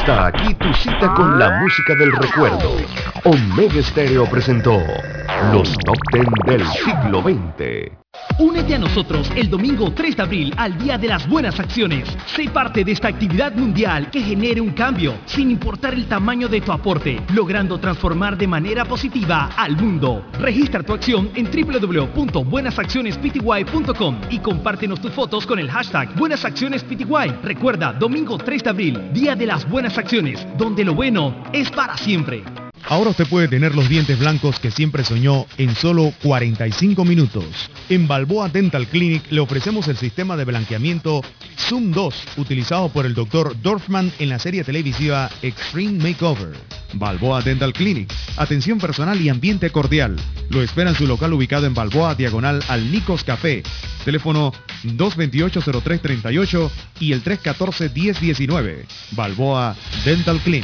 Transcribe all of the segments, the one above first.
Está aquí tu cita con la música del recuerdo. Omega Stereo presentó los Top 10 del siglo XX. Únete a nosotros el domingo 3 de abril al Día de las Buenas Acciones. Sé parte de esta actividad mundial que genere un cambio, sin importar el tamaño de tu aporte, logrando transformar de manera positiva al mundo. Registra tu acción en www.buenasaccionespty.com y compártenos tus fotos con el hashtag Buenas Acciones Pty. Recuerda, domingo 3 de abril, Día de las Buenas Acciones, donde lo bueno es para siempre. Ahora usted puede tener los dientes blancos que siempre soñó en solo 45 minutos. En Balboa Dental Clinic le ofrecemos el sistema de blanqueamiento Zoom 2, utilizado por el Dr. Dorfman en la serie televisiva Extreme Makeover. Balboa Dental Clinic, atención personal y ambiente cordial. Lo espera en su local ubicado en Balboa, diagonal al Nicos Café. Teléfono 228-0338 y el 314-1019. Balboa Dental Clinic.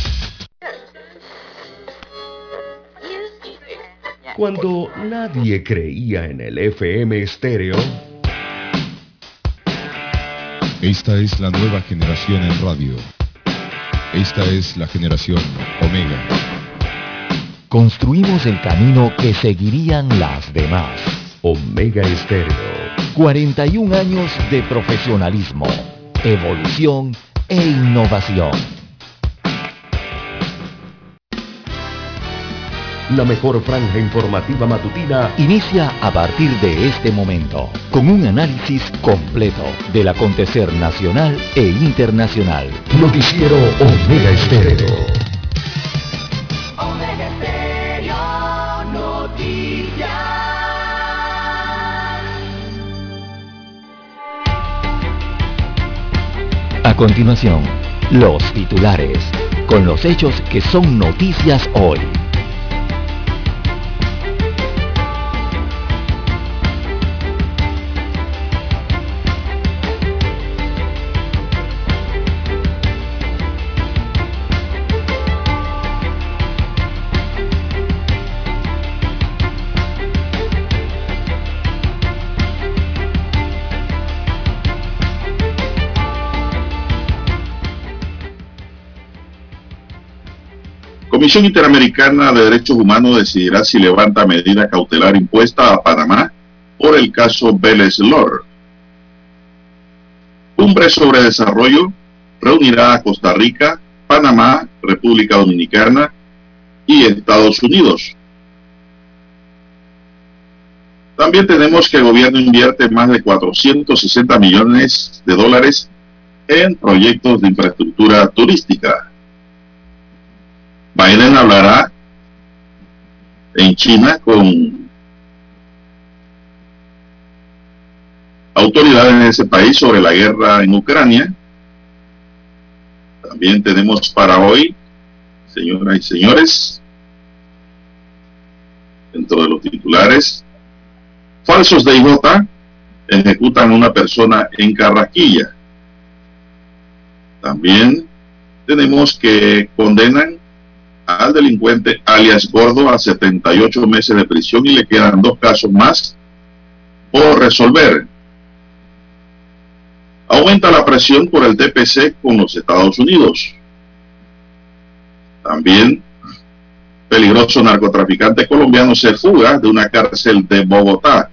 Cuando nadie creía en el FM estéreo. Esta es la nueva generación en radio. Esta es la generación Omega. Construimos el camino que seguirían las demás. Omega Estéreo. 41 años de profesionalismo, evolución e innovación. La mejor franja informativa matutina inicia a partir de este momento, con un análisis completo del acontecer nacional e internacional. Noticiero Omega Estéreo. Omega Estéreo Noticias. A continuación, los titulares, con los hechos que son noticias hoy. Comisión Interamericana de Derechos Humanos decidirá si levanta medida cautelar impuesta a Panamá por el caso Vélez Lor. Cumbre sobre desarrollo reunirá a Costa Rica, Panamá, República Dominicana y Estados Unidos. También tenemos que el gobierno invierte más de 460 millones de dólares en proyectos de infraestructura turística. Biden hablará en China con autoridades de ese país sobre la guerra en Ucrania. También tenemos para hoy, señoras y señores, dentro de los titulares, falsos de IJ ejecutan a una persona en Carraquilla. También tenemos que condenan al delincuente alias Gordo a 78 meses de prisión y le quedan 2 casos más por resolver. Aumenta la presión por el TPC con los Estados Unidos. También, peligroso narcotraficante colombiano se fuga de una cárcel de Bogotá.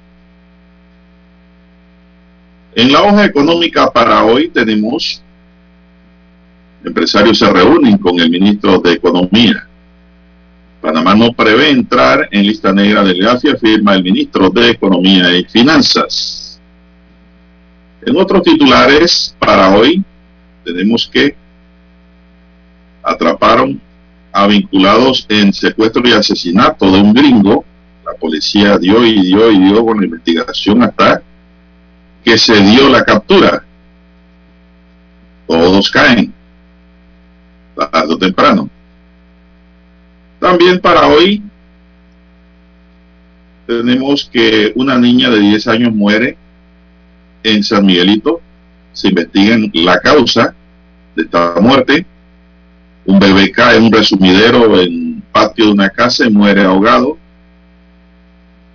En la hoja económica para hoy tenemos: empresarios se reúnen con el ministro de Economía. Panamá no prevé entrar en lista negra del GAFI, afirma el ministro de Economía y Finanzas. En otros titulares para hoy tenemos que atraparon a vinculados en secuestro y asesinato de un gringo. La policía dio con la investigación hasta que se dio la captura. Todos caen tarde o temprano. También para hoy tenemos que una niña de 10 años muere en San Miguelito. Se investiga la causa de esta muerte. Un bebé cae en un resumidero en el patio de una casa y muere ahogado.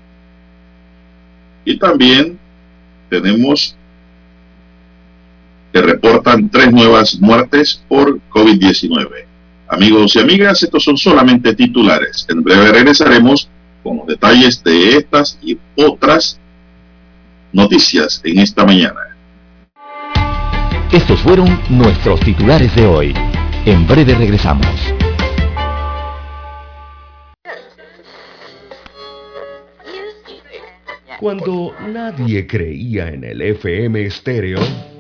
Y también tenemos que reportan 3 nuevas muertes por COVID-19. Amigos y amigas, estos son solamente titulares. En breve regresaremos con los detalles de estas y otras noticias en esta mañana. Estos fueron nuestros titulares de hoy. En breve regresamos. Cuando nadie creía en el FM estéreo,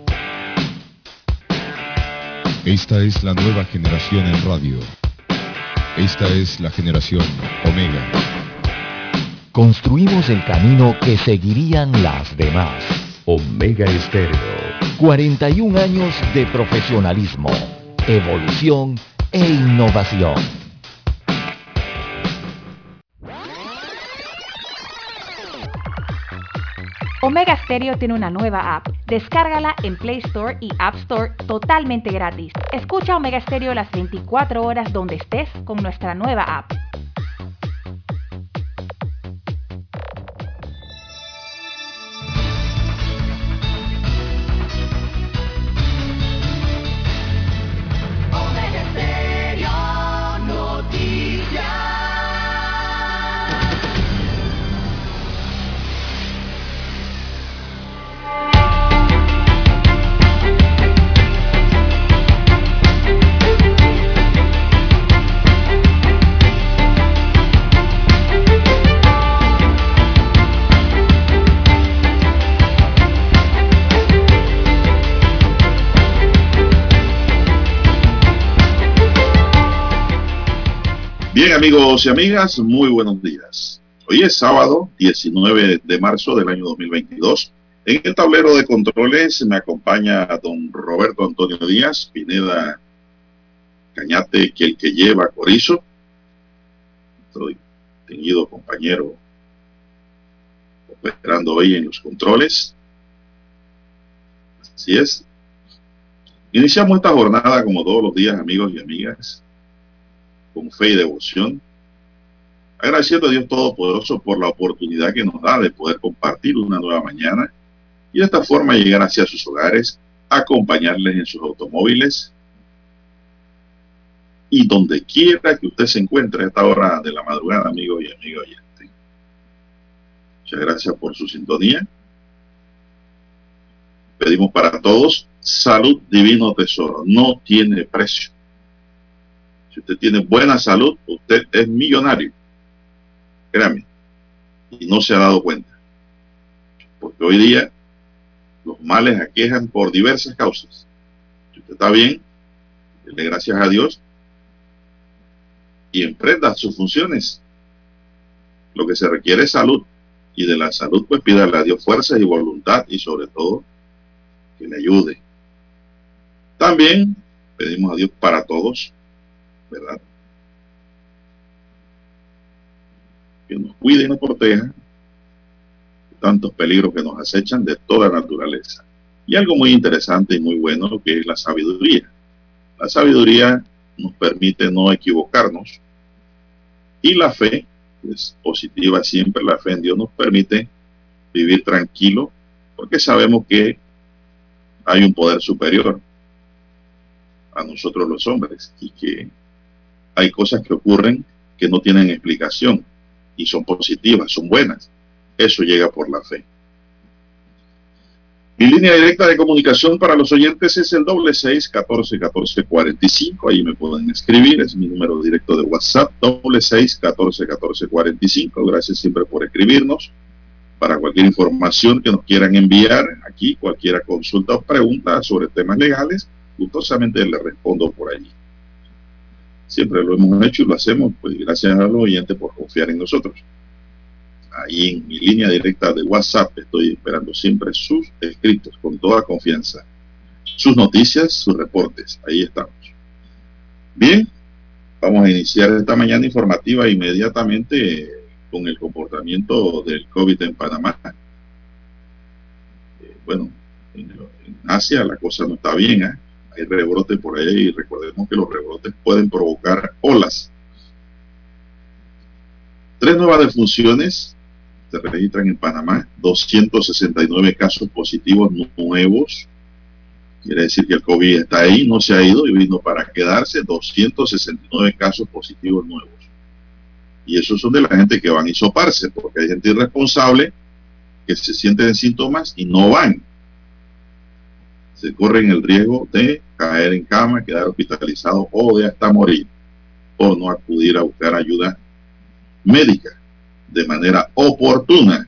Esta es la nueva generación en radio. Esta es la generación Omega. Construimos el camino que seguirían las demás. Omega Estéreo. 41 años de profesionalismo, evolución e innovación. Omega Stereo tiene una nueva app. Descárgala en Play Store y App Store totalmente gratis. Escucha Omega Stereo las 24 horas donde estés con nuestra nueva app. Omega Stereo Noticias. Bien, amigos y amigas, muy buenos días. Hoy es sábado 19 de marzo del año 2022. En el tablero de controles me acompaña don Roberto Antonio Díaz, Pineda Cañate, que el que lleva Corizo, nuestro distinguido compañero operando hoy en los controles. Así es. Iniciamos esta jornada como todos los días, amigos y amigas, con fe y devoción, agradeciendo a Dios Todopoderoso por la oportunidad que nos da de poder compartir una nueva mañana y de esta forma llegar hacia sus hogares, acompañarles en sus automóviles y donde quiera que usted se encuentre a esta hora de la madrugada, amigo y amigo oyente. Muchas gracias por su sintonía. Pedimos para todos salud, divino tesoro, no tiene precio. Si usted tiene buena salud, usted es millonario. Créame. Y no se ha dado cuenta. Porque hoy día los males aquejan por diversas causas. Si usted está bien, dele gracias a Dios y emprenda sus funciones. Lo que se requiere es salud. Y de la salud, pues pídale a Dios fuerzas y voluntad y sobre todo que le ayude. También pedimos a Dios para todos, ¿verdad? Que nos cuide y nos proteja de tantos peligros que nos acechan de toda naturaleza. Y algo muy interesante y muy bueno que es la sabiduría. La sabiduría nos permite no equivocarnos y la fe es positiva siempre. La fe en Dios nos permite vivir tranquilo porque sabemos que hay un poder superior a nosotros los hombres y que hay cosas que ocurren que no tienen explicación y son positivas, son buenas. Eso llega por la fe. Mi línea directa de comunicación para los oyentes es el 661-14-14-45. Ahí me pueden escribir, es mi número directo de WhatsApp, 661-14-14-45. Gracias siempre por escribirnos. Para cualquier información que nos quieran enviar aquí, cualquier consulta o pregunta sobre temas legales, gustosamente le respondo por allí. Siempre lo hemos hecho y lo hacemos, pues gracias a los oyentes por confiar en nosotros. Ahí en mi línea directa de WhatsApp estoy esperando siempre sus escritos con toda confianza. Sus noticias, sus reportes, ahí estamos. Bien, vamos a iniciar esta mañana informativa inmediatamente con el comportamiento del COVID en Panamá. Bueno, en Asia la cosa no está bien, ¿eh? Hay rebrotes por ahí y recordemos que los rebrotes pueden provocar olas. 3 nuevas defunciones se registran en Panamá, 269 casos positivos nuevos Quiere decir que el COVID está ahí, no se ha ido y vino para quedarse. 269 casos positivos nuevos. Y esos son de la gente que van a hisoparse, porque hay gente irresponsable que se sienten síntomas y no van. Se corren el riesgo de caer en cama, quedar hospitalizado o de hasta morir por no acudir a buscar ayuda médica de manera oportuna.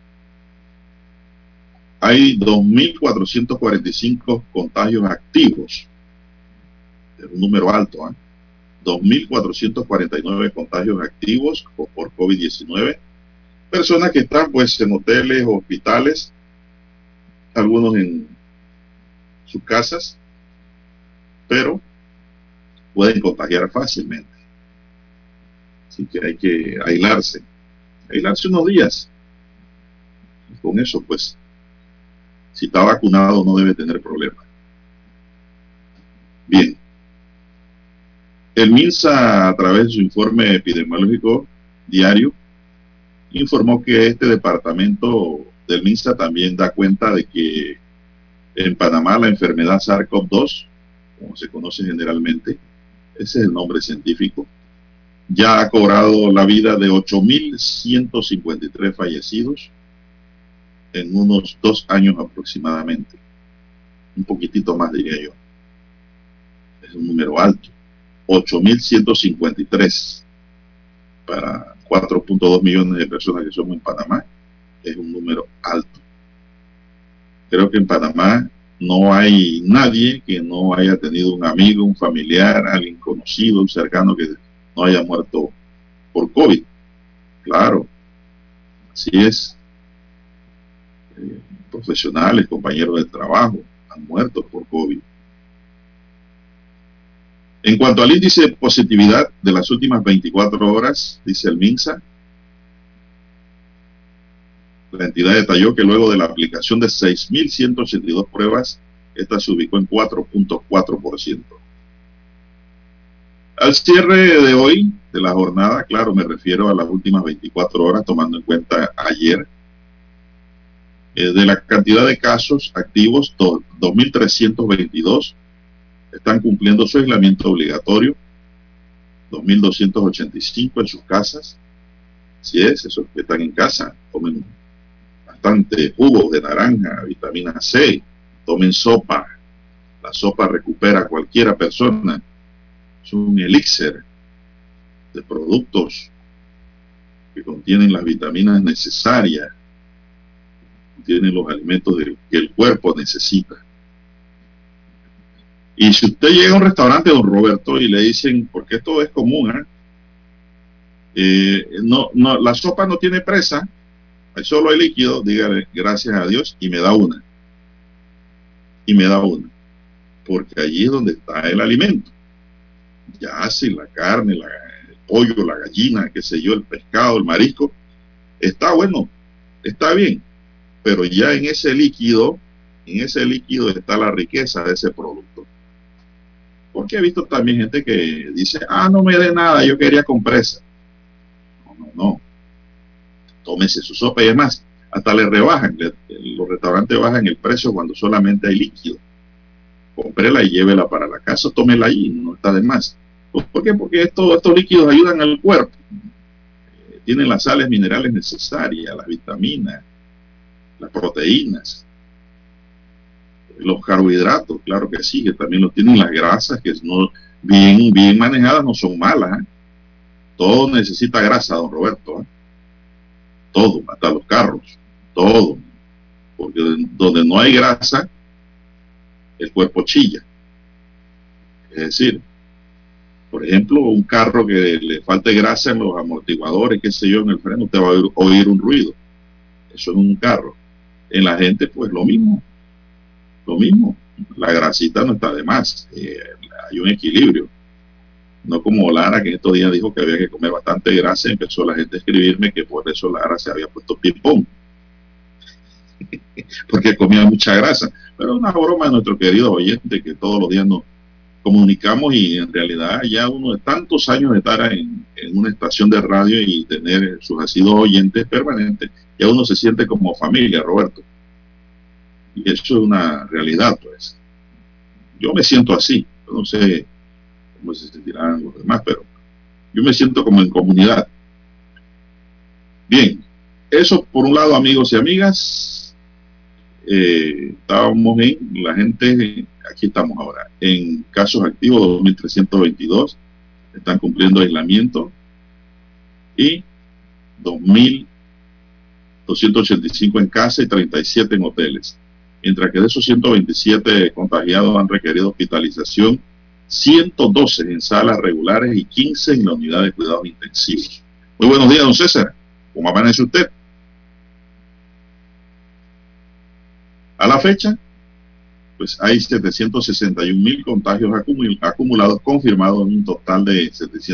Hay 2.445 contagios activos. Es un número alto, ¿eh? 2.449 contagios activos por COVID-19. Personas que están pues en hoteles o hospitales, algunos en sus casas, pero pueden contagiar fácilmente. Así que hay que aislarse unos días. Y con eso pues, si está vacunado no debe tener problema. Bien. El MINSA, a través de su informe epidemiológico diario, informó que este departamento del MINSA también da cuenta de que en Panamá la enfermedad SARS-CoV-2, como se conoce generalmente, ese es el nombre científico, ya ha cobrado la vida de 8.153 fallecidos en unos 2 años aproximadamente. Un poquitito más, diría yo. Es un número alto. 8.153 para 4.2 millones de personas que somos en Panamá. Es un número alto. Creo que en Panamá no hay nadie que no haya tenido un amigo, un familiar, alguien conocido, un cercano que no haya muerto por COVID. Claro, así es. Profesionales, compañeros de trabajo han muerto por COVID. En cuanto al índice de positividad de las últimas 24 horas, dice el MINSA, la entidad detalló que luego de la aplicación de 6.182 pruebas, esta se ubicó en 4.4%. Al cierre de hoy, de la jornada, claro, me refiero a las últimas 24 horas, tomando en cuenta ayer, de la cantidad de casos activos, 2.322 están cumpliendo su aislamiento obligatorio, 2.285 en sus casas. Si es, esos que están en casa, tomen bastante jugos de naranja, vitamina C, tomen sopa. La sopa recupera a cualquiera persona. Es un elixir de productos que contienen las vitaminas necesarias, contienen los alimentos que el cuerpo necesita. Y si usted llega a un restaurante, don Roberto, y le dicen, porque esto es común, no, la sopa no tiene presa, solo hay líquido, dígale gracias a Dios y me da una. Y me da una. Porque allí es donde está el alimento. Ya si la carne, el pollo, la gallina, qué sé yo, el pescado, el marisco, está bueno, está bien. Pero ya en ese líquido está la riqueza de ese producto. Porque he visto también gente que dice, no me dé nada, yo quería con presa. No. Tómese su sopa y demás. Hasta le rebajan, los restaurantes bajan el precio cuando solamente hay líquido. Cómprela y llévela para la casa, tómela ahí, no está de más. ¿Por qué? Porque estos líquidos ayudan al cuerpo. Tienen las sales minerales necesarias, las vitaminas, las proteínas, los carbohidratos, claro que sí, que también lo tienen, las grasas, que no, bien manejadas no son malas. Todo necesita grasa, don Roberto. Todo, hasta los carros, todo. Porque donde no hay grasa, el cuerpo chilla. Es decir, por ejemplo, un carro que le falte grasa en los amortiguadores, qué sé yo, en el freno, usted va a oír un ruido. Eso es un carro. En la gente, pues lo mismo. La grasita no está de más. Hay un equilibrio. No como Lara, que estos días dijo que había que comer bastante grasa, y empezó la gente a escribirme que por eso Lara se había puesto ping-pong. Porque comía mucha grasa. Pero una broma de nuestro querido oyente, que todos los días nos comunicamos, y en realidad ya uno de tantos años de estar en una estación de radio y tener sus asiduos oyentes permanentes, ya uno se siente como familia, Roberto. Y eso es una realidad, pues. Yo me siento así. Yo no sé cómo se sentirán los demás, pero yo me siento como en comunidad. Bien, eso por un lado, amigos y amigas. Estábamos en la gente, aquí estamos ahora, en casos activos 2.322, están cumpliendo aislamiento, y 2.285 en casa y 37 en hoteles. Mientras que de esos 127 contagiados han requerido hospitalización, 112 en salas regulares y 15 en la unidad de cuidados intensivos. Muy buenos días, don César. ¿Cómo amanece usted? A la fecha, pues hay 761.000 contagios acumulados confirmados, en un total de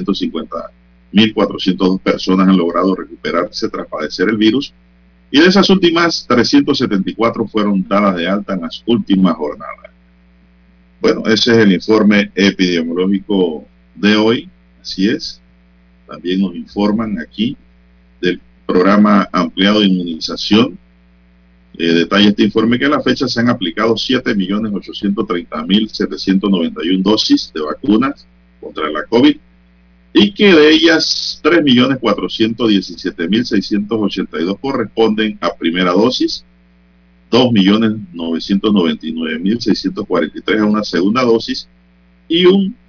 750.402 personas han logrado recuperarse tras padecer el virus, y de esas últimas, 374 fueron dadas de alta en las últimas jornadas. Bueno, ese es el informe epidemiológico de hoy, así es. También nos informan aquí del programa ampliado de inmunización. Detalla este informe que a la fecha se han aplicado 7.830.791 dosis de vacunas contra la COVID, y que de ellas 3.417.682 corresponden a primera dosis, 2.999.643 a una segunda dosis y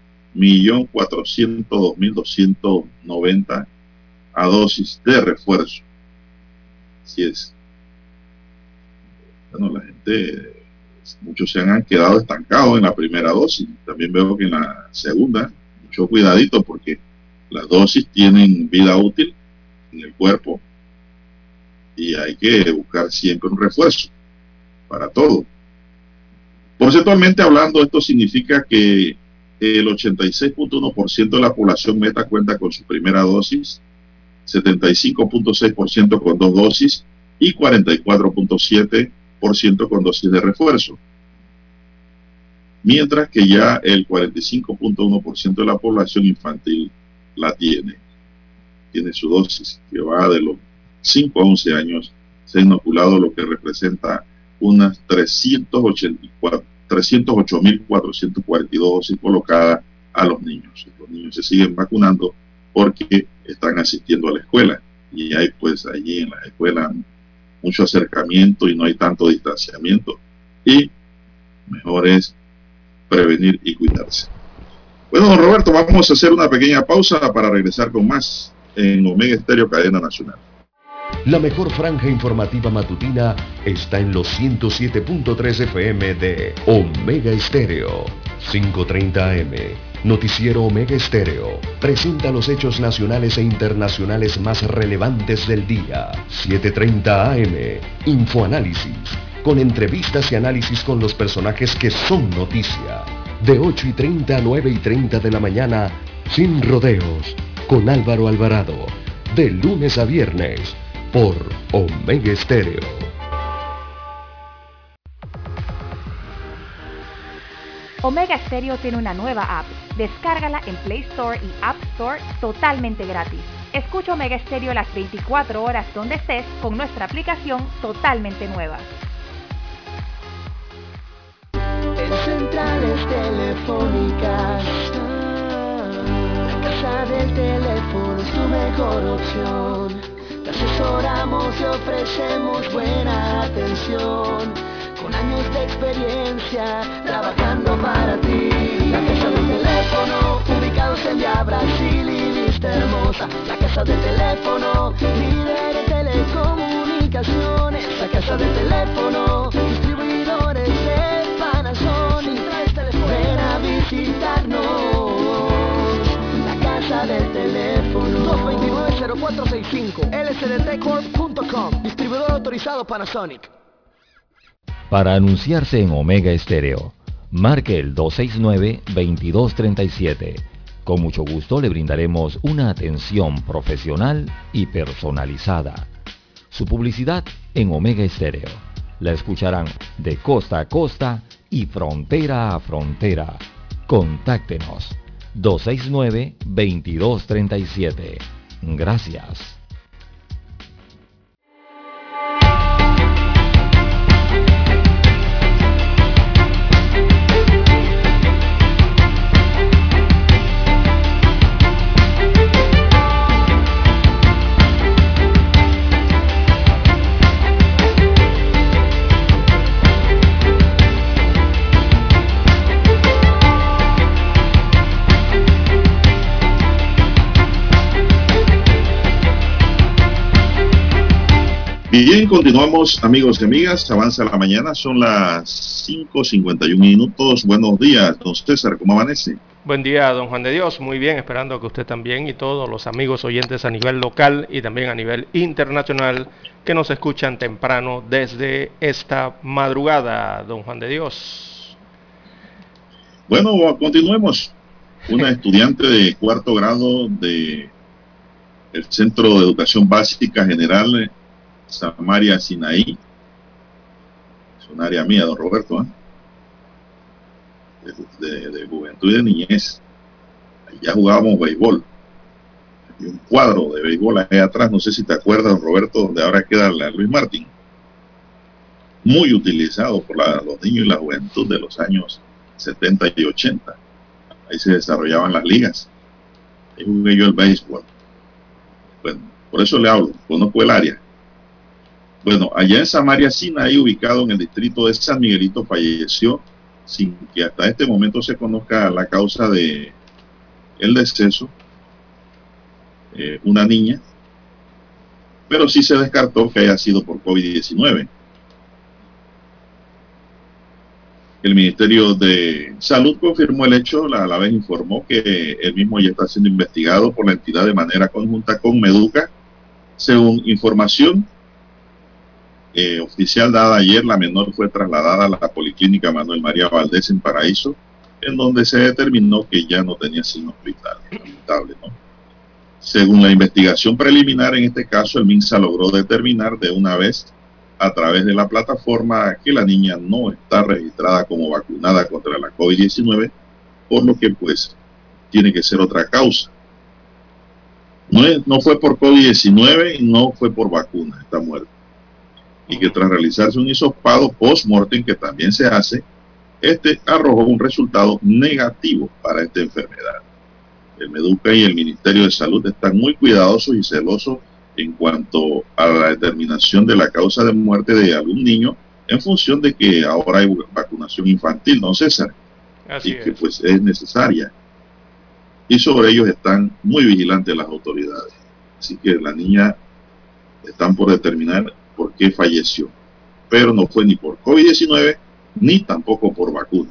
1.402.290 a dosis de refuerzo. Así es. Bueno, la gente, muchos se han quedado estancados en la primera dosis. También veo que en la segunda, mucho cuidadito, porque las dosis tienen vida útil en el cuerpo y hay que buscar siempre un refuerzo para todo. Porcentualmente hablando, esto significa que el 86.1% de la población meta cuenta con su primera dosis, 75.6% con dos dosis y 44.7% con dosis de refuerzo. Mientras que ya el 45.1% de la población infantil la tiene su dosis, que va de los 5 a 11 años, se ha inoculado, lo que representa unas 308.442 dosis colocadas a los niños. Los niños se siguen vacunando porque están asistiendo a la escuela, y hay pues allí en la escuela mucho acercamiento y no hay tanto distanciamiento, y mejor es prevenir y cuidarse. Bueno, don Roberto, vamos a hacer una pequeña pausa para regresar con más en Omega Estéreo Cadena Nacional. La mejor franja informativa matutina está en los 107.3 FM de Omega Estéreo. 5:30 AM. Noticiero Omega Estéreo presenta los hechos nacionales e internacionales más relevantes del día. 7:30 AM. Infoanálisis, con entrevistas y análisis con los personajes que son noticia. De 8:30 a 9:30 de la mañana, Sin Rodeos, con Álvaro Alvarado. De lunes a viernes, por Omega Estéreo. Omega Stereo tiene una nueva app. Descárgala en Play Store y App Store totalmente gratis. Escucha Omega Stereo las 24 horas donde estés con nuestra aplicación totalmente nueva. En centrales telefónicas, la casa del teléfono es tu mejor opción. Te asesoramos y ofrecemos buena atención, con años de experiencia trabajando para ti. La casa del teléfono, ubicados en Via Brasil y Vista Hermosa. La casa del teléfono, líder en telecomunicaciones. La casa del teléfono, distribuidores de Panasonic. Ven a visitarnos. La casa del teléfono, 229-0465, lsdtcorp.com. Distribuidor autorizado Panasonic. Para anunciarse en Omega Estéreo, marque el 269-2237. Con mucho gusto le brindaremos una atención profesional y personalizada. Su publicidad en Omega Estéreo la escucharán de costa a costa y frontera a frontera. Contáctenos 269-2237. Gracias. Bien, continuamos, amigos y amigas. Avanza la mañana, son las 5:51 minutos. Buenos días, don César, ¿cómo amanece? Buen día, don Juan de Dios. Muy bien, esperando que usted también y todos los amigos oyentes a nivel local y también a nivel internacional que nos escuchan temprano desde esta madrugada, don Juan de Dios. Bueno, continuemos. Una estudiante de cuarto grado de el Centro de Educación Básica General Samaria Sinaí, es un área mía, don Roberto, de juventud y de niñez. Allá jugábamos béisbol. Hay un cuadro de béisbol ahí atrás, no sé si te acuerdas, don Roberto, donde ahora queda la Luis Martín. Muy utilizado por los niños y la juventud de los años 70 y 80. Ahí se desarrollaban las ligas. Ahí jugué yo el béisbol. Bueno, por eso le hablo, conozco el área. Bueno, allá en Samaria Sinaí, ubicado en el distrito de San Miguelito, falleció sin que hasta este momento se conozca la causa de el deceso, una niña, pero sí se descartó que haya sido por COVID-19. El Ministerio de Salud confirmó el hecho, a la vez informó que el mismo ya está siendo investigado por la entidad de manera conjunta con Meduca. Según información oficial dada ayer, la menor fue trasladada a la Policlínica Manuel María Valdés en Paraíso, en donde se determinó que ya no tenía signos vitales. Lamentable, ¿no? Según la investigación preliminar, en este caso, el MINSA logró determinar de una vez a través de la plataforma que la niña no está registrada como vacunada contra la COVID-19, por lo que pues tiene que ser otra causa. No fue por COVID-19 y no fue por vacuna esta muerte. Y que tras realizarse un hisopado post-mortem que también se hace, arrojó un resultado negativo para esta enfermedad. El Meduca y el Ministerio de Salud están muy cuidadosos y celosos en cuanto a la determinación de la causa de muerte de algún niño en función de que ahora hay vacunación infantil, ¿no, César? Así y que pues es necesaria. Y sobre ellos están muy vigilantes las autoridades. Así que la niña están por determinar por qué falleció, pero no fue ni por COVID-19 ni tampoco por vacuna.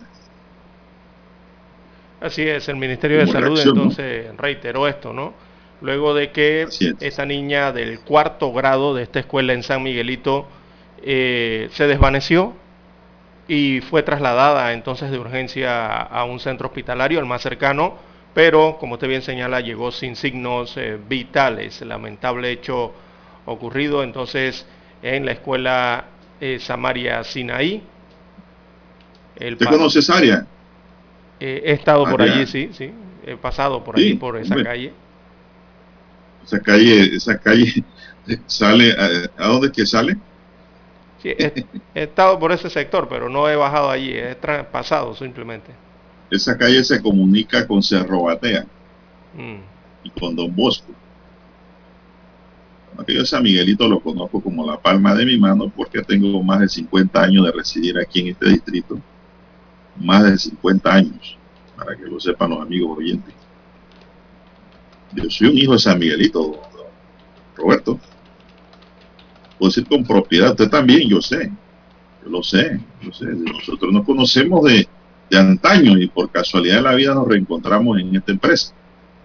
Así es, el Ministerio de Salud entonces reiteró esto, ¿no? Luego de que esta niña del cuarto grado de esta escuela en San Miguelito se desvaneció y fue trasladada entonces de urgencia a un centro hospitalario, el más cercano, pero como usted bien señala, llegó sin signos vitales. Lamentable hecho ocurrido entonces en la escuela Samaria Sinaí. ¿Usted conoce esa área? He estado por allí, sí, he pasado por allí, por esa calle. Esa calle sale, ¿a dónde es que sale? Sí, he estado por ese sector, pero no he bajado allí, he pasado simplemente. Esa calle se comunica con Cerro Batea y con Don Bosco. Yo San Miguelito lo conozco como la palma de mi mano porque tengo más de 50 años de residir aquí en este distrito. Más de 50 años, para que lo sepan los amigos oyentes. Yo soy un hijo de San Miguelito, Roberto. Puedo decir con propiedad, usted también, yo lo sé. Nosotros nos conocemos de antaño y por casualidad de la vida nos reencontramos en esta empresa.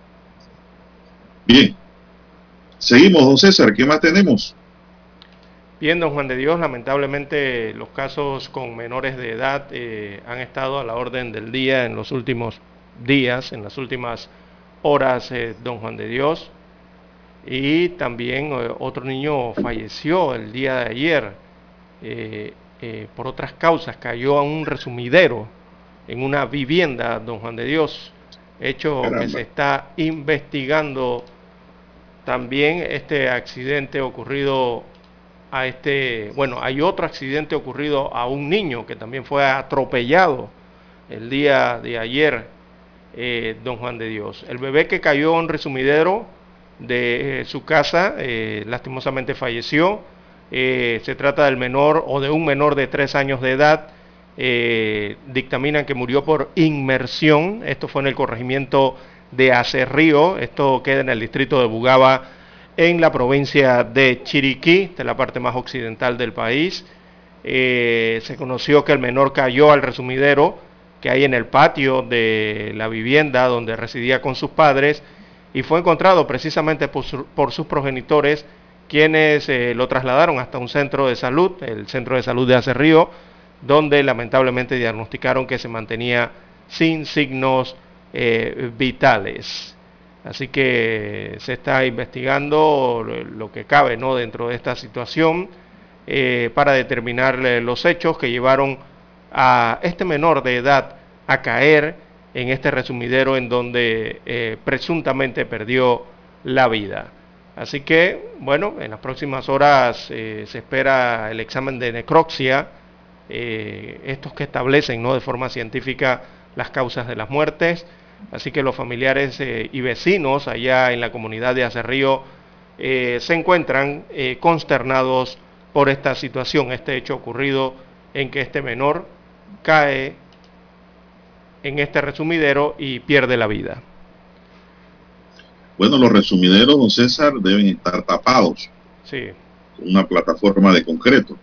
Bien, seguimos, don César, ¿qué más tenemos? Bien, don Juan de Dios, lamentablemente los casos con menores de edad han estado a la orden del día en los últimos días, en las últimas horas, don Juan de Dios. Y también otro niño falleció el día de ayer por otras causas, cayó a un resumidero en una vivienda, don Juan de Dios, hecho Caramba. que se está investigando. También este accidente ocurrido hay otro accidente ocurrido a un niño que también fue atropellado el día de ayer, don Juan de Dios. El bebé que cayó en un resumidero de su casa, lastimosamente falleció. Se trata del menor o de un menor de 3 años de edad. Dictaminan que murió por inmersión. Esto fue en el corregimiento de Acerrío. Esto queda en el distrito de Bugaba, en la provincia de Chiriquí, de la parte más occidental del país. Se conoció que el menor cayó al resumidero que hay en el patio de la vivienda donde residía con sus padres y fue encontrado precisamente por sus progenitores, quienes lo trasladaron hasta un centro de salud, el centro de salud de Acerrío, donde lamentablemente diagnosticaron que se mantenía sin signos vitales. Así que se está investigando lo que cabe, ¿no?, dentro de esta situación para determinar los hechos que llevaron a este menor de edad a caer en este resumidero en donde presuntamente perdió la vida. Así que, bueno, en las próximas horas se espera el examen de necropsia, estos que establecen, ¿no?, de forma científica las causas de las muertes. Así que los familiares y vecinos allá en la comunidad de Acerrío se encuentran consternados por esta situación, este hecho ocurrido en que este menor cae en este resumidero y pierde la vida. Bueno, los resumideros, don César, deben estar tapados. Sí. Con una plataforma de concreto.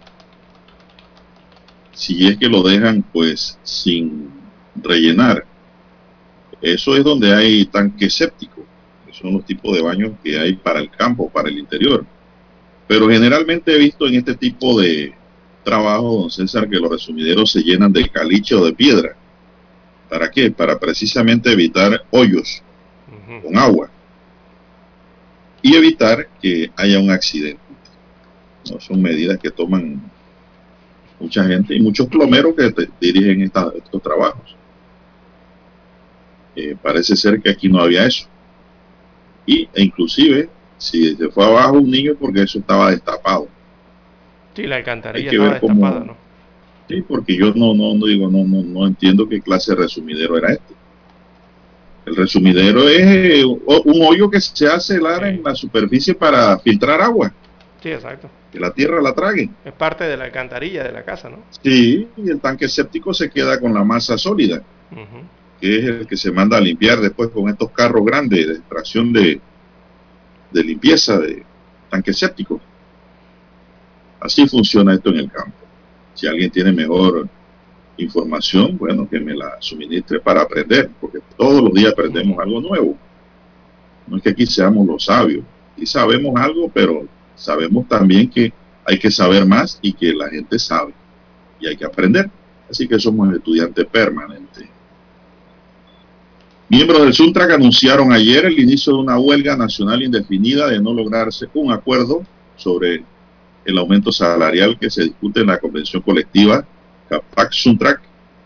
Si es que lo dejan pues sin rellenar. Eso es donde hay tanque séptico. Esos son los tipos de baños que hay para el campo, para el interior. Pero generalmente he visto en este tipo de trabajo, don César, que los resumideros se llenan de caliche o de piedra. ¿Para qué? Para precisamente evitar hoyos con agua y evitar que haya un accidente. No son medidas que toman mucha gente y muchos plomeros que dirigen estos trabajos. Parece ser que aquí no había eso. E inclusive, si se fue abajo un niño, porque eso estaba destapado. Sí, la alcantarilla estaba destapada, ¿no? Sí, porque yo no entiendo qué clase de resumidero era este. El resumidero es un hoyo que se hace en la superficie para filtrar agua. Sí, exacto. Que la tierra la trague. Es parte de la alcantarilla de la casa, ¿no? Sí, y el tanque séptico se queda con la masa sólida, que es el que se manda a limpiar después con estos carros grandes de extracción de limpieza de tanque séptico. Así funciona esto en el campo. Si alguien tiene mejor información, bueno, que me la suministre para aprender, porque todos los días aprendemos algo nuevo. No es que aquí seamos los sabios, aquí sabemos algo, pero sabemos también que hay que saber más y que la gente sabe y hay que aprender. Así que somos estudiantes permanentes. Miembros del Suntrac anunciaron ayer el inicio de una huelga nacional indefinida de no lograrse un acuerdo sobre el aumento salarial que se discute en la convención colectiva CAPAC-Suntrac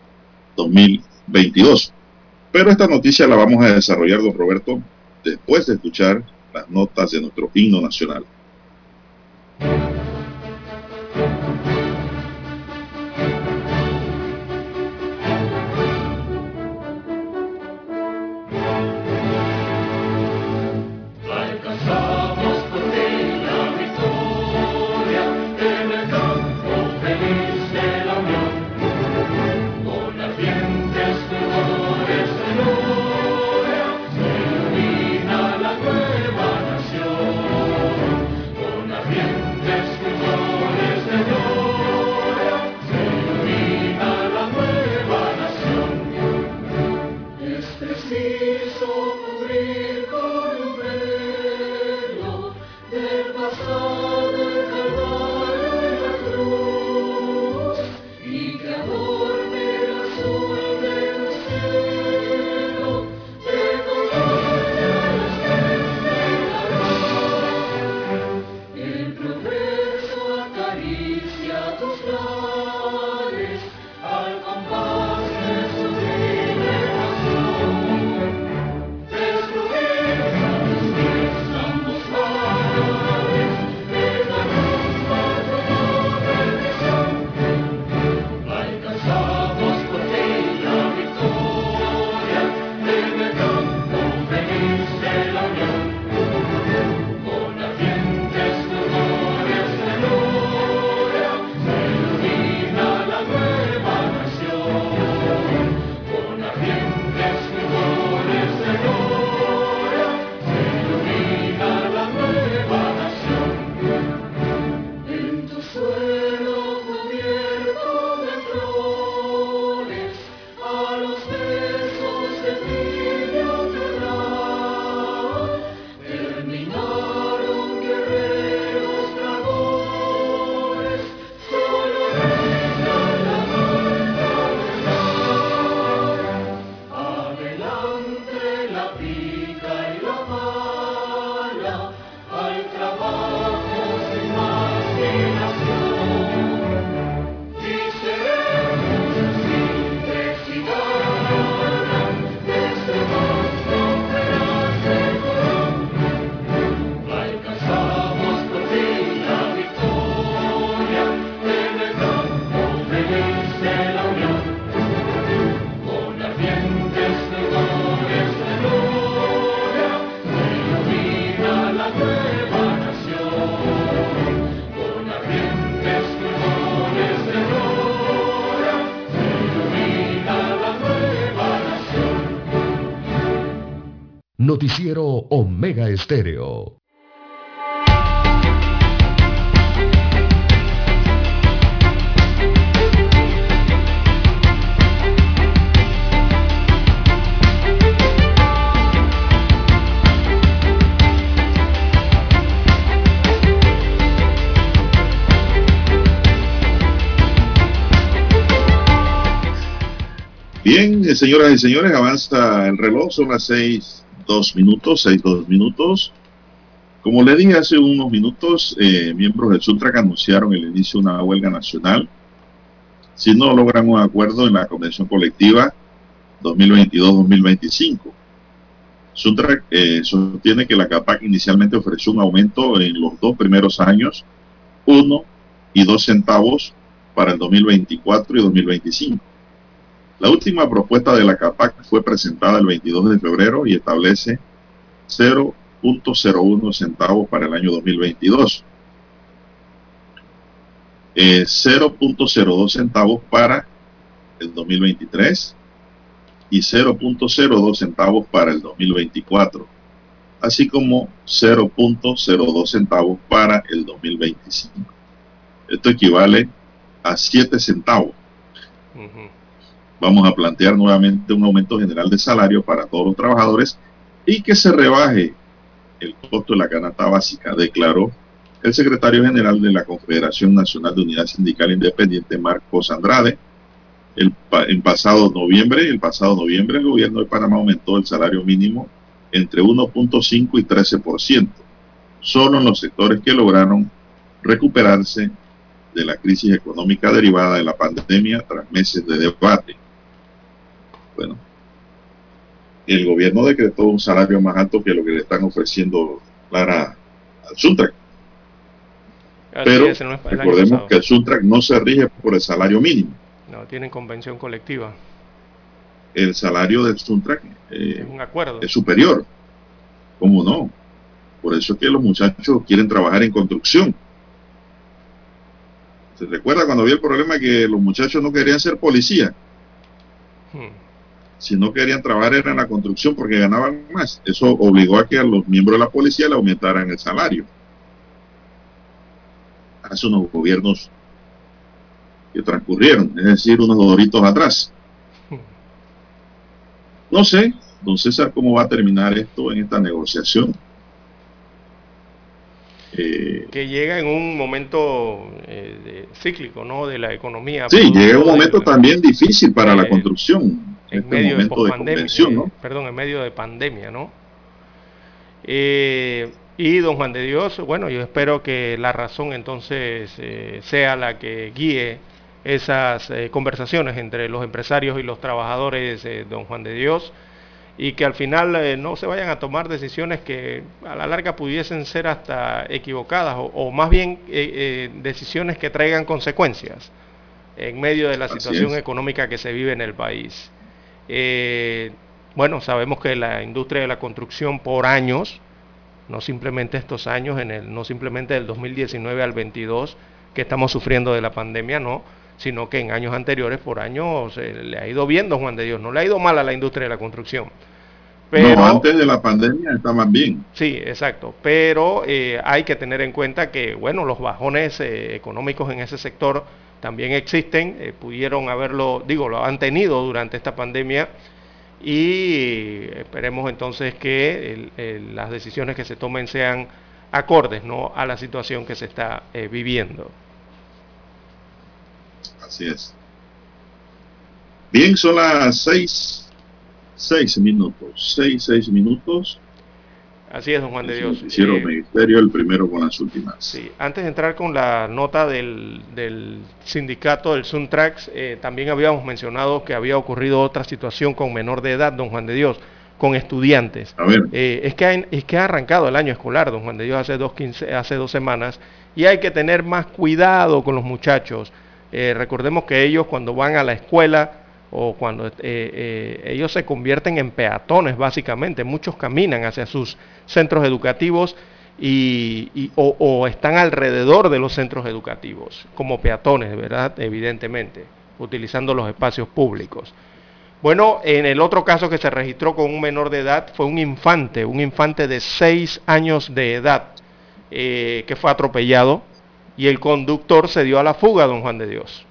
2022. Pero esta noticia la vamos a desarrollar, don Roberto, después de escuchar las notas de nuestro himno nacional. Noticiero Omega Estéreo. Bien, señoras y señores, avanza el reloj, son las 6:02. Como le dije hace unos minutos, miembros del Suntrac anunciaron el inicio de una huelga nacional si no logran un acuerdo en la convención colectiva 2022-2025. Suntrac sostiene que la CAPAC inicialmente ofreció un aumento en los 2 primeros años, 1 y 2 centavos para el 2024 y 2025. La última propuesta de la CAPAC fue presentada el 22 de febrero y establece 0.01 centavos para el año 2022, 0.02 centavos para el 2023 y 0.02 centavos para el 2024, así como 0.02 centavos para el 2025. Esto equivale a 7 centavos. Vamos a plantear nuevamente un aumento general de salario para todos los trabajadores y que se rebaje el costo de la canasta básica, declaró el secretario general de la Confederación Nacional de Unidad Sindical Independiente, Marcos Andrade. El pasado noviembre, el gobierno de Panamá aumentó el salario mínimo entre 1.5 y 13%, solo en los sectores que lograron recuperarse de la crisis económica derivada de la pandemia tras meses de debate. Bueno, el gobierno decretó un salario más alto que lo que le están ofreciendo al Suntrac. Pero recordemos que el Suntrac no se rige por el salario mínimo. No, tienen convención colectiva. El salario del Suntrac es un acuerdo. Es superior. ¿Cómo no? Por eso es que los muchachos quieren trabajar en construcción. ¿Se recuerda cuando había el problema que los muchachos no querían ser policía? Si no querían trabajar era en la construcción porque ganaban más. Eso obligó a que a los miembros de la policía le aumentaran el salario. Hace unos gobiernos que transcurrieron, es decir, unos doritos atrás. No sé, don César, cómo va a terminar esto en esta negociación. Que llega en un momento cíclico, ¿no?, de la economía. Sí, llega en un momento también difícil para la construcción. En medio de pandemia, ¿no? En medio de pandemia, ¿no? Y don Juan de Dios, bueno, yo espero que la razón entonces sea la que guíe esas conversaciones entre los empresarios y los trabajadores, don Juan de Dios, y que al final no se vayan a tomar decisiones que a la larga pudiesen ser hasta equivocadas o más bien decisiones que traigan consecuencias en medio de la situación económica que se vive en el país. Bueno, sabemos que la industria de la construcción por años, no simplemente estos años, no simplemente del 2019 al 22 que estamos sufriendo de la pandemia, no, sino que en años anteriores por años le ha ido bien, don Juan de Dios, no le ha ido mal a la industria de la construcción. Pero, no, antes de la pandemia está más bien. Sí, exacto, pero hay que tener en cuenta que, bueno, los bajones económicos en ese sector también existen, pudieron haberlo, lo han tenido durante esta pandemia, y esperemos entonces que las decisiones que se tomen sean acordes, ¿no?, a la situación que se está viviendo. Así es. Bien, son las 6 minutos. Así es, don Juan de Dios. Hicieron ministerio el primero con las últimas. Sí, antes de entrar con la nota del sindicato del Suntrac, también habíamos mencionado que había ocurrido otra situación con menor de edad, don Juan de Dios, con estudiantes. A ver. Es que ha arrancado el año escolar, don Juan de Dios, hace 2 semanas, y hay que tener más cuidado con los muchachos. Recordemos que ellos cuando van a la escuela o cuando ellos se convierten en peatones básicamente, muchos caminan hacia sus centros educativos o están alrededor de los centros educativos como peatones, ¿verdad?, evidentemente, utilizando los espacios públicos. Bueno, en el otro caso que se registró con un menor de edad fue un infante de 6 años de edad, que fue atropellado y el conductor se dio a la fuga, don Juan de Dios.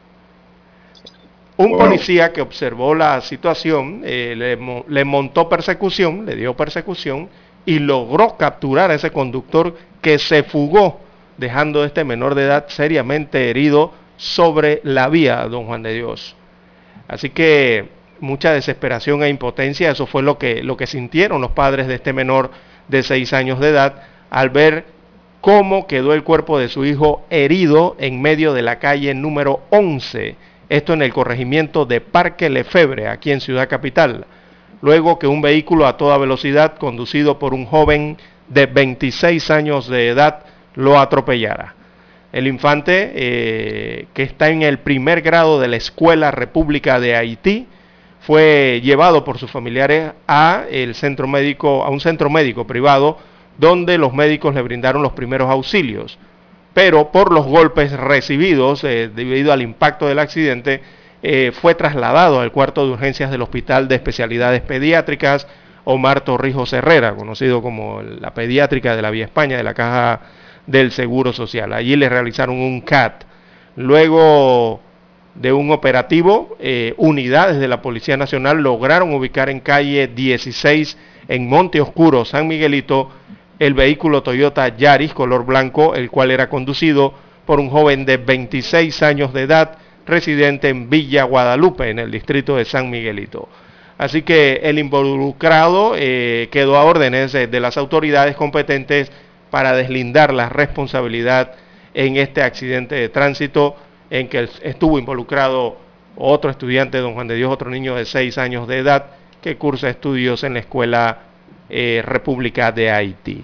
Un policía que observó la situación le montó persecución, le dio persecución y logró capturar a ese conductor que se fugó, dejando a este menor de edad seriamente herido sobre la vía, don Juan de Dios. Así que mucha desesperación e impotencia, eso fue lo que sintieron los padres de este menor de 6 años de edad al ver cómo quedó el cuerpo de su hijo herido en medio de la calle número 11, esto en el corregimiento de Parque Lefebvre, aquí en Ciudad Capital, luego que un vehículo a toda velocidad conducido por un joven de 26 años de edad lo atropellara. El infante, que está en el primer grado de la Escuela República de Haití, fue llevado por sus familiares a un centro médico privado, donde los médicos le brindaron los primeros auxilios. Pero por los golpes recibidos debido al impacto del accidente, fue trasladado al cuarto de urgencias del Hospital de Especialidades Pediátricas Omar Torrijos Herrera, conocido como la pediátrica de la Vía España, de la Caja del Seguro Social. Allí le realizaron un CAT. Luego de un operativo, unidades de la Policía Nacional lograron ubicar en calle 16 en Monte Oscuro, San Miguelito, el vehículo Toyota Yaris color blanco, el cual era conducido por un joven de 26 años de edad, residente en Villa Guadalupe, en el distrito de San Miguelito. Así que el involucrado quedó a órdenes de las autoridades competentes para deslindar la responsabilidad en este accidente de tránsito en que estuvo involucrado otro estudiante, don Juan de Dios, otro niño de 6 años de edad que cursa estudios en la Escuela República de Haití.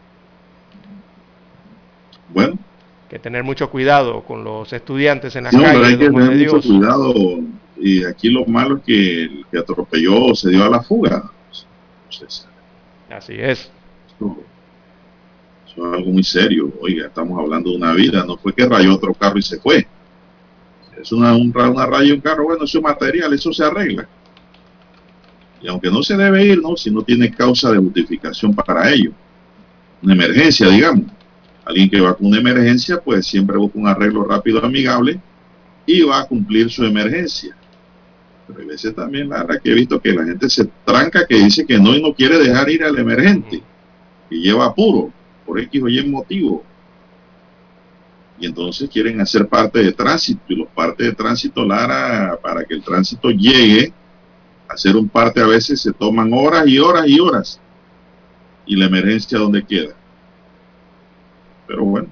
Bueno. Hay que tener mucho cuidado con los estudiantes en la calle. Hay que tener mucho cuidado. Y aquí lo malo es que el que atropelló se dio a la fuga. Entonces, así es. Eso es algo muy serio. Oiga, estamos hablando de una vida. No fue que rayó otro carro y se fue. Es una raya de un carro. Bueno, eso es material, eso se arregla. Y aunque no se debe ir, ¿no? Si no tiene causa de justificación para ello. Una emergencia, digamos. Alguien que va con una emergencia, pues siempre busca un arreglo rápido, amigable, y va a cumplir su emergencia. Pero hay veces también, la verdad, que he visto que la gente se tranca, que dice que no y no quiere dejar ir al emergente, y lleva apuro, por X o Y motivo. Y entonces quieren hacer parte de tránsito, y los partes de tránsito, Lara, para que el tránsito llegue a ser un parte, a veces se toman horas y horas y horas, y la emergencia donde queda. Pero bueno,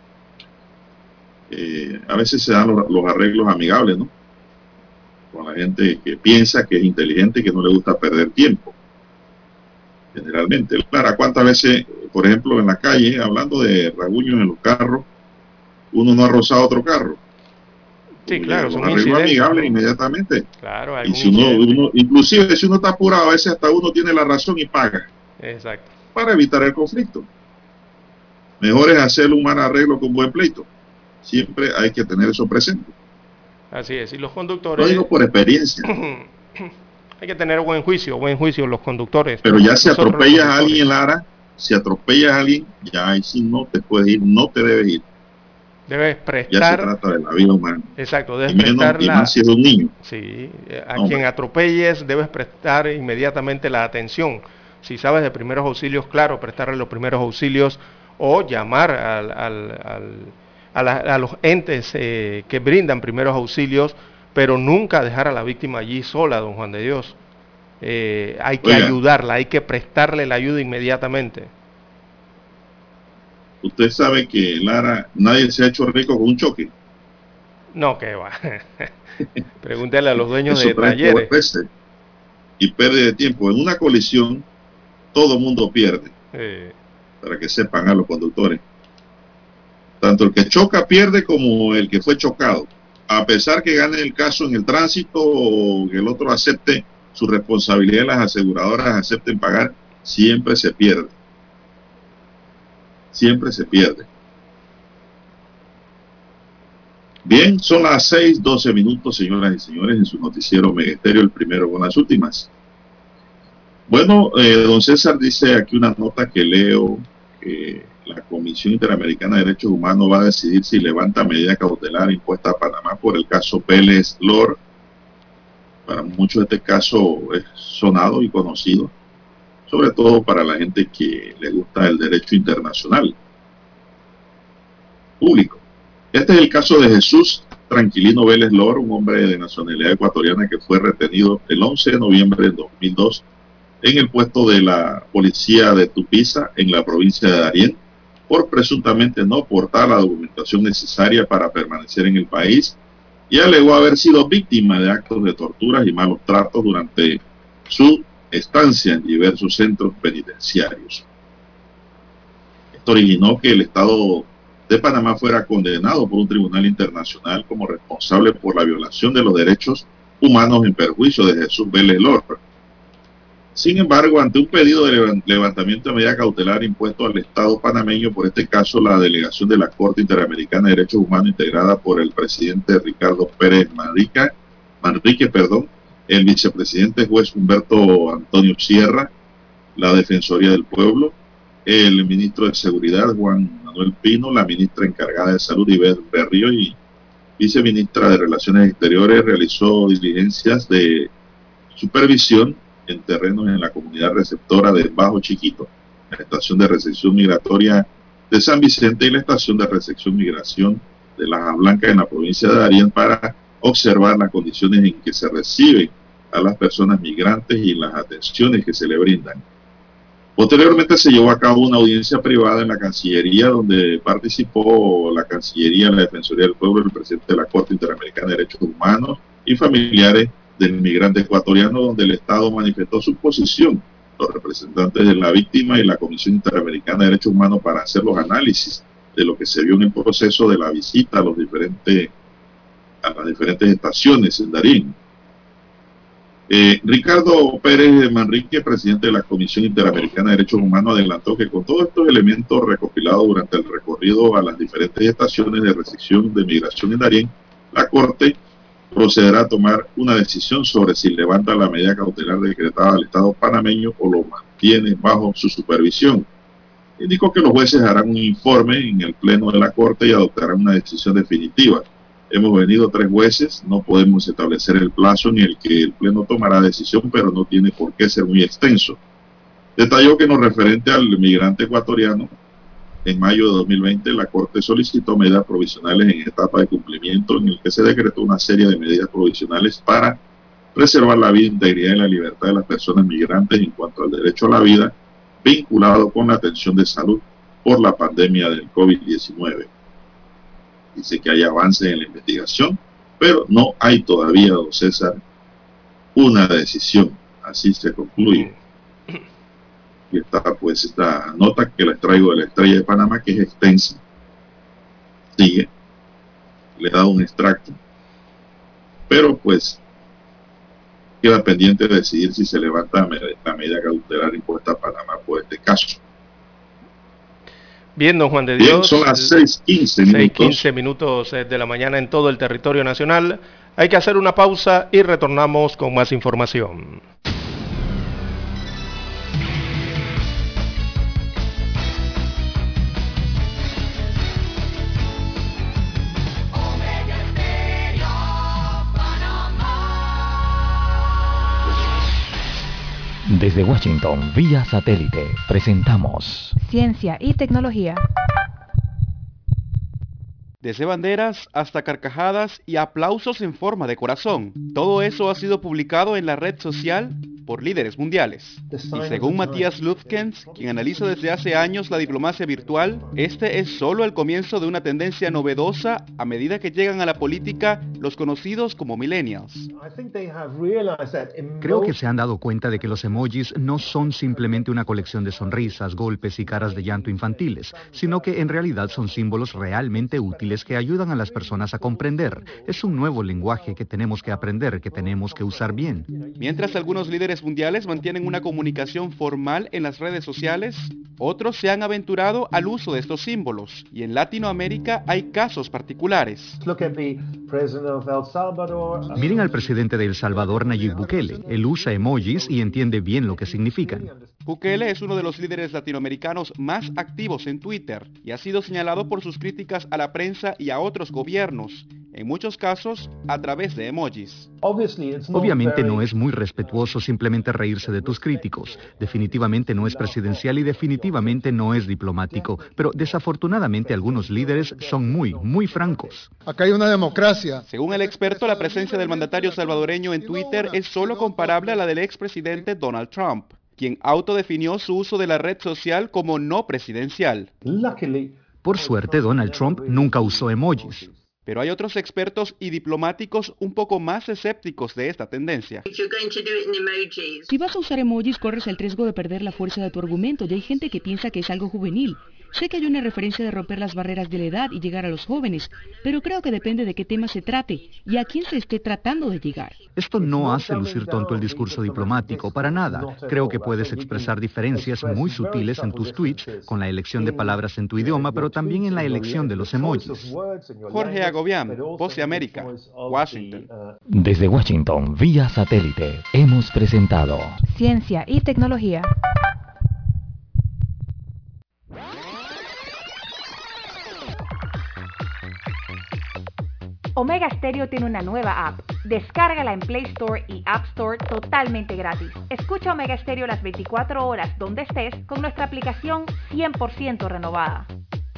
a veces se dan los arreglos amigables, ¿no? Con la gente que piensa, que es inteligente, que no le gusta perder tiempo. Generalmente. Clara, ¿cuántas veces, por ejemplo, en la calle, hablando de rasguños en los carros, uno no ha rozado otro carro? Sí, claro, son arreglos amigables, ¿no? Inmediatamente. Claro, y si uno, inclusive si uno está apurado, a veces hasta uno tiene la razón y paga. Exacto. Para evitar el conflicto. Mejor es hacer un mal arreglo con buen pleito. Siempre hay que tener eso presente. Así es, y los conductores... Lo digo por experiencia. Hay que tener buen juicio los conductores. Pero ya si atropellas a alguien, Lara, si atropellas a alguien, ya ahí sí no te puedes ir, no te debes ir. Debes prestar... Ya se trata de la vida humana. Exacto, debes prestar y más si es un niño. Sí, quien atropelles debes prestar inmediatamente la atención. Si sabes de primeros auxilios, claro, prestarle los primeros auxilios o llamar a los entes que brindan primeros auxilios, pero nunca dejar a la víctima allí sola, don Juan de Dios. Hay que ayudarla, hay que prestarle la ayuda inmediatamente. Usted sabe que, Lara, nadie se ha hecho rico con un choque. No, que va. Pregúntale a los dueños de talleres. Y pérdida de tiempo. En una colisión, todo el mundo pierde. Para que sepan a los conductores. Tanto el que choca pierde como el que fue chocado. A pesar que gane el caso en el tránsito o que el otro acepte su responsabilidad, las aseguradoras acepten pagar, siempre se pierde. Siempre se pierde. Bien, son las 6:12 minutos, señoras y señores, en su noticiero Omega Estéreo, el primero con las últimas. Bueno, don César dice aquí una nota que leo, que la Comisión Interamericana de Derechos Humanos va a decidir si levanta medida cautelar impuesta a Panamá por el caso Vélez Lor. Para muchos este caso es sonado y conocido, sobre todo para la gente que le gusta el derecho internacional público. Este es el caso de Jesús Tranquilino Vélez Lor, un hombre de nacionalidad ecuatoriana que fue retenido el 11 de noviembre de 2002 en el puesto de la policía de Tupiza, en la provincia de Darién, por presuntamente no portar la documentación necesaria para permanecer en el país, y alegó haber sido víctima de actos de torturas y malos tratos durante su estancia en diversos centros penitenciarios. Esto originó que el Estado de Panamá fuera condenado por un tribunal internacional como responsable por la violación de los derechos humanos en perjuicio de Jesús Vélez Lor. Sin embargo, ante un pedido de levantamiento de medida cautelar impuesto al Estado panameño, por este caso la delegación de la Corte Interamericana de Derechos Humanos integrada por el presidente Ricardo Pérez Manrique, el vicepresidente juez Humberto Antonio Sierra, la Defensoría del Pueblo, el ministro de Seguridad Juan Manuel Pino, la ministra encargada de Salud Ivette Berrío y viceministra de Relaciones Exteriores, realizó diligencias de supervisión en terrenos en la comunidad receptora de Bajo Chiquito, la estación de recepción migratoria de San Vicente y la estación de recepción migración de Laja Blanca en la provincia de Darién, para observar las condiciones en que se reciben a las personas migrantes y las atenciones que se le brindan. Posteriormente se llevó a cabo una audiencia privada en la Cancillería, donde participó la Cancillería, la Defensoría del Pueblo, el presidente de la Corte Interamericana de Derechos Humanos y familiares del migrante ecuatoriano, donde el Estado manifestó su posición, los representantes de la víctima y la Comisión Interamericana de Derechos Humanos, para hacer los análisis de lo que se vio en el proceso de la visita a las diferentes estaciones en Darién. Ricardo Pérez Manrique, presidente de la Comisión Interamericana de Derechos Humanos, adelantó que con todos estos elementos recopilados durante el recorrido a las diferentes estaciones de recepción de migración en Darién, la Corte procederá a tomar una decisión sobre si levanta la medida cautelar decretada al Estado panameño o lo mantiene bajo su supervisión. Indicó que los jueces harán un informe en el Pleno de la Corte y adoptarán una decisión definitiva. Hemos venido 3 jueces, no podemos establecer el plazo en el que el Pleno tomará decisión, pero no tiene por qué ser muy extenso. Detalló que en lo referente al migrante ecuatoriano, en mayo de 2020, la Corte solicitó medidas provisionales en etapa de cumplimiento, en el que se decretó una serie de medidas provisionales para preservar la vida, integridad y la libertad de las personas migrantes en cuanto al derecho a la vida, vinculado con la atención de salud por la pandemia del COVID-19. Dice que hay avances en la investigación, pero no hay todavía, don César, una decisión. Así se concluye. Y está pues esta nota que les traigo de la Estrella de Panamá, que es extensa. Sigue. Le he dado un extracto. Pero pues queda pendiente de decidir si se levanta la medida cautelar impuesta a Panamá por este caso. Bien, don Juan de Dios. Bien, son las 6:15 minutos. 6:15 minutos de la mañana en todo el territorio nacional. Hay que hacer una pausa y retornamos con más información. Desde Washington, vía satélite, presentamos Ciencia y tecnología. Desde banderas hasta carcajadas y aplausos en forma de corazón. Todo eso ha sido publicado en la red social por líderes mundiales. Y según Matías Lufkens, quien analiza desde hace años la diplomacia virtual, este es solo el comienzo de una tendencia novedosa a medida que llegan a la política los conocidos como millennials. Creo que se han dado cuenta de que los emojis no son simplemente una colección de sonrisas, golpes y caras de llanto infantiles, sino que en realidad son símbolos realmente útiles visuales que ayudan a las personas a comprender. Es un nuevo lenguaje que tenemos que aprender, que tenemos que usar bien. Mientras algunos líderes mundiales mantienen una comunicación formal en las redes sociales, otros se han aventurado al uso de estos símbolos, y en Latinoamérica hay casos particulares. Miren al presidente de El Salvador, Nayib Bukele. Él usa emojis y entiende bien lo que significan. Bukele es uno de los líderes latinoamericanos más activos en Twitter y ha sido señalado por sus críticas a la prensa y a otros gobiernos, en muchos casos a través de emojis. Obviamente no es muy respetuoso simplemente reírse de tus críticos. Definitivamente no es presidencial y definitivamente no es diplomático. Pero desafortunadamente algunos líderes son muy francos. Acá hay una democracia. Según el experto, la presencia del mandatario salvadoreño en Twitter es solo comparable a la del expresidente Donald Trump, quien autodefinió su uso de la red social como no presidencial. Por suerte, Donald Trump nunca usó emojis. Pero hay otros expertos y diplomáticos un poco más escépticos de esta tendencia. Si vas a usar emojis, corres el riesgo de perder la fuerza de tu argumento, y hay gente que piensa que es algo juvenil. Sé que hay una referencia de romper las barreras de la edad y llegar a los jóvenes, pero creo que depende de qué tema se trate y a quién se esté tratando de llegar. Esto no hace lucir tonto el discurso diplomático, para nada. Creo que puedes expresar diferencias muy sutiles en tus tweets, con la elección de palabras en tu idioma, pero también en la elección de los emojis. Jorge Agobián, Voz de América, Washington. Desde Washington, vía satélite, hemos presentado Ciencia y tecnología. Omega Stereo tiene una nueva app. Descárgala en Play Store y App Store totalmente gratis. Escucha Omega Stereo las 24 horas donde estés con nuestra aplicación 100% renovada.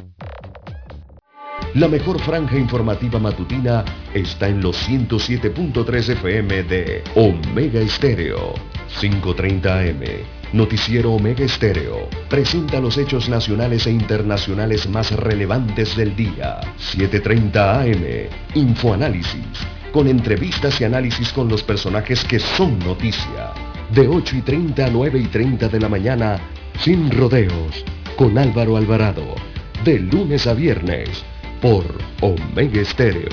La mejor franja informativa matutina está en los 107.3 FM de Omega Stereo. 5:30 AM. Noticiero Omega Stereo presenta los hechos nacionales e internacionales más relevantes del día. 7:30 AM. Infoanálisis, con entrevistas y análisis con los personajes que son noticia. De 8:30 a 9:30 de la mañana, Sin Rodeos, con Álvaro Alvarado. De lunes a viernes, por Omega Stereo.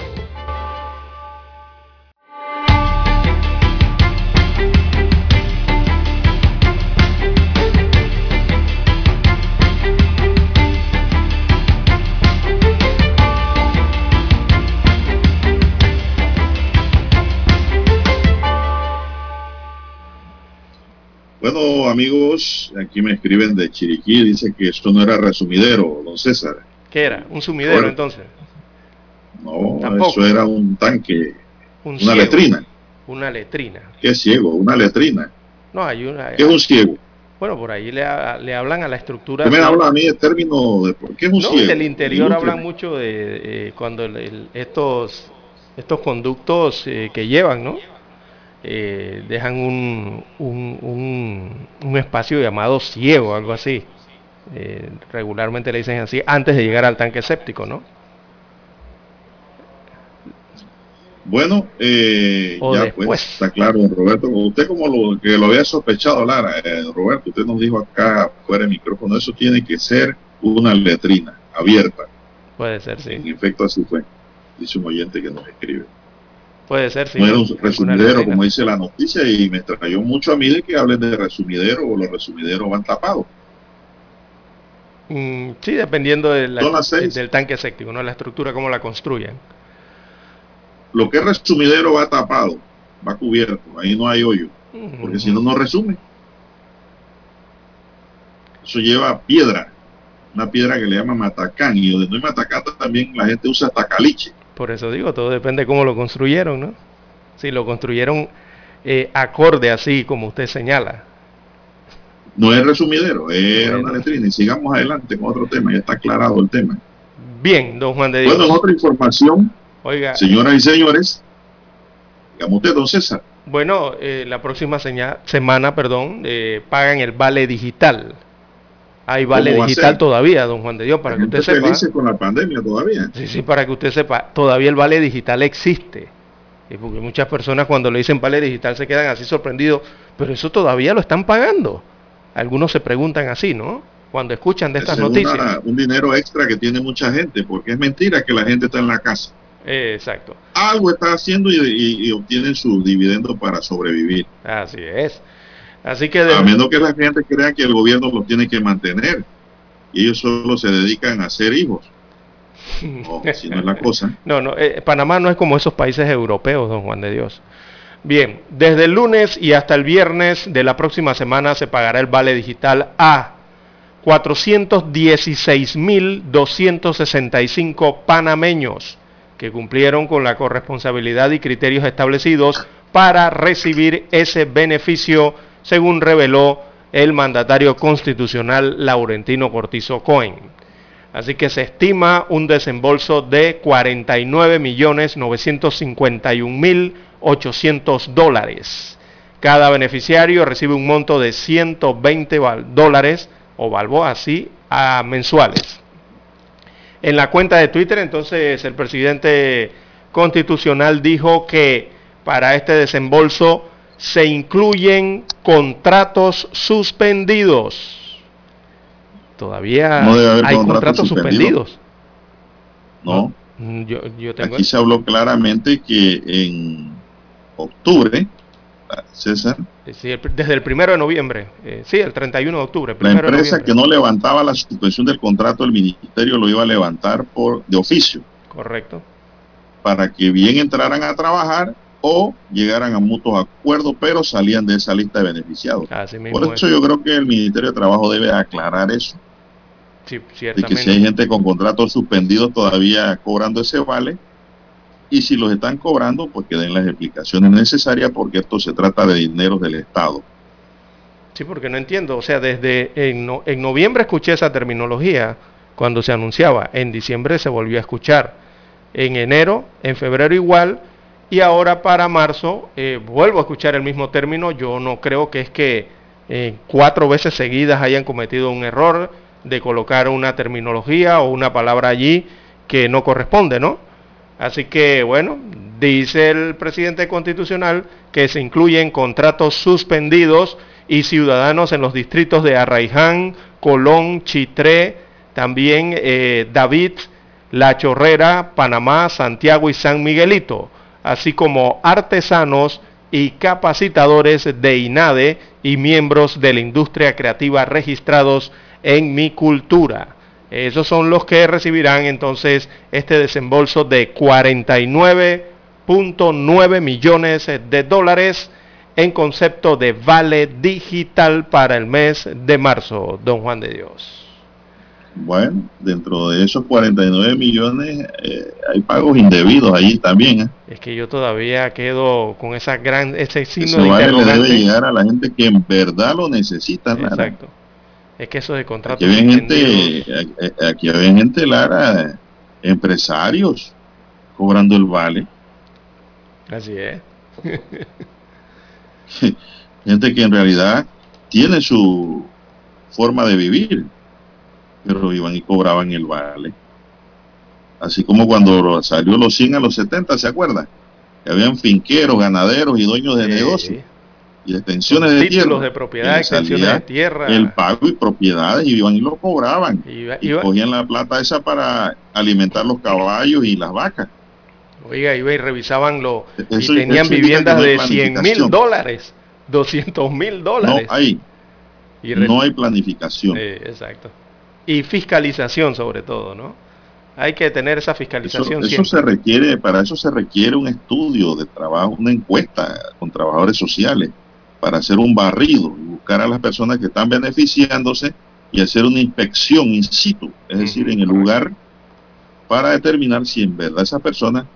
Bueno, amigos, aquí me escriben de Chiriquí, dice que esto no era resumidero, don César. ¿Qué era? ¿Un sumidero bueno, entonces? No, tampoco. Eso era un tanque, una ciego, letrina. Una letrina. ¿Qué es ciego? Una letrina. No, hay una... ¿Qué es un ciego? Bueno, por ahí le hablan a la estructura... ¿Qué me habla a mí el término de qué es un ciego? Del interior hablan mucho de cuando estos conductos que llevan, ¿no? Dejan un espacio llamado ciego, algo así. Regularmente le dicen así antes de llegar al tanque séptico, ¿no? Bueno, ya después. Pues está claro, don Roberto. Usted como lo había sospechado, Lara, Roberto, usted nos dijo acá fuera de micrófono, eso tiene que ser una letrina abierta. Puede ser, sí. En efecto, así fue. Dice un oyente que nos escribe. Puede ser, sí. No era un resumidero, como dice la noticia, y me extrañó mucho a mí de que hablen de resumidero o los resumideros van tapados. Sí, dependiendo del tanque séptico, ¿no? La estructura, cómo la construyan. Lo que es resumidero va tapado, va cubierto, ahí no hay hoyo, porque si no, no resume. Eso lleva piedra, una piedra que le llaman matacán, y donde no hay matacán también la gente usa tacaliche. Por eso digo, todo depende de cómo lo construyeron, ¿no? Si lo construyeron acorde así como usted señala. No es resumidero, era una letrina. Y sigamos adelante con otro tema, ya está aclarado el tema. Bien, don Juan de Dios. Bueno, otra información, oiga, señoras y señores, digamos usted, don César. Bueno, la próxima semana, pagan el vale digital. Hay vale digital todavía, don Juan de Dios, para que usted sepa. Felices con la pandemia todavía. Sí, para que usted sepa, todavía el vale digital existe. Porque muchas personas cuando le dicen vale digital se quedan así sorprendidos, pero eso todavía lo están pagando. Algunos se preguntan así, ¿no? cuando escuchan de estas Es noticias. un dinero extra que tiene mucha gente, porque es mentira que la gente está en la casa. Exacto. Algo está haciendo y obtienen su dividendo para sobrevivir. Así es. Así que a menos que la gente crea que el gobierno los tiene que mantener y ellos solo se dedican a hacer hijos. No, así no es la cosa. No, Panamá no es como esos países europeos, don Juan de Dios. Bien, desde el lunes y hasta el viernes de la próxima semana se pagará el vale digital a 416.265 panameños que cumplieron con la corresponsabilidad y criterios establecidos para recibir ese beneficio, según reveló el mandatario constitucional Laurentino Cortizo Cohen. Así que se estima un desembolso de $49.951.800. Cada beneficiario recibe un monto de $120 o balboas así mensuales. En la cuenta de Twitter, entonces, el presidente constitucional dijo que para este desembolso se incluyen contratos suspendidos. Todavía no debe haber hay contratos suspendidos. No. Yo tengo Aquí se habló claramente que en octubre, César. Sí, desde el 1 de noviembre. Sí, el 31 de octubre. La empresa que no levantaba la suspensión del contrato, el ministerio lo iba a levantar de oficio. Correcto. Para que bien entraran a trabajar o llegaran a mutuos acuerdos, pero salían de esa lista de beneficiados. Por eso yo creo que el Ministerio de Trabajo debe aclarar eso. Sí, de que si hay gente con contratos suspendidos todavía cobrando ese vale, y si los están cobrando, pues que den las explicaciones necesarias, porque esto se trata de dinero del Estado. Sí, porque no entiendo, o sea, desde en noviembre escuché esa terminología cuando se anunciaba, en diciembre se volvió a escuchar, en enero, en febrero igual, y ahora para marzo vuelvo a escuchar el mismo término. Yo no creo que es que 4 veces seguidas hayan cometido un error de colocar una terminología o una palabra allí que no corresponde, ¿no? Así que, bueno, dice el presidente constitucional que se incluyen contratos suspendidos y ciudadanos en los distritos de Arraiján, Colón, Chitré, también David, La Chorrera, Panamá, Santiago y San Miguelito, así como artesanos y capacitadores de INADE y miembros de la industria creativa registrados en Mi Cultura. Esos son los que recibirán entonces este desembolso de $49.9 millones en concepto de vale digital para el mes de marzo, don Juan de Dios. Bueno, dentro de esos 49 millones hay pagos indebidos ahí también. Es que yo todavía quedo con ese signo Eso de vale interrogante. Le debe llegar a la gente que en verdad lo necesita. Exacto. Es que eso de contratos aquí había gente, Lara, empresarios cobrando el vale. Así es. Gente que en realidad tiene su forma de vivir, pero iban y cobraban el vale. Así como cuando salió los 100 a los 70, ¿se acuerdan? Que habían finqueros, ganaderos y dueños de negocios y de extensiones de tierra. Títulos de propiedad, extensiones de tierra. El pago y propiedades, y iban y lo cobraban. Y cogían la plata esa para alimentar los caballos y las vacas. Oiga, iba y revisaban y tenían viviendas de $100,000, $200,000. No hay. No hay planificación. Exacto. Y fiscalización sobre todo, ¿no? Hay que tener esa fiscalización. Eso se requiere, para eso se requiere un estudio de trabajo, una encuesta con trabajadores sociales, para hacer un barrido y buscar a las personas que están beneficiándose y hacer una inspección in situ, es decir, en el lugar, para determinar si en verdad esa persona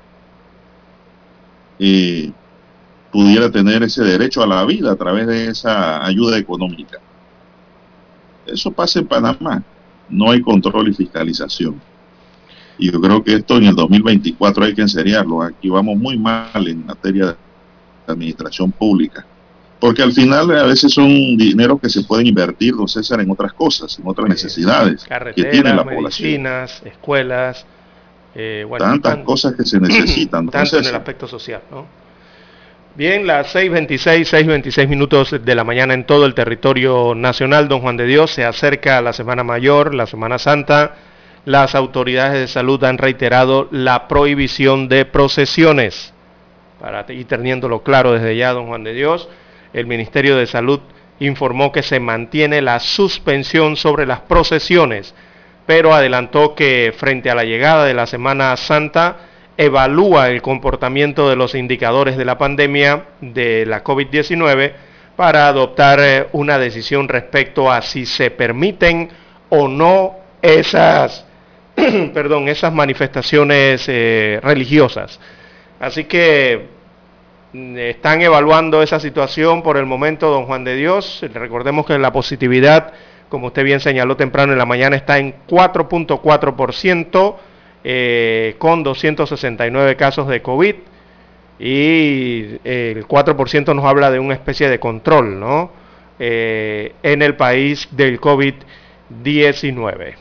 pudiera tener ese derecho a la vida a través de esa ayuda económica. Eso pasa en Panamá. No hay control y fiscalización. Y yo creo que esto en el 2024 hay que enseriarlo. Aquí vamos muy mal en materia de administración pública. Porque al final a veces son dineros que se pueden invertir, don César, en otras cosas, en otras necesidades que tiene la población. Medicinas, escuelas, tantas cosas que se necesitan. Tanto en el aspecto social, ¿no? Bien, las 6:26 minutos de la mañana en todo el territorio nacional. Don Juan de Dios, se acerca la Semana Mayor, la Semana Santa. Las autoridades de salud han reiterado la prohibición de procesiones. Para ir teniéndolo claro desde ya, don Juan de Dios, el Ministerio de Salud informó que se mantiene la suspensión sobre las procesiones, pero adelantó que frente a la llegada de la Semana Santa, evalúa el comportamiento de los indicadores de la pandemia de la COVID-19 para adoptar una decisión respecto a si se permiten o no esas, esas manifestaciones religiosas. Así que están evaluando esa situación por el momento, don Juan de Dios. Recordemos que la positividad, como usted bien señaló temprano en la mañana, está en 4.4%, con 269 casos de COVID, y el 4% nos habla de una especie de control, ¿no? En el país del COVID-19.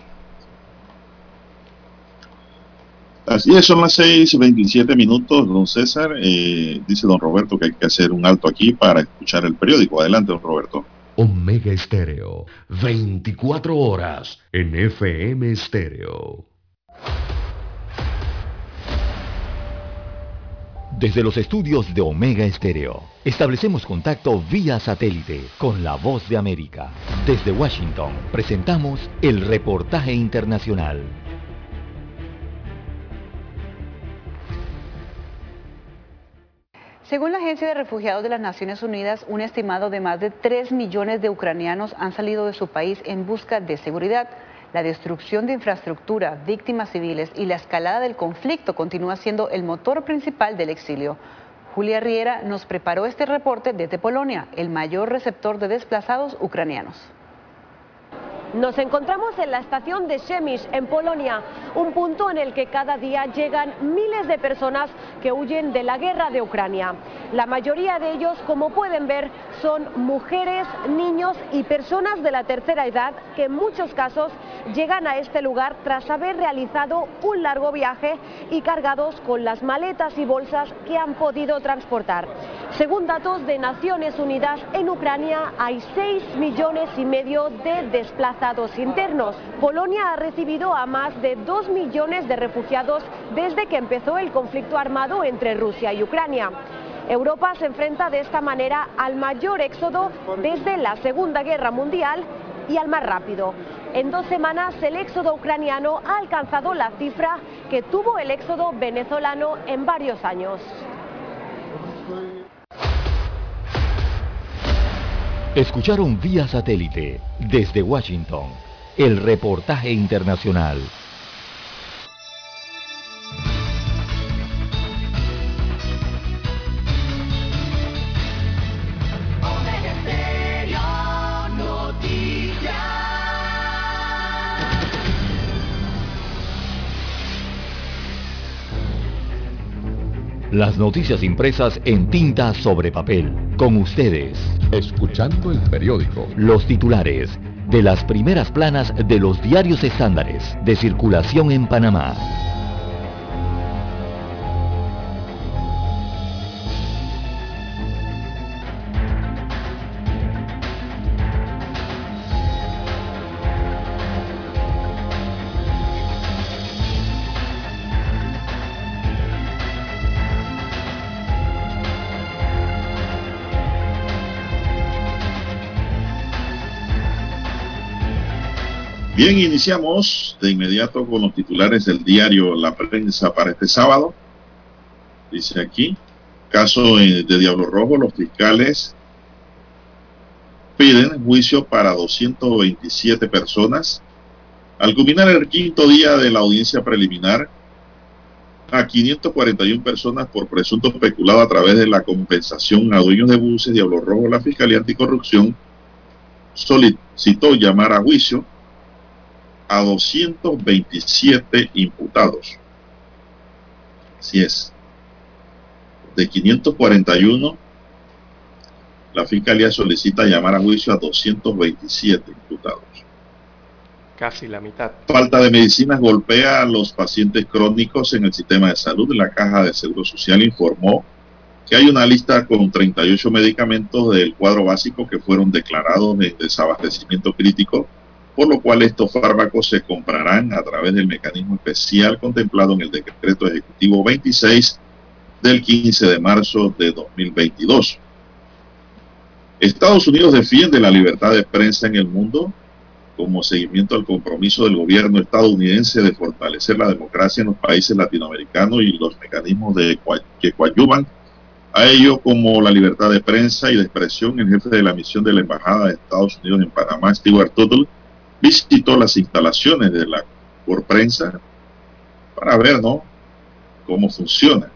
Así es, son las 6:27 minutos, don César. Dice don Roberto que hay que hacer un alto aquí para escuchar el periódico. Adelante, don Roberto. Omega Estéreo, 24 horas en FM Estéreo. Desde los estudios de Omega Estéreo, establecemos contacto vía satélite con la Voz de América. Desde Washington, presentamos el reportaje internacional. Según la Agencia de Refugiados de las Naciones Unidas, un estimado de más de 3 millones de ucranianos han salido de su país en busca de seguridad. La destrucción de infraestructura, víctimas civiles y la escalada del conflicto continúa siendo el motor principal del exilio. Julia Riera nos preparó este reporte desde Polonia, el mayor receptor de desplazados ucranianos. Nos encontramos en la estación de Przemyśl, en Polonia, un punto en el que cada día llegan miles de personas que huyen de la guerra de Ucrania. La mayoría de ellos, como pueden ver, son mujeres, niños y personas de la tercera edad que en muchos casos llegan a este lugar tras haber realizado un largo viaje y cargados con las maletas y bolsas que han podido transportar. Según datos de Naciones Unidas, en Ucrania hay 6,5 millones de desplazados internos. Polonia ha recibido a más de 2 millones de refugiados desde que empezó el conflicto armado entre Rusia y Ucrania. Europa se enfrenta de esta manera al mayor éxodo desde la Segunda Guerra Mundial y al más rápido. En 2 semanas el éxodo ucraniano ha alcanzado la cifra que tuvo el éxodo venezolano en varios años. Escucharon vía satélite desde Washington el reportaje internacional. Las noticias impresas en tinta sobre papel. Con ustedes. Escuchando el periódico. Los titulares de las primeras planas de los diarios estándares de circulación en Panamá. Bien, iniciamos de inmediato con los titulares del diario La Prensa para este sábado. Dice aquí, caso de Diablo Rojo, los fiscales piden juicio para 227 personas. Al culminar el 5º día de la audiencia preliminar, a 541 personas por presunto peculado a través de la compensación a dueños de buses, Diablo Rojo, la Fiscalía Anticorrupción solicitó llamar a juicio a 227 imputados. Así es. De 541, la Fiscalía solicita llamar a juicio a 227 imputados. Casi la mitad. Falta de medicinas golpea a los pacientes crónicos en el sistema de salud. La Caja de Seguro Social informó que hay una lista con 38 medicamentos del cuadro básico que fueron declarados en desabastecimiento crítico, por lo cual estos fármacos se comprarán a través del mecanismo especial contemplado en el decreto ejecutivo 26 del 15 de marzo de 2022. Estados Unidos defiende la libertad de prensa en el mundo como seguimiento al compromiso del gobierno estadounidense de fortalecer la democracia en los países latinoamericanos y los mecanismos que coadyuvan a ello, como la libertad de prensa y de expresión. El jefe de la misión de la Embajada de Estados Unidos en Panamá, Stewart Tuttle, visitó las instalaciones de la Corprensa para ver, ¿no?, cómo funciona.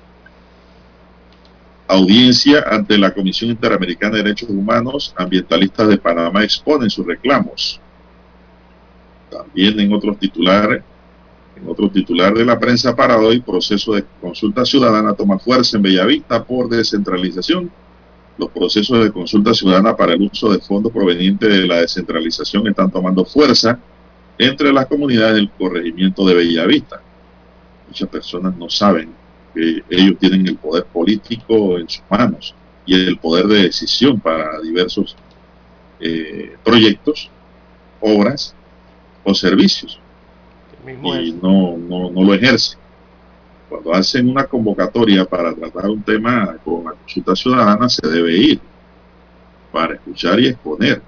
Audiencia ante la Comisión Interamericana de Derechos Humanos. Ambientalistas de Panamá exponen sus reclamos. También en otro titular de la prensa para hoy, proceso de consulta ciudadana toma fuerza en Bellavista por descentralización. Los procesos de consulta ciudadana para el uso de fondos provenientes de la descentralización están tomando fuerza entre las comunidades del corregimiento de Bellavista. Muchas personas no saben que ellos tienen el poder político en sus manos y el poder de decisión para diversos proyectos, obras o servicios, y no lo ejercen. Cuando hacen una convocatoria para tratar un tema con la consulta ciudadana, se debe ir para escuchar y exponer.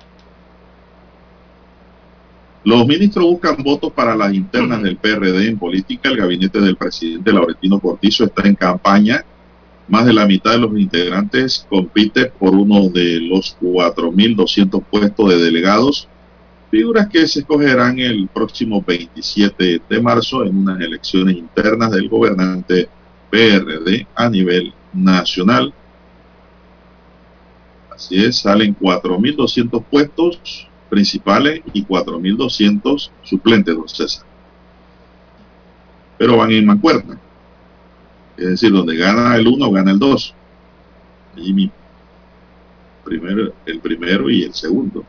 Los ministros buscan votos para las internas del PRD en política. El gabinete del presidente Laurentino Cortizo está en campaña. Más de la mitad de los integrantes compite por uno de los 4.200 puestos de delegados, figuras que se escogerán el próximo 27 de marzo en unas elecciones internas del gobernante PRD a nivel nacional. Así es, salen 4.200 puestos principales y 4.200 suplentes, don César. Pero van en mancuerna. Es decir, donde gana el 1, gana el 2. Allí el primero y el segundo.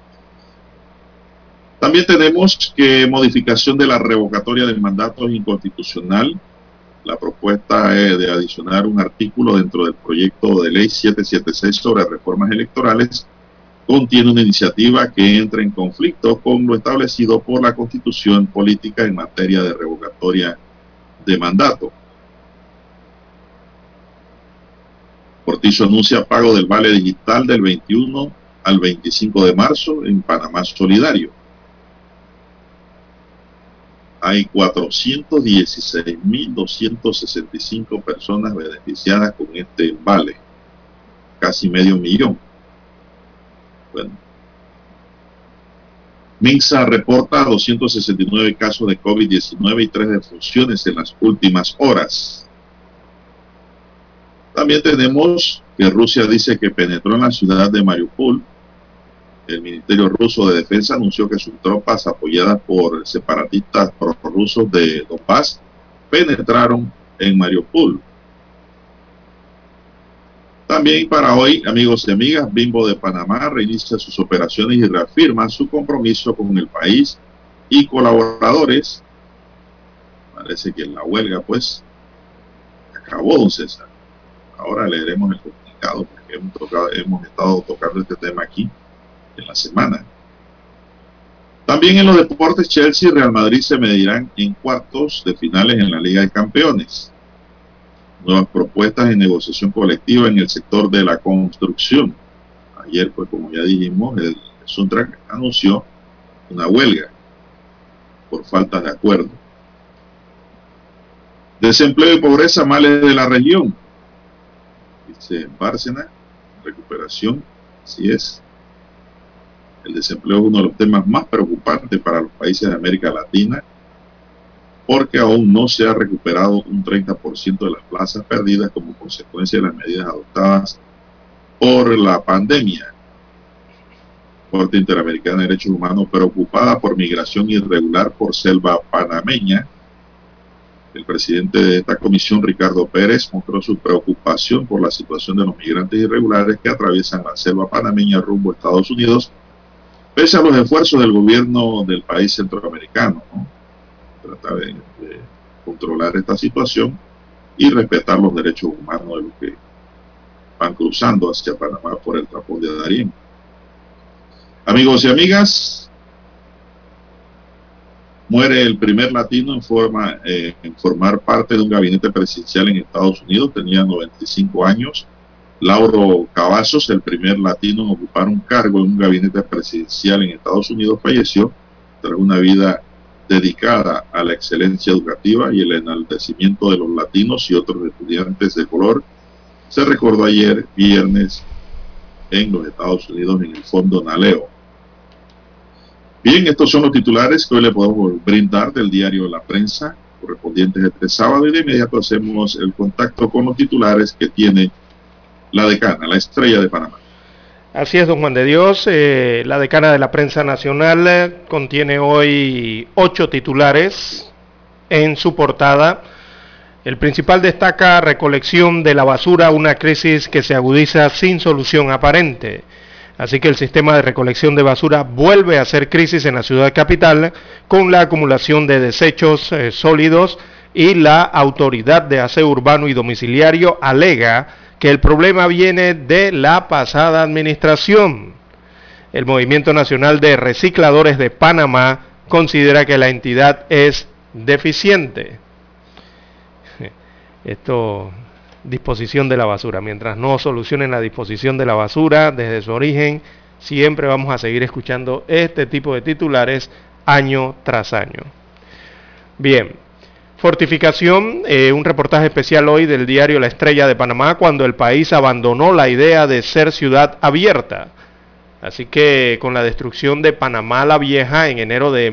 También tenemos que modificación de la revocatoria del mandato es inconstitucional. La propuesta es de adicionar un artículo dentro del proyecto de ley 776 sobre reformas electorales. Contiene una iniciativa que entra en conflicto con lo establecido por la Constitución política en materia de revocatoria de mandato. Cortizo anuncia pago del vale digital del 21 al 25 de marzo en Panamá Solidario. Hay 416.265 personas beneficiadas con este vale, casi medio millón. Bueno, MINSA reporta 269 casos de COVID-19 y 3 defunciones en las últimas horas. También tenemos que Rusia dice que penetró en la ciudad de Mariupol. El Ministerio Ruso de Defensa anunció que sus tropas, apoyadas por separatistas prorrusos de Donbass, penetraron en Mariupol. También para hoy, amigos y amigas, Bimbo de Panamá reinicia sus operaciones y reafirma su compromiso con el país y colaboradores. Parece que la huelga, pues, acabó, don César. Ahora leeremos el comunicado porque hemos estado tocando este tema aquí en la semana. También en los deportes, Chelsea y Real Madrid se medirán en cuartos de finales en la Liga de Campeones. Nuevas propuestas de negociación colectiva en el sector de la construcción. Ayer, pues, como ya dijimos, el Suntrack anunció una huelga por falta de acuerdo. Desempleo y pobreza, males de la región. Dice Bárcena, recuperación, así es. El desempleo es uno de los temas más preocupantes para los países de América Latina, porque aún no se ha recuperado un 30% de las plazas perdidas como consecuencia de las medidas adoptadas por la pandemia. Corte Interamericana de Derechos Humanos preocupada por migración irregular por selva panameña. El presidente de esta comisión, Ricardo Pérez, mostró su preocupación por la situación de los migrantes irregulares que atraviesan la selva panameña rumbo a Estados Unidos, pese a los esfuerzos del gobierno del país centroamericano, ¿no? Trata de controlar esta situación, y respetar los derechos humanos de los que van cruzando hacia Panamá por el tapón de Darién. Amigos y amigas, muere el primer latino en formar parte de un gabinete presidencial en Estados Unidos. Tenía 95 años. Lauro Cavazos, el primer latino en ocupar un cargo en un gabinete presidencial en Estados Unidos, falleció tras una vida dedicada a la excelencia educativa y el enaltecimiento de los latinos y otros estudiantes de color. Se recordó ayer, viernes, en los Estados Unidos, en el Fondo Naleo. Bien, estos son los titulares que hoy le podemos brindar del diario La Prensa, correspondientes a este sábado, y de inmediato hacemos el contacto con los titulares que tiene la decana, la Estrella de Panamá. Así es, don Juan de Dios. La decana de la Prensa Nacional contiene hoy 8 titulares en su portada. El principal destaca: recolección de la basura, una crisis que se agudiza sin solución aparente. Así que el sistema de recolección de basura vuelve a ser crisis en la ciudad capital, con la acumulación de desechos sólidos, y la Autoridad de Aseo Urbano y Domiciliario alega que el problema viene de la pasada administración. El Movimiento Nacional de Recicladores de Panamá considera que la entidad es deficiente. Disposición de la basura. Mientras no solucionen la disposición de la basura desde su origen, siempre vamos a seguir escuchando este tipo de titulares año tras año. Bien, fortificación, un reportaje especial hoy del diario La Estrella de Panamá, cuando el país abandonó la idea de ser ciudad abierta. Así que con la destrucción de Panamá la Vieja en enero de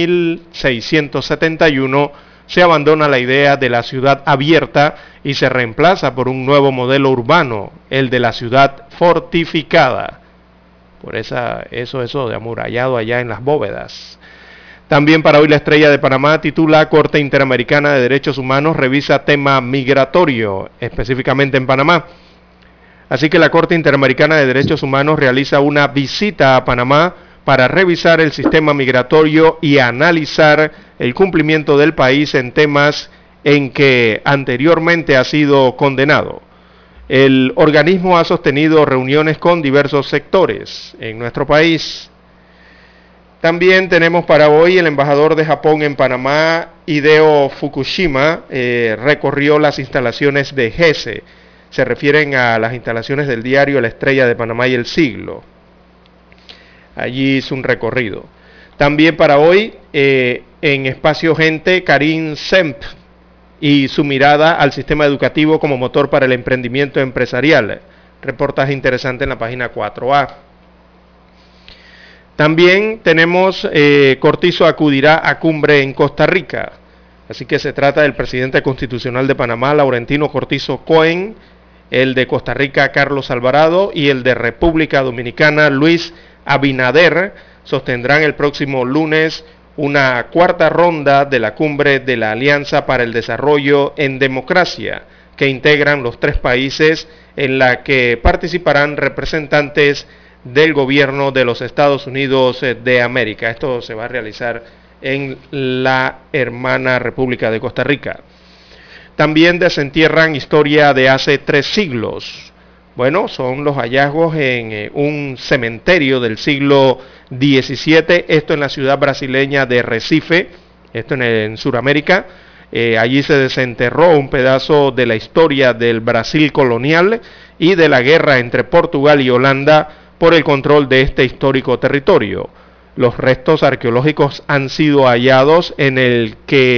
1671, se abandona la idea de la ciudad abierta y se reemplaza por un nuevo modelo urbano, el de la ciudad fortificada. Por eso de amurallado allá en las bóvedas. También para hoy La Estrella de Panamá titula: Corte Interamericana de Derechos Humanos revisa tema migratorio, específicamente en Panamá. Así que la Corte Interamericana de Derechos Humanos realiza una visita a Panamá para revisar el sistema migratorio y analizar el cumplimiento del país en temas en que anteriormente ha sido condenado. El organismo ha sostenido reuniones con diversos sectores en nuestro país. También tenemos para hoy: el embajador de Japón en Panamá, Hideo Fukushima, recorrió las instalaciones de GESE. Se refieren a las instalaciones del diario La Estrella de Panamá y El Siglo. Allí hizo un recorrido. También para hoy, en Espacio Gente, Karim Semp y su mirada al sistema educativo como motor para el emprendimiento empresarial. Reportaje interesante en la página 4A. También tenemos: Cortizo acudirá a cumbre en Costa Rica. Así que se trata del presidente constitucional de Panamá, Laurentino Cortizo Cohen, el de Costa Rica, Carlos Alvarado, y el de República Dominicana, Luis Abinader, sostendrán el próximo lunes una cuarta ronda de la cumbre de la Alianza para el Desarrollo en Democracia, que integran los 3 países, en la que participarán representantes del gobierno de los Estados Unidos de América. Esto se va a realizar en la hermana República de Costa Rica. También desentierran historia de hace 3 siglos. Bueno, son los hallazgos en un cementerio del siglo XVII, esto en la ciudad brasileña de Recife, esto en Sudamérica. Allí se desenterró un pedazo de la historia del Brasil colonial y de la guerra entre Portugal y Holanda por el control de este histórico territorio. Los restos arqueológicos han sido hallados en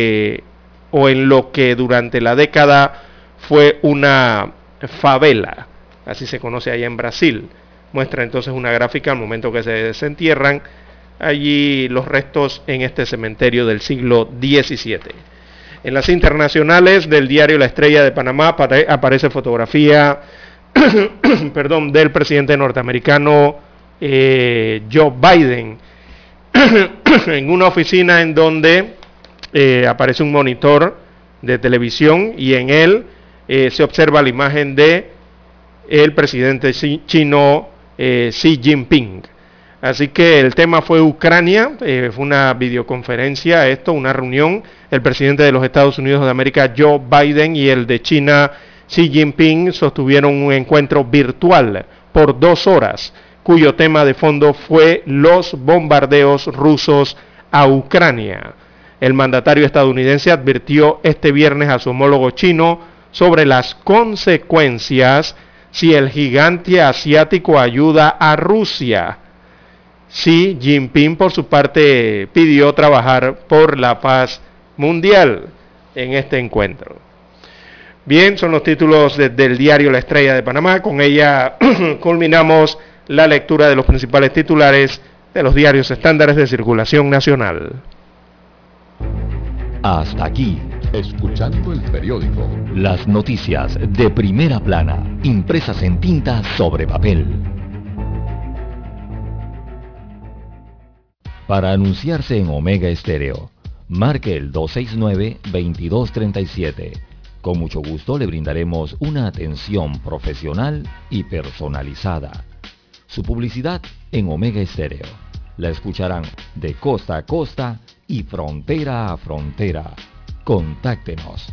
lo que durante la década fue una favela. Así se conoce allá en Brasil. Muestra entonces una gráfica al momento que se desentierran allí los restos en este cementerio del siglo XVII. En las internacionales del diario La Estrella de Panamá aparece fotografía del presidente norteamericano Joe Biden en una oficina en donde aparece un monitor de televisión y en él se observa la imagen de el presidente chino Xi Jinping. Así que el tema fue Ucrania, fue una videoconferencia, una reunión. El presidente de los Estados Unidos de América, Joe Biden, y el de China, Xi Jinping, sostuvieron un encuentro virtual por 2 horas, cuyo tema de fondo fue los bombardeos rusos a Ucrania. El mandatario estadounidense advirtió este viernes a su homólogo chino sobre las consecuencias si el gigante asiático ayuda a Rusia. Xi Jinping, por su parte, pidió trabajar por la paz mundial en este encuentro. Bien, son los títulos del diario La Estrella de Panamá. Con ella culminamos la lectura de los principales titulares de los diarios estándares de circulación nacional. Hasta aquí, escuchando el periódico. Las noticias de primera plana, impresas en tinta sobre papel. Para anunciarse en Omega Estéreo, marque el 269-2237. Con mucho gusto le brindaremos una atención profesional y personalizada. Su publicidad en Omega Estéreo. La escucharán de costa a costa y frontera a frontera. Contáctenos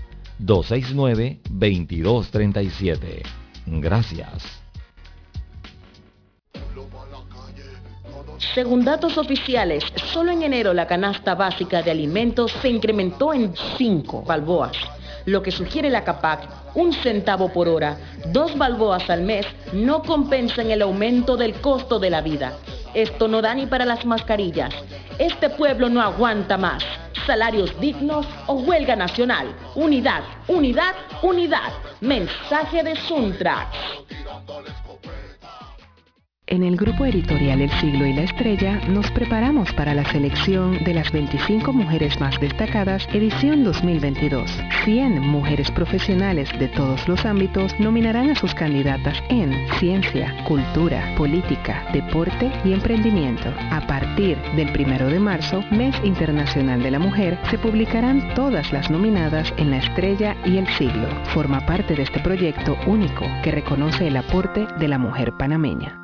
269-2237. Gracias. Según datos oficiales, solo en enero la canasta básica de alimentos se incrementó en 5 balboas, lo que sugiere la CAPAC, 1 centavo por hora, 2 balboas al mes, no compensan el aumento del costo de la vida. Esto no da ni para las mascarillas. Este pueblo no aguanta más. Salarios dignos o huelga nacional. Unidad, unidad, unidad. Mensaje de Suntrax. En el grupo editorial El Siglo y La Estrella nos preparamos para la selección de las 25 mujeres más destacadas edición 2022. 100 mujeres profesionales de todos los ámbitos nominarán a sus candidatas en ciencia, cultura, política, deporte y emprendimiento. A partir del 1 de marzo, Mes Internacional de la Mujer, se publicarán todas las nominadas en La Estrella y El Siglo. Forma parte de este proyecto único que reconoce el aporte de la mujer panameña.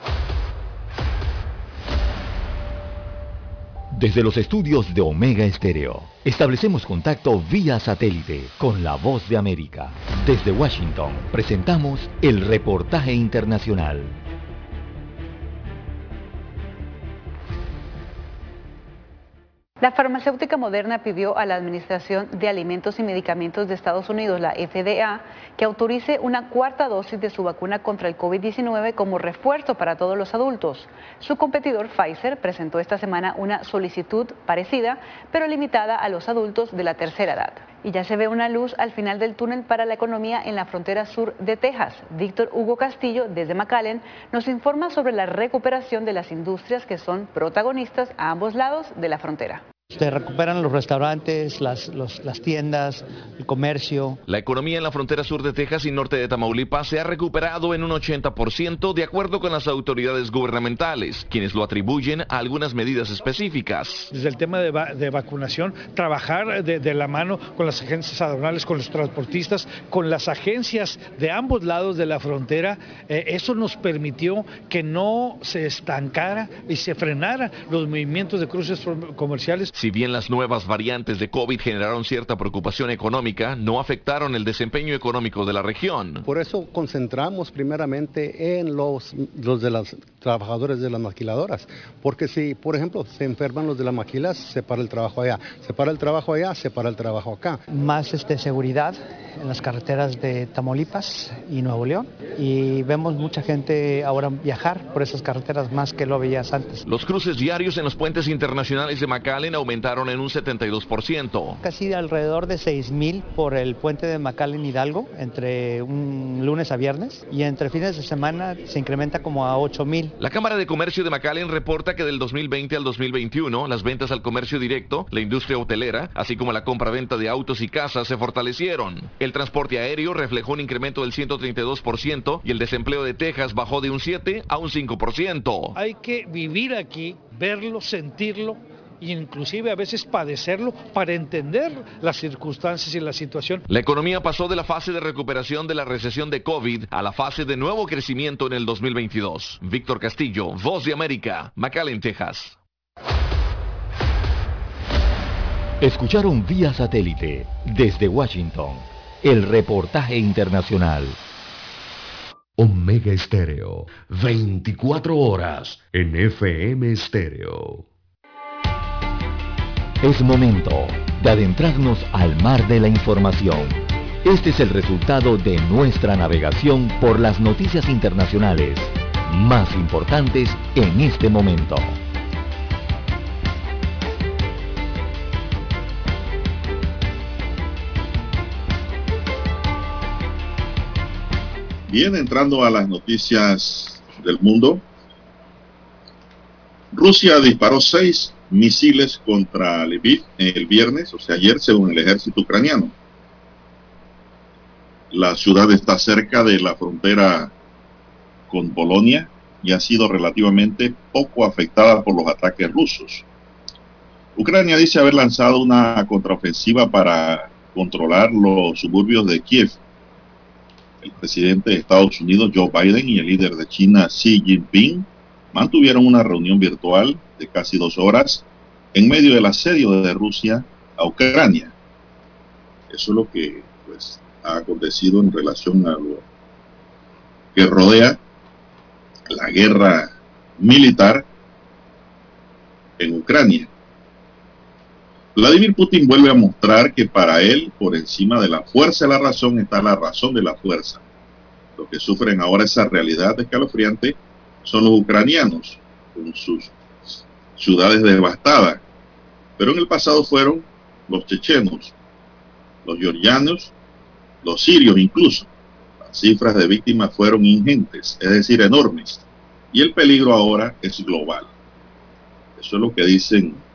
Desde los estudios de Omega Estéreo, establecemos contacto vía satélite con la Voz de América. Desde Washington, presentamos el reportaje internacional. La farmacéutica Moderna pidió a la Administración de Alimentos y Medicamentos de Estados Unidos, la FDA, que autorice una 4ª dosis de su vacuna contra el COVID-19 como refuerzo para todos los adultos. Su competidor Pfizer presentó esta semana una solicitud parecida, pero limitada a los adultos de la tercera edad. Y ya se ve una luz al final del túnel para la economía en la frontera sur de Texas. Víctor Hugo Castillo, desde McAllen, nos informa sobre la recuperación de las industrias que son protagonistas a ambos lados de la frontera. Se recuperan los restaurantes, las tiendas, el comercio. La economía en la frontera sur de Texas y norte de Tamaulipas se ha recuperado en un 80% de acuerdo con las autoridades gubernamentales, quienes lo atribuyen a algunas medidas específicas. Desde el tema de vacunación, trabajar de la mano con las agencias aduanales, con los transportistas, con las agencias de ambos lados de la frontera, eso nos permitió que no se estancara y se frenara los movimientos de cruces comerciales. Si bien las nuevas variantes de COVID generaron cierta preocupación económica, no afectaron el desempeño económico de la región. Por eso concentramos primeramente en los de los trabajadores de las maquiladoras, porque si, por ejemplo, se enferman los de las maquilas, se para el trabajo allá, se para el trabajo allá, se para el trabajo acá. Más seguridad en las carreteras de Tamaulipas y Nuevo León, y vemos mucha gente ahora viajar por esas carreteras más que lo veías antes. Los cruces diarios en los puentes internacionales de McAllen aumentaron en un 72%. Casi alrededor de 6,000 por el puente de McAllen Hidalgo, entre un lunes a viernes, y entre fines de semana se incrementa como a 8,000. La Cámara de Comercio de McAllen reporta que del 2020 al 2021, las ventas al comercio directo, la industria hotelera, así como la compra-venta de autos y casas se fortalecieron. El transporte aéreo reflejó un incremento del 132% y el desempleo de Texas bajó de un 7 a un 5%. Hay que vivir aquí, verlo, sentirlo, e inclusive a veces padecerlo para entender las circunstancias y la situación. La economía pasó de la fase de recuperación de la recesión de COVID a la fase de nuevo crecimiento en el 2022. Víctor Castillo, Voz de América, McAllen, Texas. Escucharon vía satélite desde Washington el reportaje internacional. Omega Estéreo, 24 horas en FM Estéreo. Es momento de adentrarnos al mar de la información. Este es el resultado de nuestra navegación por las noticias internacionales más importantes en este momento. Bien, entrando a las noticias del mundo. Rusia disparó 6 misiles contra Lviv el viernes, o sea, ayer, según el ejército ucraniano. La ciudad está cerca de la frontera con Polonia y ha sido relativamente poco afectada por los ataques rusos. Ucrania dice haber lanzado una contraofensiva para controlar los suburbios de Kiev. El presidente de Estados Unidos, Joe Biden, y el líder de China, Xi Jinping, mantuvieron una reunión virtual de casi 2 horas en medio del asedio de Rusia a Ucrania. Eso es lo que ha acontecido en relación a lo que rodea la guerra militar en Ucrania. Vladimir Putin vuelve a mostrar que para él, por encima de la fuerza de la razón, está la razón de la fuerza. Lo que sufren ahora esa realidad escalofriante son los ucranianos, con sus ciudades devastadas. Pero en el pasado fueron los chechenos, los georgianos, los sirios incluso. Las cifras de víctimas fueron ingentes, es decir, enormes. Y el peligro ahora es global. Eso es lo que dicen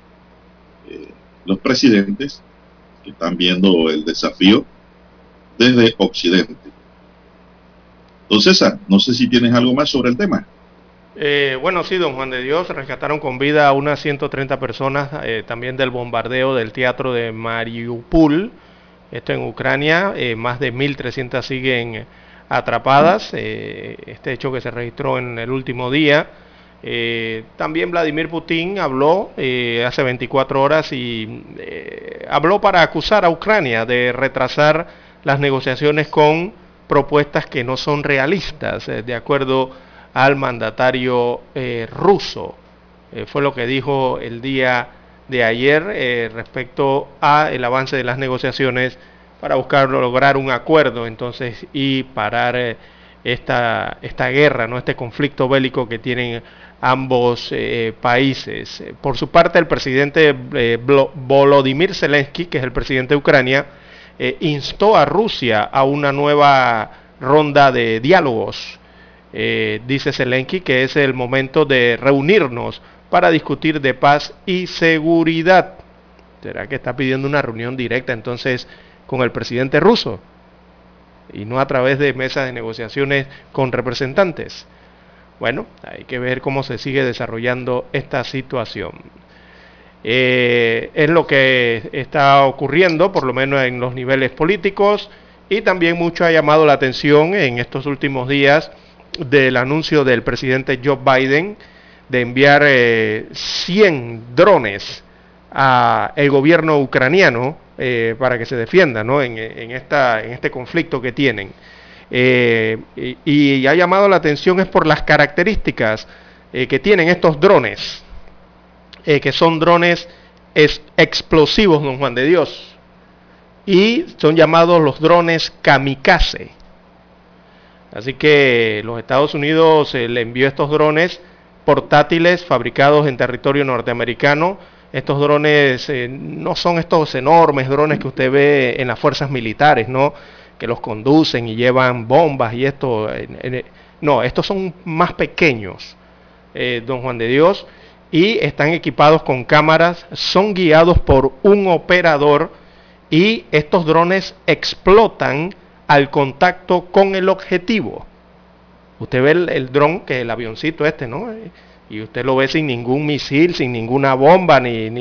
los presidentes que están viendo el desafío desde Occidente. Entonces, César, no sé si tienes algo más sobre el tema. Bueno, sí, don Juan de Dios, rescataron con vida a unas 130 personas también del bombardeo del teatro de Mariupol, esto en Ucrania. Más de 1.300 siguen atrapadas, este hecho que se registró en el último día. También Vladimir Putin habló hace 24 horas y habló para acusar a Ucrania de retrasar las negociaciones con propuestas que no son realistas, de acuerdo al mandatario ruso. Fue lo que dijo el día de ayer respecto al avance de las negociaciones para buscar lograr un acuerdo entonces y parar esta guerra, ¿no? Este conflicto bélico que tienen ambos países. Por su parte, el presidente Volodymyr Zelensky, que es el presidente de Ucrania, instó a Rusia a una nueva ronda de diálogos. Dice Zelensky que es el momento de reunirnos para discutir de paz y seguridad. ¿Será que está pidiendo una reunión directa entonces con el presidente ruso y no a través de mesas de negociaciones con representantes? Bueno, hay que ver cómo se sigue desarrollando esta situación. Es lo que está ocurriendo, por lo menos en los niveles políticos, y también mucho ha llamado la atención en estos últimos días del anuncio del presidente Joe Biden de enviar 100 drones al gobierno ucraniano para que se defienda, ¿no? en este conflicto que tienen. Y ha llamado la atención es por las características que tienen estos drones, que son drones explosivos, don Juan de Dios, y son llamados los drones kamikaze. Así que los Estados Unidos le envió estos drones portátiles fabricados en territorio norteamericano. Estos drones no son estos enormes drones que usted ve en las fuerzas militares, ¿no?, que los conducen y llevan bombas y esto. No, estos son más pequeños, don Juan de Dios, y están equipados con cámaras, son guiados por un operador y estos drones explotan al contacto con el objetivo. Usted ve el dron, que es el avioncito este, ¿no? y usted lo ve sin ningún misil, sin ninguna bomba,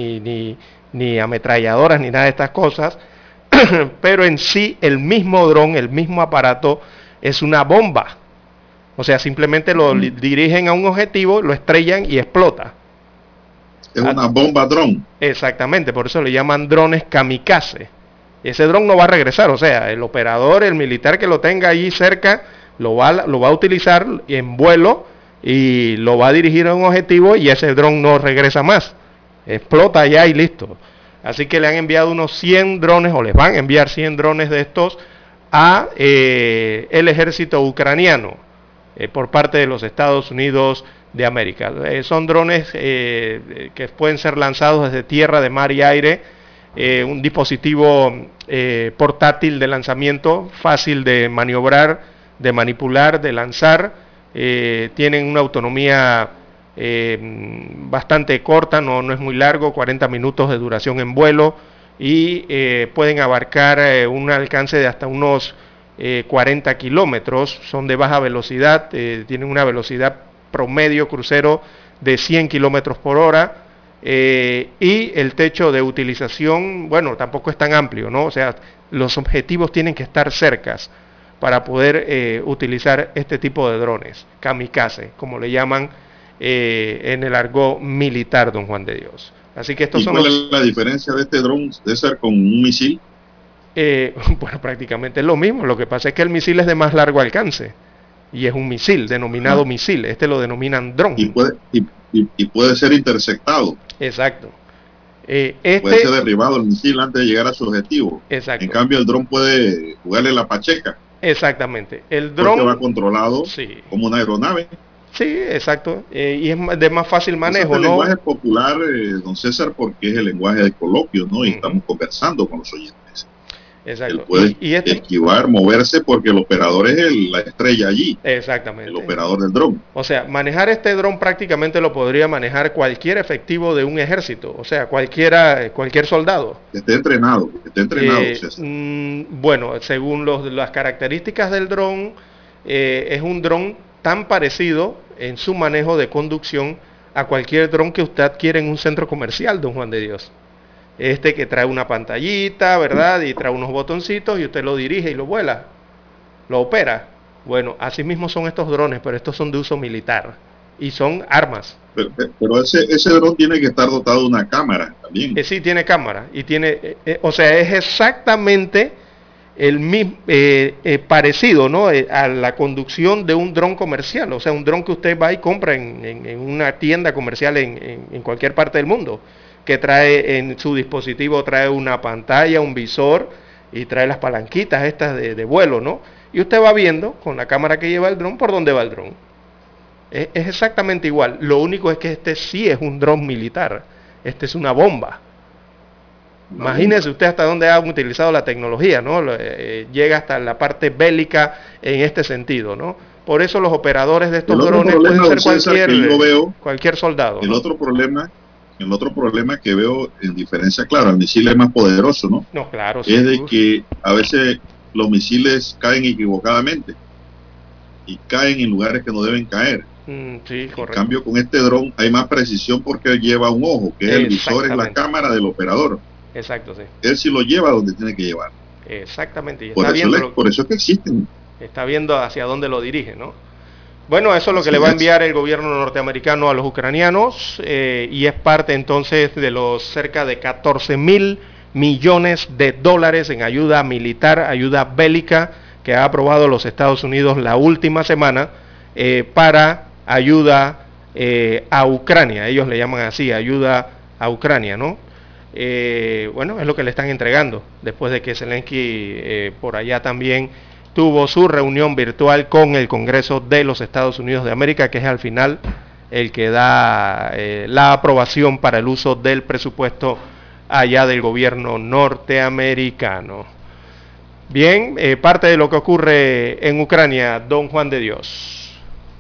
ni ametralladoras, ni nada de estas cosas, pero en sí el mismo dron, el mismo aparato es una bomba. O sea, simplemente lo dirigen a un objetivo, lo estrellan y explota. Es una bomba dron. Exactamente, por eso le llaman drones kamikaze. Ese dron no va a regresar, o sea, el operador, el militar que lo tenga allí cerca, lo va a utilizar en vuelo y lo va a dirigir a un objetivo y ese dron no regresa más. Explota ya y listo. Así que le han enviado unos 100 drones, o les van a enviar 100 drones de estos a el ejército ucraniano por parte de los Estados Unidos de América. Son drones que pueden ser lanzados desde tierra, de mar y aire, un dispositivo portátil de lanzamiento, fácil de maniobrar, de manipular, de lanzar, tienen una autonomía bastante corta, no es muy largo, 40 minutos de duración en vuelo, y pueden abarcar un alcance de hasta unos 40 kilómetros, son de baja velocidad, tienen una velocidad promedio crucero de 100 kilómetros por hora, y el techo de utilización, bueno, tampoco es tan amplio, ¿no? O sea, los objetivos tienen que estar cercas para poder utilizar este tipo de drones, kamikaze, como le llaman en el argot militar, don Juan de Dios. Así que estos ¿Y son cuál es la diferencia de este dron, César, con un misil? Bueno, prácticamente es lo mismo. Lo que pasa es que el misil es de más largo alcance y es un misil denominado misil. Este lo denominan dron. Y puede ser interceptado. Exacto. Puede ser derribado el misil antes de llegar a su objetivo. Exacto. En cambio, el dron puede jugarle la pacheca. Exactamente. El dron porque va controlado como una aeronave. Sí, exacto. Y es de más fácil manejo, es el ¿no? lenguaje popular, don César, porque es el lenguaje de coloquio, ¿no? Y estamos conversando con los oyentes. Exacto. Él puede esquivar, moverse, porque el operador es la estrella allí. Exactamente. El operador del dron. O sea, manejar este dron prácticamente lo podría manejar cualquier efectivo de un ejército. O sea, cualquier soldado. Que esté entrenado, César. Bueno, según las características del dron, es un dron tan parecido en su manejo de conducción a cualquier dron que usted adquiere en un centro comercial, don Juan de Dios. Que trae una pantallita, ¿verdad? Y trae unos botoncitos y usted lo dirige y lo vuela, lo opera. Bueno, así mismo son estos drones, pero estos son de uso militar y son armas. Pero ese dron tiene que estar dotado de una cámara también. Sí, tiene cámara y tiene, o sea, es exactamente el mismo, parecido, ¿no? A la conducción de un dron comercial, o sea, un dron que usted va y compra en una tienda comercial en cualquier parte del mundo, que trae en su dispositivo, trae una pantalla, un visor y trae las palanquitas estas de vuelo, ¿no? Y usted va viendo con la cámara que lleva el dron por dónde va el dron. Es exactamente igual. Lo único es que este sí es un dron militar. Este es una bomba. Imagínese usted hasta dónde han utilizado la tecnología, ¿no? Llega hasta la parte bélica en este sentido, ¿no? Por eso los operadores de estos drones pueden ser cualquier soldado. El otro problema que veo, en diferencia, claro, el misil es más poderoso, ¿no? No, claro. Es de que a veces los misiles caen equivocadamente y caen en lugares que no deben caer. Sí, correcto. En cambio, con este dron hay más precisión porque lleva un ojo, que es el visor, es la cámara del operador. Exacto, sí. Él sí lo lleva donde tiene que llevar. Exactamente. Y por eso es que existen. Está viendo hacia dónde lo dirige, ¿no? Bueno, eso es lo que le va a enviar el gobierno norteamericano a los ucranianos, y es parte entonces de los cerca de 14.000 millones de dólares en ayuda militar, ayuda bélica, que ha aprobado los Estados Unidos la última semana para ayuda a Ucrania. Ellos le llaman así, ayuda a Ucrania, ¿no? Bueno, es lo que le están entregando, después de que Zelensky por allá también tuvo su reunión virtual con el Congreso de los Estados Unidos de América, que es al final el que da la aprobación para el uso del presupuesto allá del gobierno norteamericano. Bien, parte de lo que ocurre en Ucrania, don Juan de Dios.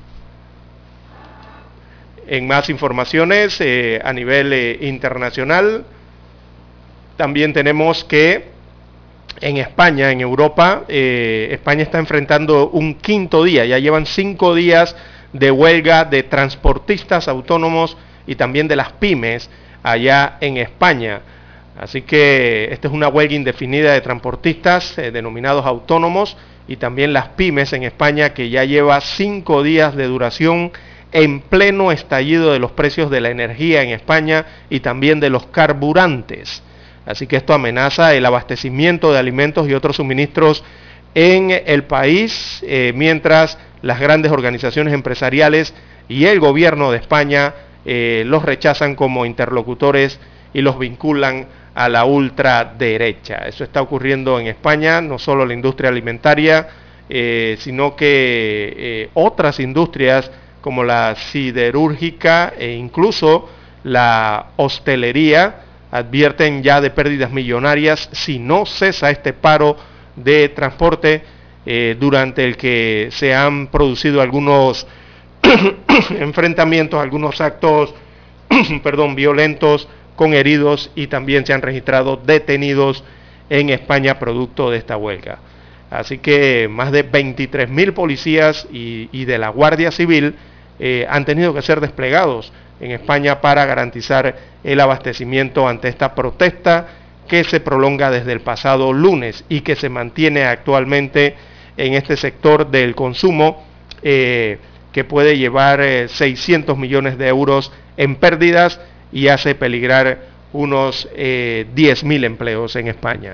En más informaciones a nivel internacional, también tenemos que en España, en Europa, España está enfrentando un quinto día, ya llevan 5 días de huelga de transportistas autónomos y también de las pymes allá en España. Así que esta es una huelga indefinida de transportistas denominados autónomos y también las pymes en España, que ya lleva 5 días de duración en pleno estallido de los precios de la energía en España y también de los carburantes. Así que esto amenaza el abastecimiento de alimentos y otros suministros en el país, mientras las grandes organizaciones empresariales y el gobierno de España los rechazan como interlocutores y los vinculan a la ultraderecha. Eso está ocurriendo en España, no solo la industria alimentaria, sino que otras industrias como la siderúrgica e incluso la hostelería advierten ya de pérdidas millonarias si no cesa este paro de transporte, durante el que se han producido algunos enfrentamientos, algunos actos violentos con heridos, y también se han registrado detenidos en España producto de esta huelga. Así que más de 23.000 policías y de la Guardia Civil han tenido que ser desplegados en España para garantizar el abastecimiento ante esta protesta que se prolonga desde el pasado lunes y que se mantiene actualmente en este sector del consumo, que puede llevar 600 millones de euros en pérdidas y hace peligrar unos 10.000 empleos en España.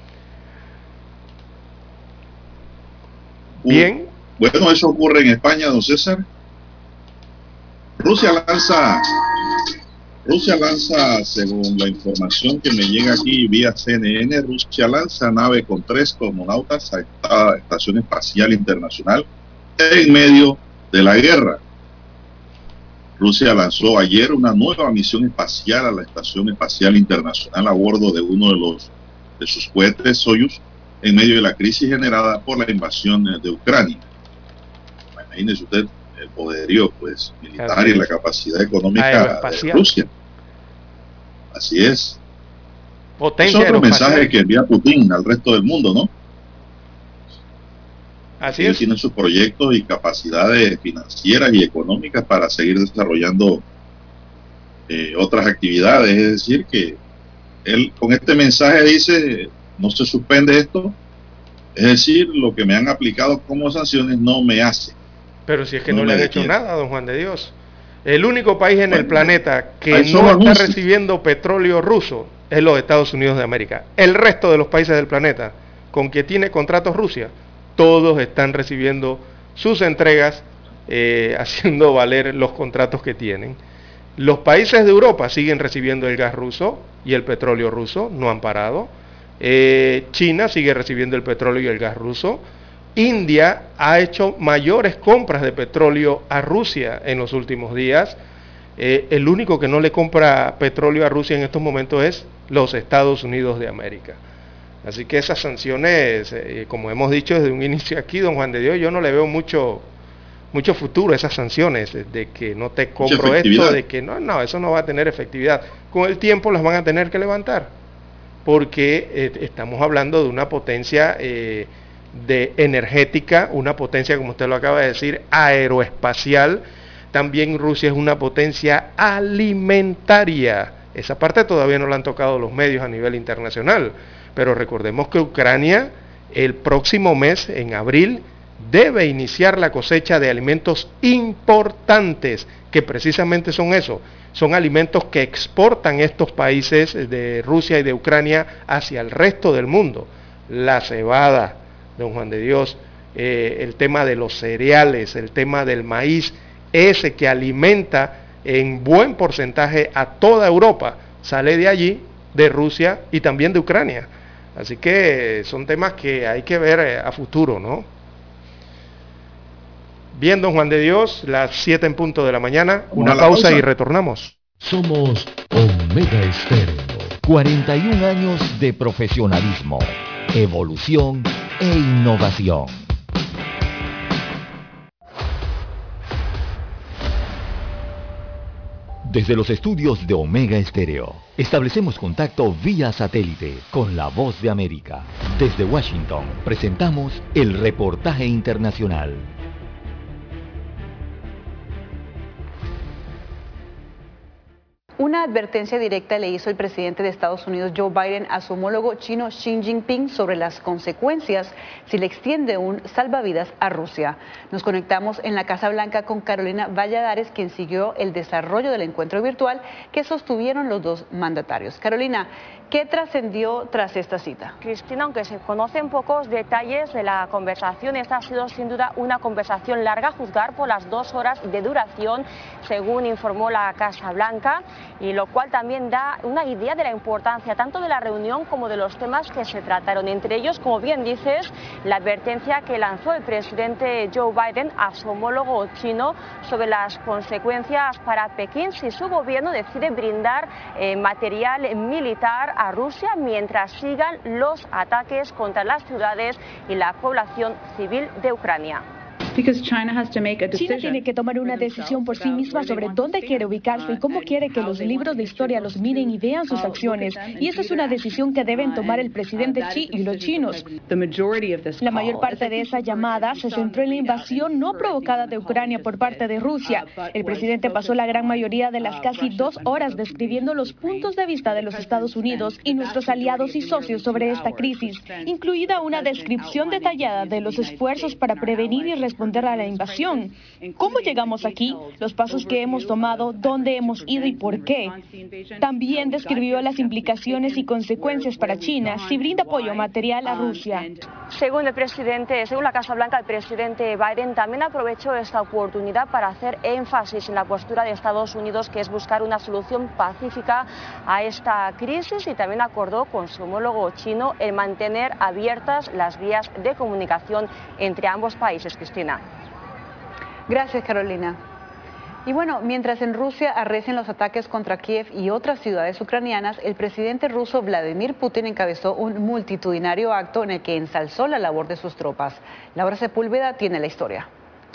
Bien. Bueno, eso ocurre en España, don César. Rusia lanza, según la información que me llega aquí vía CNN, Rusia lanza nave con 3 cosmonautas a esta Estación Espacial Internacional en medio de la guerra. Rusia lanzó ayer una nueva misión espacial a la Estación Espacial Internacional a bordo de uno de sus cohetes Soyuz, en medio de la crisis generada por la invasión de Ucrania. Imagínese usted el poderío militar y la capacidad económica de Rusia. Así es. Potencia es otro mensaje que envía Putin al resto del mundo, ¿no? Así es. Tienen sus proyectos y capacidades financieras y económicas para seguir desarrollando otras actividades. Es decir, que él con este mensaje dice, no se suspende esto, es decir, lo que me han aplicado como sanciones no me hace. Pero si es que no le han hecho nada, don Juan de Dios. El único país en el planeta que no está recibiendo petróleo ruso es los Estados Unidos de América. El resto de los países del planeta con que tiene contratos Rusia, todos están recibiendo sus entregas, haciendo valer los contratos que tienen. Los países de Europa siguen recibiendo el gas ruso y el petróleo ruso, no han parado. China sigue recibiendo el petróleo y el gas ruso. India ha hecho mayores compras de petróleo a Rusia en los últimos días. El único que no le compra petróleo a Rusia en estos momentos es los Estados Unidos de América. Así que esas sanciones, como hemos dicho desde un inicio aquí, don Juan de Dios, yo no le veo mucho futuro a esas sanciones, de que no te compro esto, de que no, eso no va a tener efectividad. Con el tiempo las van a tener que levantar, porque estamos hablando de una potencia de energética, una potencia, como usted lo acaba de decir, aeroespacial. También Rusia es una potencia alimentaria. Esa parte todavía no la han tocado los medios a nivel internacional, pero recordemos que Ucrania el próximo mes, en abril, debe iniciar la cosecha de alimentos importantes, que precisamente son eso, son alimentos que exportan estos países de Rusia y de Ucrania hacia el resto del mundo. La cebada, don Juan de Dios, el tema de los cereales, el tema del maíz, ese que alimenta en buen porcentaje a toda Europa, sale de allí, de Rusia y también de Ucrania. Así que son temas que hay que ver a futuro, ¿no? Bien, don Juan de Dios, las 7 en punto de la mañana, una pausa y retornamos. Somos Omega Estéreo. 41 años de profesionalismo, evolución e innovación. Desde los estudios de Omega Estéreo, establecemos contacto vía satélite con la Voz de América. Desde Washington, presentamos el reportaje internacional. Una advertencia directa le hizo el presidente de Estados Unidos, Joe Biden, a su homólogo chino Xi Jinping sobre las consecuencias si le extiende un salvavidas a Rusia. Nos conectamos en la Casa Blanca con Carolina Valladares, quien siguió el desarrollo del encuentro virtual que sostuvieron los dos mandatarios. Carolina, ¿qué trascendió tras esta cita? Cristina, aunque se conocen pocos detalles de la conversación, esta ha sido sin duda una conversación larga, a juzgar por las 2 horas de duración, según informó la Casa Blanca, y lo cual también da una idea de la importancia tanto de la reunión como de los temas que se trataron. Entre ellos, como bien dices, la advertencia que lanzó el presidente Joe Biden a su homólogo chino sobre las consecuencias para Pekín si su gobierno decide brindar material militar a Rusia mientras sigan los ataques contra las ciudades y la población civil de Ucrania. China tiene que tomar una decisión por sí misma sobre dónde quiere ubicarse y cómo quiere que los libros de historia los miren y vean sus acciones. Y esa es una decisión que deben tomar el presidente Xi y los chinos. La mayor parte de esa llamada se centró en la invasión no provocada de Ucrania por parte de Rusia. El presidente pasó la gran mayoría de las casi 2 horas describiendo los puntos de vista de los Estados Unidos y nuestros aliados y socios sobre esta crisis, incluida una descripción detallada de los esfuerzos para prevenir y responder a la invasión. ¿Cómo llegamos aquí? Los pasos que hemos tomado, dónde hemos ido y por qué. También describió las implicaciones y consecuencias para China si brinda apoyo material a Rusia. Según la Casa Blanca, el presidente Biden también aprovechó esta oportunidad para hacer énfasis en la postura de Estados Unidos, que es buscar una solución pacífica a esta crisis, y también acordó con su homólogo chino el mantener abiertas las vías de comunicación entre ambos países. Cristina. Gracias, Carolina. Y bueno, mientras en Rusia arrecian los ataques contra Kiev y otras ciudades ucranianas, el presidente ruso Vladimir Putin encabezó un multitudinario acto en el que ensalzó la labor de sus tropas. Laura Sepúlveda tiene la historia.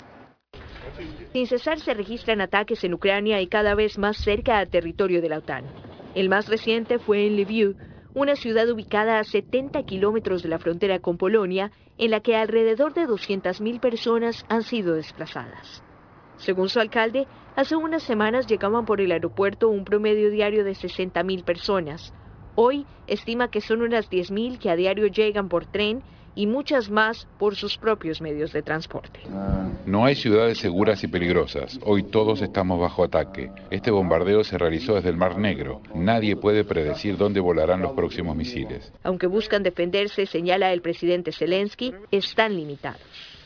Sin cesar se registran ataques en Ucrania y cada vez más cerca al territorio de la OTAN. El más reciente fue en Lviv, una ciudad ubicada a 70 kilómetros de la frontera con Polonia, en la que alrededor de 200.000 personas han sido desplazadas. Según su alcalde, hace unas semanas llegaban por el aeropuerto un promedio diario de 60.000 personas. Hoy estima que son unas 10.000 que a diario llegan por tren y muchas más por sus propios medios de transporte. No hay ciudades seguras y peligrosas. Hoy todos estamos bajo ataque. Este bombardeo se realizó desde el Mar Negro. Nadie puede predecir dónde volarán los próximos misiles. Aunque buscan defenderse, señala el presidente Zelensky, están limitados.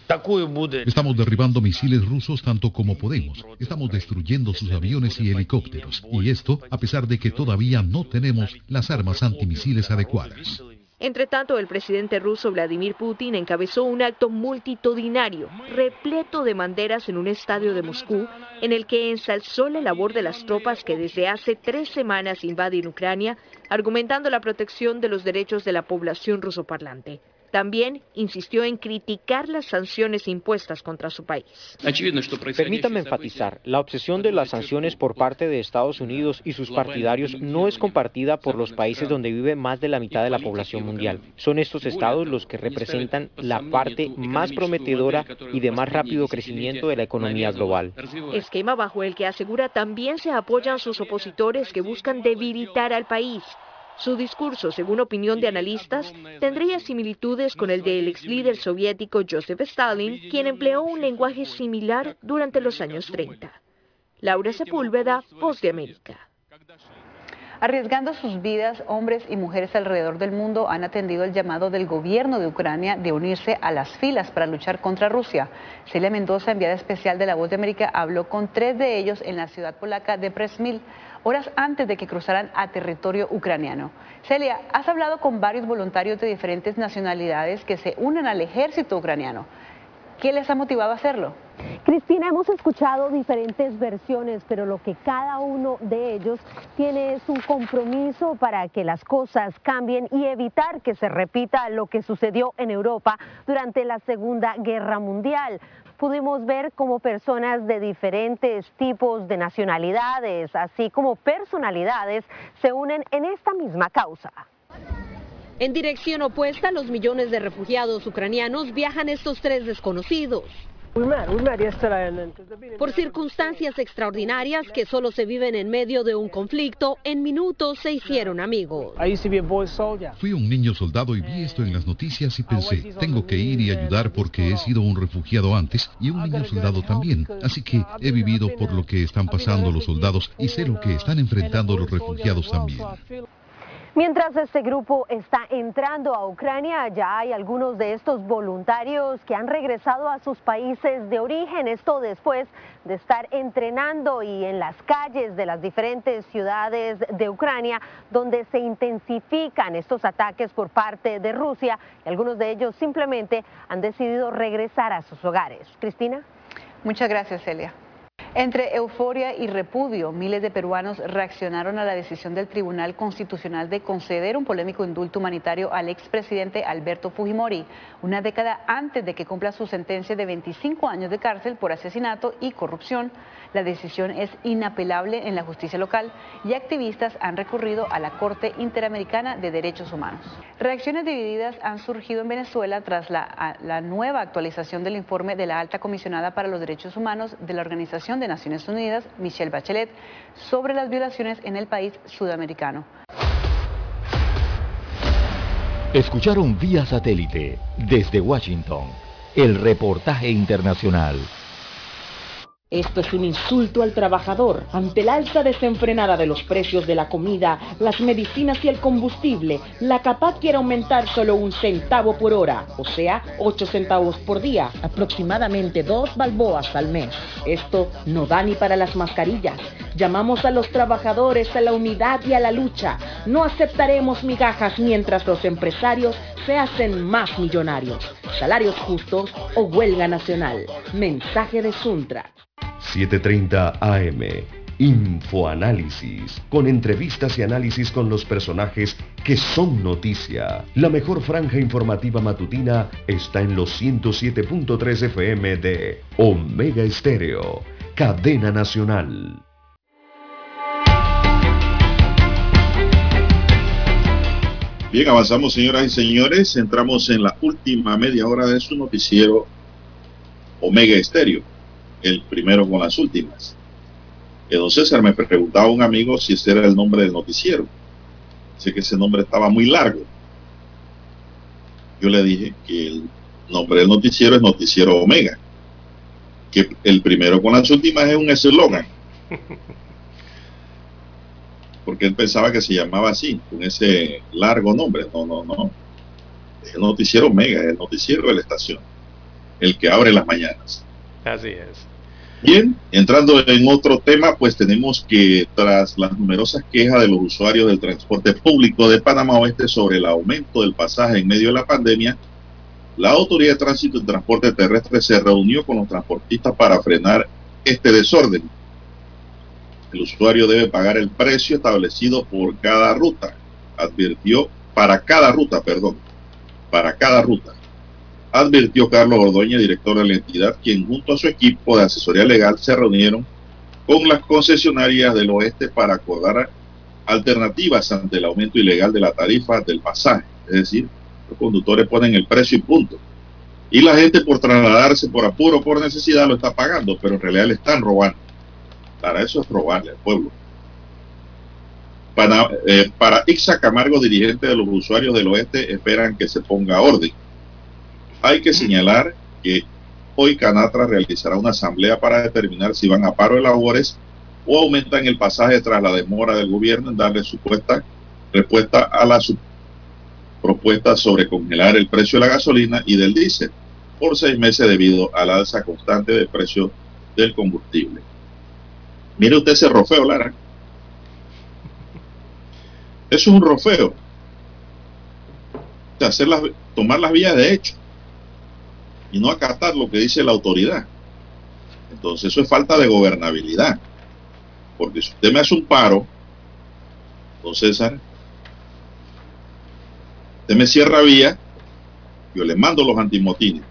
Estamos derribando misiles rusos tanto como podemos. Estamos destruyendo sus aviones y helicópteros. Y esto a pesar de que todavía no tenemos las armas antimisiles adecuadas. Entre tanto, el presidente ruso Vladimir Putin encabezó un acto multitudinario, repleto de banderas en un estadio de Moscú, en el que ensalzó la labor de las tropas que desde hace 3 semanas invaden Ucrania, argumentando la protección de los derechos de la población rusoparlante. También insistió en criticar las sanciones impuestas contra su país. Permítame enfatizar, la obsesión de las sanciones por parte de Estados Unidos y sus partidarios no es compartida por los países donde vive más de la mitad de la población mundial. Son estos estados los que representan la parte más prometedora y de más rápido crecimiento de la economía global. Esquema bajo el que asegura también se apoyan sus opositores que buscan debilitar al país. Su discurso, según opinión de analistas, tendría similitudes con el del ex líder soviético Joseph Stalin, quien empleó un lenguaje similar durante los años 30. Laura Sepúlveda, Voz de América. Arriesgando sus vidas, hombres y mujeres alrededor del mundo han atendido el llamado del gobierno de Ucrania de unirse a las filas para luchar contra Rusia. Celia Mendoza, enviada especial de La Voz de América, habló con 3 de ellos en la ciudad polaca de Przemyśl, horas antes de que cruzaran a territorio ucraniano. Celia, has hablado con varios voluntarios de diferentes nacionalidades que se unen al ejército ucraniano. ¿Qué les ha motivado a hacerlo? Cristina, hemos escuchado diferentes versiones, pero lo que cada uno de ellos tiene es un compromiso para que las cosas cambien y evitar que se repita lo que sucedió en Europa durante la Segunda Guerra Mundial. Pudimos ver cómo personas de diferentes tipos de nacionalidades, así como personalidades, se unen en esta misma causa. En dirección opuesta, los millones de refugiados ucranianos viajan estos 3 desconocidos. Por circunstancias extraordinarias que solo se viven en medio de un conflicto, en minutos se hicieron amigos. Fui un niño soldado y vi esto en las noticias y pensé, tengo que ir y ayudar porque he sido un refugiado antes y un niño soldado también. Así que he vivido por lo que están pasando los soldados y sé lo que están enfrentando los refugiados también. Mientras este grupo está entrando a Ucrania, ya hay algunos de estos voluntarios que han regresado a sus países de origen, esto después de estar entrenando y en las calles de las diferentes ciudades de Ucrania, donde se intensifican estos ataques por parte de Rusia, y algunos de ellos simplemente han decidido regresar a sus hogares. Cristina. Muchas gracias, Celia. Entre euforia y repudio, miles de peruanos reaccionaron a la decisión del Tribunal Constitucional de conceder un polémico indulto humanitario al expresidente Alberto Fujimori, una década antes de que cumpla su sentencia de 25 años de cárcel por asesinato y corrupción. La decisión es inapelable en la justicia local y activistas han recurrido a la Corte Interamericana de Derechos Humanos. Reacciones divididas han surgido en Venezuela tras la nueva actualización del informe de la Alta Comisionada para los Derechos Humanos de la Organización de Naciones Unidas, Michelle Bachelet, sobre las violaciones en el país sudamericano. Escucharon vía satélite desde Washington el reportaje internacional. Esto es un insulto al trabajador. Ante la alza desenfrenada de los precios de la comida, las medicinas y el combustible, la CAPAC quiere aumentar solo 1 centavo por hora, o sea, 8 centavos por día, aproximadamente 2 balboas al mes. Esto no da ni para las mascarillas. Llamamos a los trabajadores a la unidad y a la lucha. No aceptaremos migajas mientras los empresarios se hacen más millonarios. Salarios justos o huelga nacional. Mensaje de Suntra. 7:30 AM, Infoanálisis, con entrevistas y análisis con los personajes que son noticia. La mejor franja informativa matutina está en los 107.3 FM de Omega Estéreo, cadena nacional. Bien, avanzamos, señoras y señores. Entramos en la última media hora de su noticiero Omega Estéreo, el primero con las últimas. Don César, me preguntaba un amigo si ese era el nombre del noticiero. Sé que ese nombre estaba muy largo. Yo le dije que el nombre del noticiero es Noticiero Omega, que el primero con las últimas es un eslogan, porque él pensaba que se llamaba así, con ese largo nombre. No. Es el Noticiero Omega, es el noticiero de la estación, el que abre las mañanas. Así es. Bien, entrando en otro tema, pues tenemos que tras las numerosas quejas de los usuarios del transporte público de Panamá Oeste sobre el aumento del pasaje en medio de la pandemia, la Autoridad de Tránsito y Transporte Terrestre se reunió con los transportistas para frenar este desorden. El usuario debe pagar el precio establecido por cada ruta, para cada ruta. Advirtió Carlos Ordóñez, director de la entidad, quien junto a su equipo de asesoría legal se reunieron con las concesionarias del oeste para acordar alternativas ante el aumento ilegal de la tarifa del pasaje. Es decir, los conductores ponen el precio y punto. Y la gente, por trasladarse por apuro o por necesidad, lo está pagando, pero en realidad le están robando. Para eso es robarle al pueblo. Para Ixa Camargo, dirigente de los usuarios del oeste, esperan que se ponga orden. Hay que señalar que hoy Canatra realizará una asamblea para determinar si van a paro de labores o aumentan el pasaje tras la demora del gobierno en darle supuesta respuesta a la propuesta sobre congelar el precio de la gasolina y del diésel por 6 meses debido al alza constante del precio del combustible. Mire usted ese rofeo, Lara. Eso es un rofeo. O sea, tomar las vías de hecho y no acatar lo que dice la autoridad. Entonces eso es falta de gobernabilidad, porque si usted me hace un paro, don César, usted me cierra vía, yo le mando los antimotines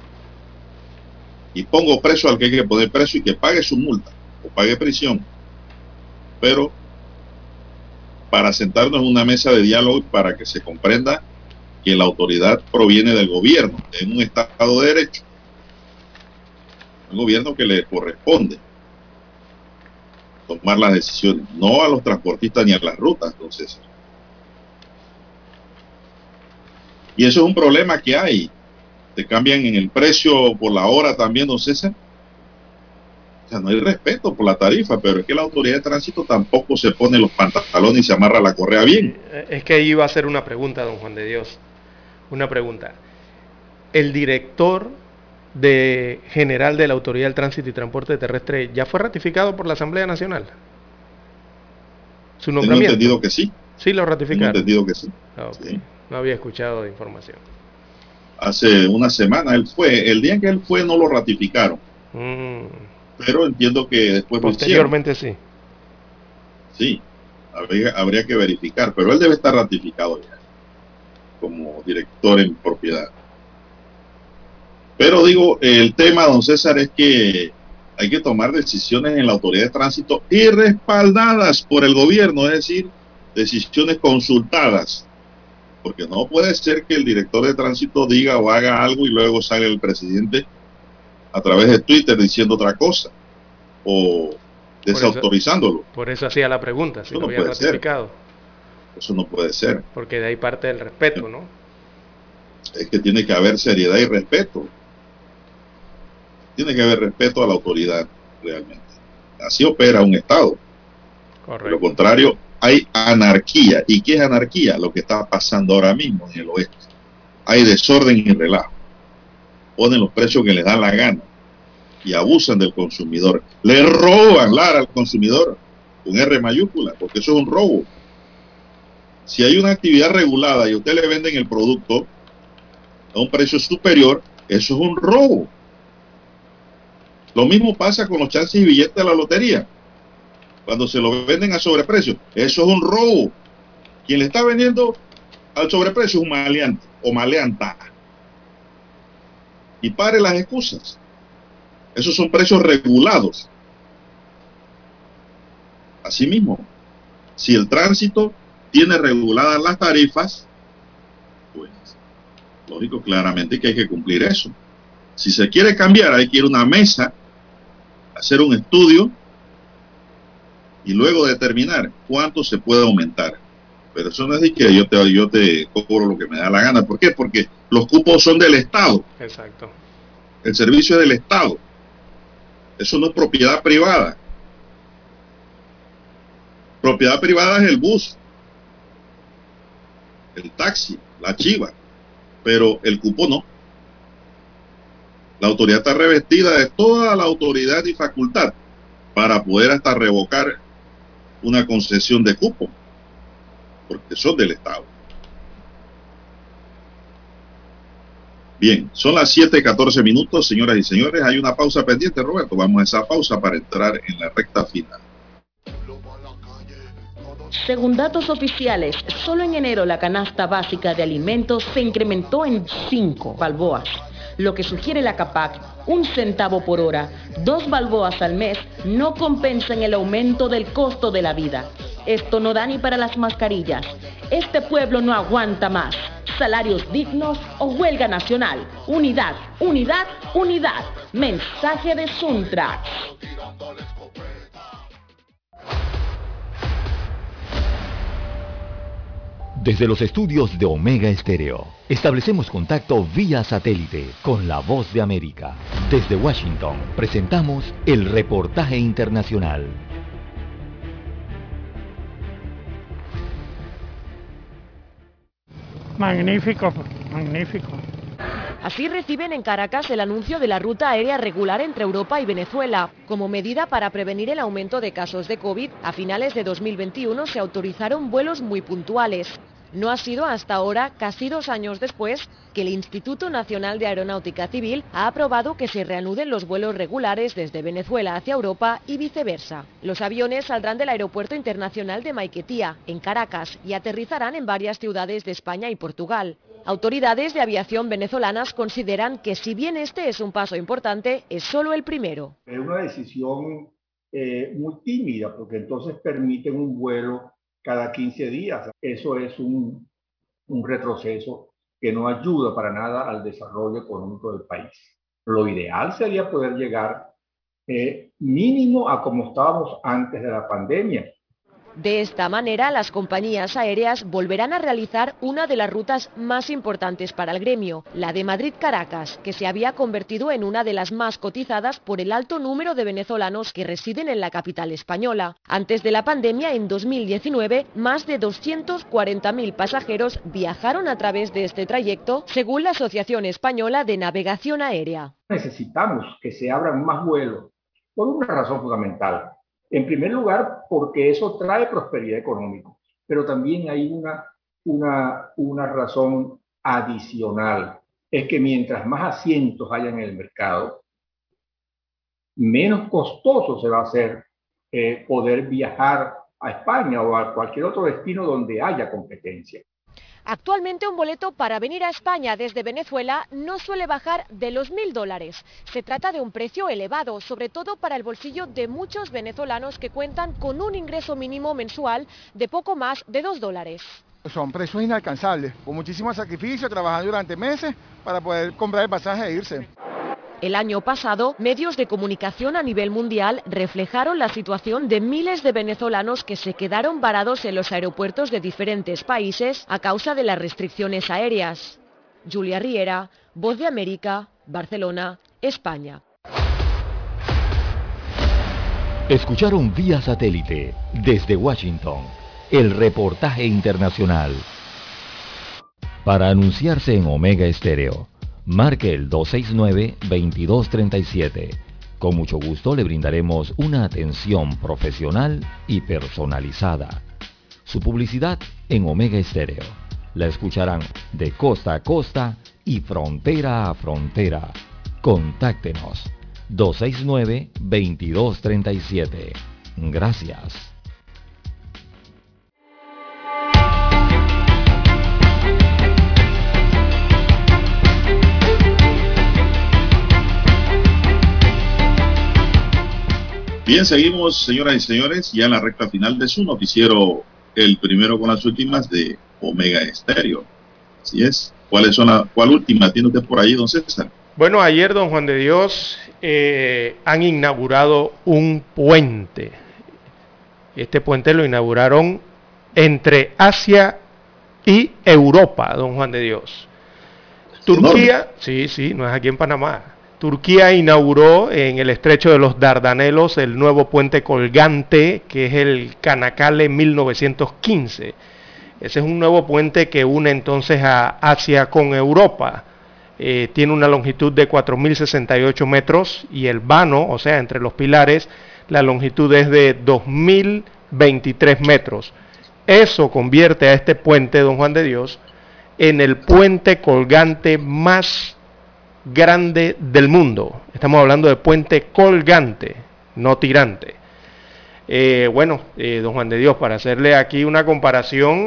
y pongo preso al que hay que poner preso y que pague su multa o pague prisión, pero para sentarnos en una mesa de diálogo y para que se comprenda que la autoridad proviene del gobierno en un Estado de Derecho. al gobierno que le corresponde tomar las decisiones, no a los transportistas ni a las rutas, entonces. Y eso es un problema que hay. Te cambian en el precio por la hora también, don César. O sea, no hay respeto por la tarifa, pero es que la autoridad de tránsito tampoco se pone los pantalones y se amarra la correa bien. Es que ahí iba a hacer una pregunta, don Juan de Dios. Una pregunta. El director general de la Autoridad del Tránsito y Transporte Terrestre ya fue ratificado por la Asamblea Nacional. Su nombramiento. Tengo entendido que sí. Sí, lo ratificaron. Tengo entendido que sí. Okay. Sí. No había escuchado de información. Hace una semana él fue. El día en que él fue no lo ratificaron. Pero entiendo que después posteriormente sí. Sí, habría que verificar, pero él debe estar ratificado ya como director en propiedad. Pero digo, el tema, don César, es que hay que tomar decisiones en la autoridad de tránsito y respaldadas por el gobierno, es decir, decisiones consultadas, porque no puede ser que el director de tránsito diga o haga algo y luego salga el presidente a través de Twitter diciendo otra cosa o desautorizándolo. Por eso hacía la pregunta, si lo había ratificado. Eso no puede ser. Porque de ahí parte del respeto, ¿no? Es que tiene que haber seriedad y respeto. Tiene que haber respeto a la autoridad, realmente. Así opera un Estado. Correcto. De lo contrario, hay anarquía. ¿Y qué es anarquía? Lo que está pasando ahora mismo en el oeste. Hay desorden y relajo. Ponen los precios que les dan la gana y abusan del consumidor. Le roban Lara al consumidor con R mayúscula, porque eso es un robo. Si hay una actividad regulada y usted le venden el producto a un precio superior, eso es un robo. Lo mismo pasa con los chances y billetes de la lotería. Cuando se lo venden a sobreprecio, eso es un robo. Quien le está vendiendo al sobreprecio es un maleante o maleanta. Y pare las excusas. Esos son precios regulados. Asimismo, si el tránsito tiene reguladas las tarifas, pues lógico, claramente que hay que cumplir eso. Si se quiere cambiar, hay que ir a una mesa, hacer un estudio y luego determinar cuánto se puede aumentar. Pero eso no es de que yo te cobro lo que me da la gana. ¿Por qué? Porque los cupos son del Estado. Exacto. El servicio es del Estado. Eso no es propiedad privada. Propiedad privada es el bus, el taxi, la chiva, pero el cupo no. La autoridad está revestida de toda la autoridad y facultad para poder hasta revocar una concesión de cupo, porque son del Estado. Bien, son las 7:14, señoras y señores. Hay una pausa pendiente, Roberto. Vamos a esa pausa para entrar en la recta final. Según datos oficiales, solo en enero la canasta básica de alimentos se incrementó en 5 balboas, lo que sugiere la CAPAC, 1 centavo por hora, 2 balboas al mes, no compensan el aumento del costo de la vida. Esto no da ni para las mascarillas. Este pueblo no aguanta más. Salarios dignos o huelga nacional. Unidad, unidad, unidad. Mensaje de Suntrax. Desde los estudios de Omega Estéreo, establecemos contacto vía satélite con la Voz de América. Desde Washington, presentamos el reportaje internacional. Magnífico, magnífico. Así reciben en Caracas el anuncio de la ruta aérea regular entre Europa y Venezuela. Como medida para prevenir el aumento de casos de COVID, a finales de 2021 se autorizaron vuelos muy puntuales. No ha sido hasta ahora, casi 2 años después, que el Instituto Nacional de Aeronáutica Civil ha aprobado que se reanuden los vuelos regulares desde Venezuela hacia Europa y viceversa. Los aviones saldrán del Aeropuerto Internacional de Maiquetía, en Caracas, y aterrizarán en varias ciudades de España y Portugal. Autoridades de aviación venezolanas consideran que si bien este es un paso importante, es solo el primero. Es una decisión muy tímida, porque entonces permiten un vuelo cada 15 días. Eso es un retroceso que no ayuda para nada al desarrollo económico del país. Lo ideal sería poder llegar mínimo a como estábamos antes de la pandemia. De esta manera, las compañías aéreas volverán a realizar una de las rutas más importantes para el gremio, la de Madrid-Caracas, que se había convertido en una de las más cotizadas por el alto número de venezolanos que residen en la capital española. Antes de la pandemia, en 2019, más de 240.000 pasajeros viajaron a través de este trayecto, según la Asociación Española de Navegación Aérea. Necesitamos que se abran más vuelos por una razón fundamental. En primer lugar, porque eso trae prosperidad económica, pero también hay una razón adicional. Es que mientras más asientos haya en el mercado, menos costoso se va a hacer poder viajar a España o a cualquier otro destino donde haya competencia. Actualmente un boleto para venir a España desde Venezuela no suele bajar de los $1.000. Se trata de un precio elevado, sobre todo para el bolsillo de muchos venezolanos que cuentan con un ingreso mínimo mensual de poco más de $2. Son precios inalcanzables, con muchísimo sacrificio, trabajando durante meses para poder comprar el pasaje e irse. El año pasado, medios de comunicación a nivel mundial reflejaron la situación de miles de venezolanos que se quedaron varados en los aeropuertos de diferentes países a causa de las restricciones aéreas. Julia Riera, Voz de América, Barcelona, España. Escucharon vía satélite desde Washington el reportaje internacional. Para anunciarse en Omega Estéreo, marque el 269-2237. Con mucho gusto le brindaremos una atención profesional y personalizada. Su publicidad en Omega Estéreo. La escucharán de costa a costa y frontera a frontera. Contáctenos 269-2237. Gracias. Bien, seguimos, señoras y señores, ya en la recta final de su noticiero, el primero con las últimas de Omega Estéreo. Así es. ¿Cuál última tiene usted por ahí, don César? Bueno, ayer, don Juan de Dios, han inaugurado un puente. Este puente lo inauguraron entre Asia y Europa, don Juan de Dios. Turquía, sí, no es aquí en Panamá. Turquía inauguró en el estrecho de los Dardanelos el nuevo puente colgante, que es el Çanakkale 1915. Ese es un nuevo puente que une entonces a Asia con Europa. Tiene una longitud de 4.068 metros y el vano, o sea, entre los pilares, la longitud es de 2.023 metros. Eso convierte a este puente, don Juan de Dios, en el puente colgante más grande del mundo. Estamos hablando de puente colgante, no tirante. Don Juan de Dios, para hacerle aquí una comparación,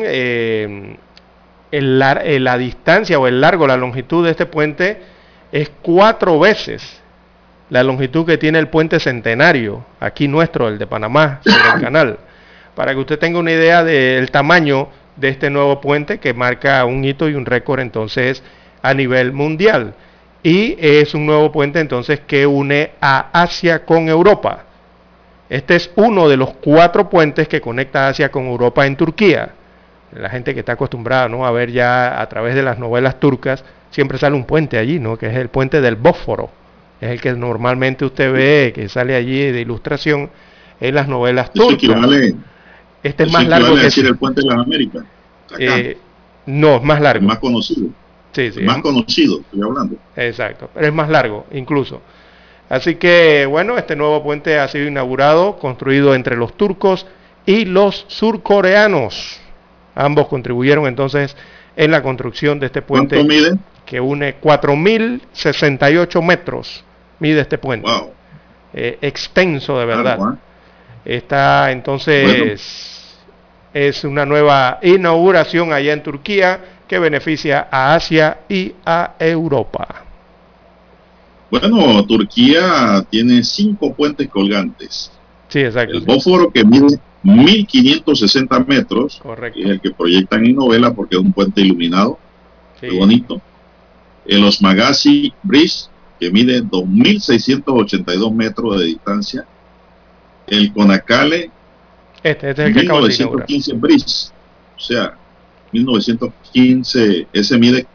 la distancia o el largo, la longitud de este puente es 4 veces la longitud que tiene el puente Centenario, aquí nuestro, el de Panamá, sobre el canal. Para que usted tenga una idea del tamaño de este nuevo puente que marca un hito y un récord entonces a nivel mundial. Y es un nuevo puente entonces que une a Asia con Europa. Este es uno de los 4 puentes que conecta Asia con Europa en Turquía. La gente que está acostumbrada, ¿no?, a ver ya a través de las novelas turcas, siempre sale un puente allí, ¿no?, que es el puente del Bósforo. Es el que normalmente usted ve que sale allí de ilustración en las novelas turcas. Este es más largo que decir el puente de las Américas. No, es más largo. Es más conocido. Sí, más conocido, estoy hablando. Exacto, pero es más largo incluso. Así que, bueno, este nuevo puente ha sido inaugurado, construido entre los turcos y los surcoreanos. Ambos contribuyeron entonces en la construcción de este puente. ¿Cuánto mide? Que une 4.068 metros. Mide este puente. Wow. Extenso de verdad. Está entonces, es una nueva inauguración allá en Turquía, que beneficia a Asia y a Europa. Bueno, Turquía tiene 5 puentes colgantes. Sí, exacto. El Bósforo, que mide 1.560 metros. Correcto. Es el que proyectan en novela porque es un puente iluminado. Sí. Muy bonito. El Osmagazi Bridge, que que mide 2.682 metros de distancia. El Conacale, este es el que acabo de inaugurar. 1915 Bridge, o sea, 1915, ese mide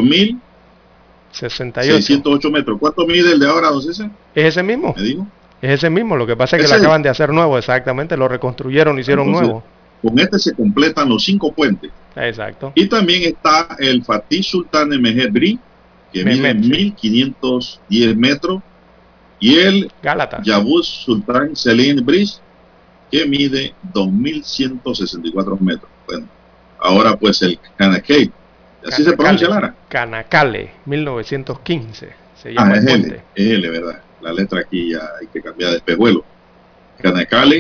4.608 metros. ¿Cuánto mide el de ahora, don César? ¿Es ese mismo? ¿Me dijo? Es ese mismo, lo que pasa es que lo acaban de hacer nuevo, exactamente, lo reconstruyeron, hicieron nuevo. Con este se completan los 5 puentes. Exacto. Y también está el Fatih Sultan Mehmed Bridge, que mide 1.510 metros, y el Yavuz Sultan Selim Bridge, que mide 2.164 metros. Bueno, ahora pues el Canacale, así se pronuncia, Lara. Canacale, 1915, se llama el puente. Es L, ¿verdad? La letra aquí ya hay que cambiar de espejuelo. Canacale,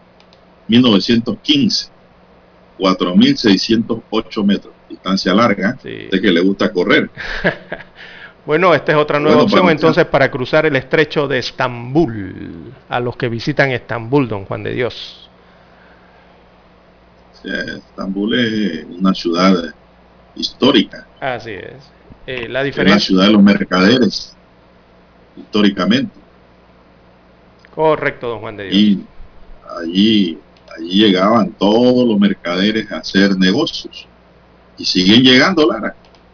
1915, 4.608 metros, distancia larga, de que le gusta correr. Bueno, esta es otra nueva opción entonces para cruzar el estrecho de Estambul, a los que visitan Estambul, don Juan de Dios. Sí, Estambul es una ciudad histórica. Así es. La diferencia... Es la ciudad de los mercaderes, históricamente. Correcto, don Juan de Dios. Y allí llegaban todos los mercaderes a hacer negocios. Y siguen llegando, Lara.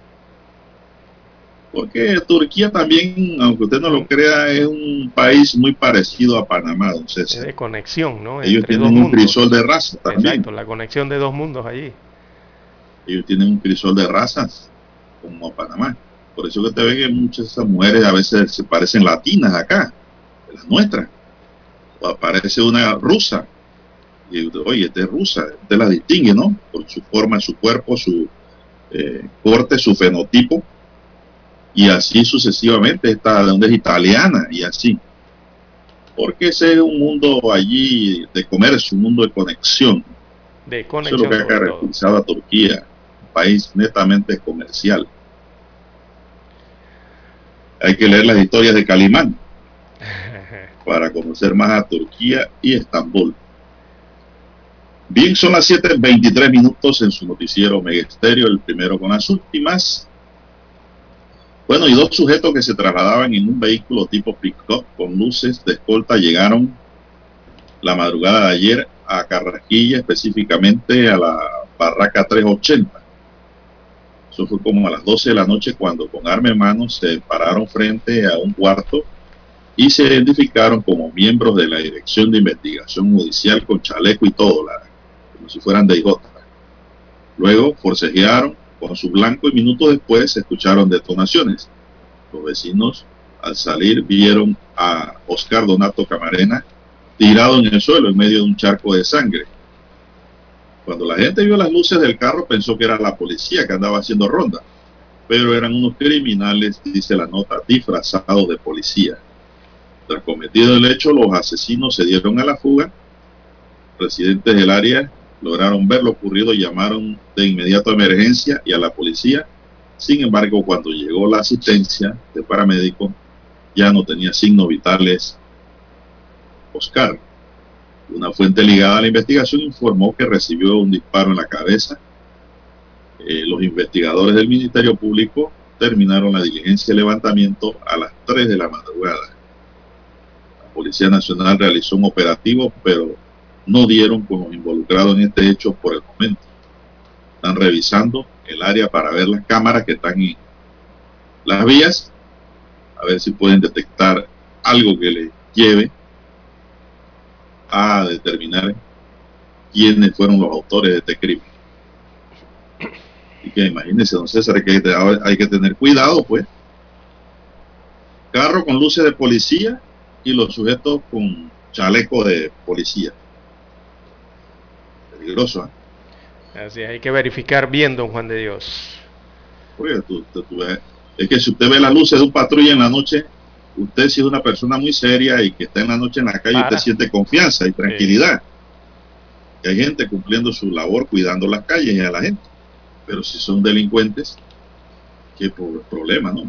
Porque Turquía también, aunque usted no lo crea, es un país muy parecido a Panamá, don César. Es de conexión, ¿no? Ellos tienen un crisol de razas también. Exacto, la conexión de dos mundos allí. Ellos tienen un crisol de razas, como Panamá. Por eso que te ven que muchas de esas mujeres a veces se parecen latinas acá, de las nuestras. O aparece una rusa. Y oye, esta es rusa, usted la distingue, ¿no? Por su forma, su cuerpo, su corte, su fenotipo. Y así sucesivamente, esta de donde es italiana y así. Porque ese es un mundo allí de comercio, un mundo de conexión. Eso es lo que ha caracterizado a Turquía, un país netamente comercial. Hay que leer las historias de Calimán para conocer más a Turquía y Estambul. Bien, son las 7:23 minutos en su noticiero Omega Estéreo, el primero con las últimas. Bueno, y 2 sujetos que se trasladaban en un vehículo tipo pick-up con luces de escolta llegaron la madrugada de ayer a Carrasquilla, específicamente a la barraca 380. Eso fue como a las 12 de la noche cuando con arma en mano se pararon frente a un cuarto y se identificaron como miembros de la Dirección de Investigación Judicial con chaleco y todo, como si fueran de IJ. Luego forcejearon con su blanco y minutos después se escucharon detonaciones. Los vecinos al salir vieron a Oscar Donato Camarena tirado en el suelo en medio de un charco de sangre. Cuando la gente vio las luces del carro pensó que era la policía que andaba haciendo ronda, pero eran unos criminales, dice la nota, disfrazados de policía. Tras cometido el hecho, los asesinos se dieron a la fuga. Residentes del área lograron ver lo ocurrido y llamaron de inmediato a emergencia y a la policía. Sin embargo, cuando llegó la asistencia de paramédicos, ya no tenía signos vitales Oscar. Una fuente ligada a la investigación informó que recibió un disparo en la cabeza. Los investigadores del Ministerio Público terminaron la diligencia de levantamiento a las 3 de la madrugada. La Policía Nacional realizó un operativo, pero no dieron con los involucrados en este hecho por el momento. Están revisando el área para ver las cámaras que están en las vías, a ver si pueden detectar algo que les lleve a determinar quiénes fueron los autores de este crimen. Y que imagínense, don César, que hay que tener cuidado, pues. Carro con luces de policía y los sujetos con chaleco de policía. Peligroso, ¿eh? Así hay que verificar bien, don Juan de Dios. Oye, es que si usted ve las luces de un patrulla en la noche, usted si es una persona muy seria y que está en la noche en la calle, usted siente confianza y tranquilidad. Que hay gente cumpliendo su labor, cuidando las calles y a la gente. Pero si son delincuentes, qué problema, ¿no?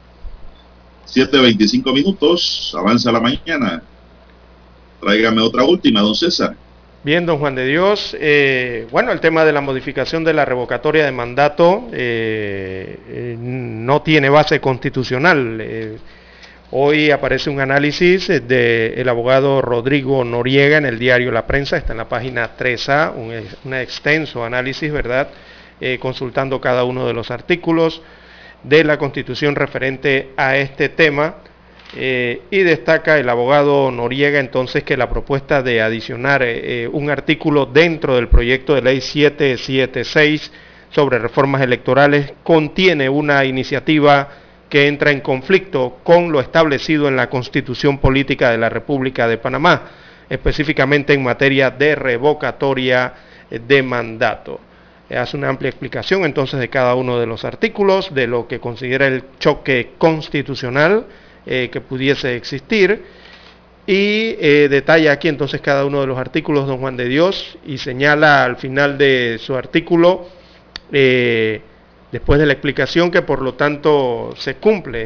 7:25 minutos, avanza la mañana. Tráigame otra última, don César. Bien, don Juan de Dios. Bueno, el tema de la modificación de la revocatoria de mandato no tiene base constitucional. Hoy aparece un análisis del abogado Rodrigo Noriega en el diario La Prensa, está en la página 3A, un extenso análisis, ¿verdad? Consultando cada uno de los artículos de la Constitución referente a este tema. Y destaca el abogado Noriega entonces que la propuesta de adicionar un artículo dentro del proyecto de ley 776 sobre reformas electorales contiene una iniciativa que entra en conflicto con lo establecido en la Constitución Política de la República de Panamá, específicamente en materia de revocatoria de mandato. Hace una amplia explicación entonces de cada uno de los artículos, de lo que considera el choque constitucional que pudiese existir, y detalla aquí entonces cada uno de los artículos don Juan de Dios, y señala al final de su artículo, después de la explicación, que por lo tanto se cumple,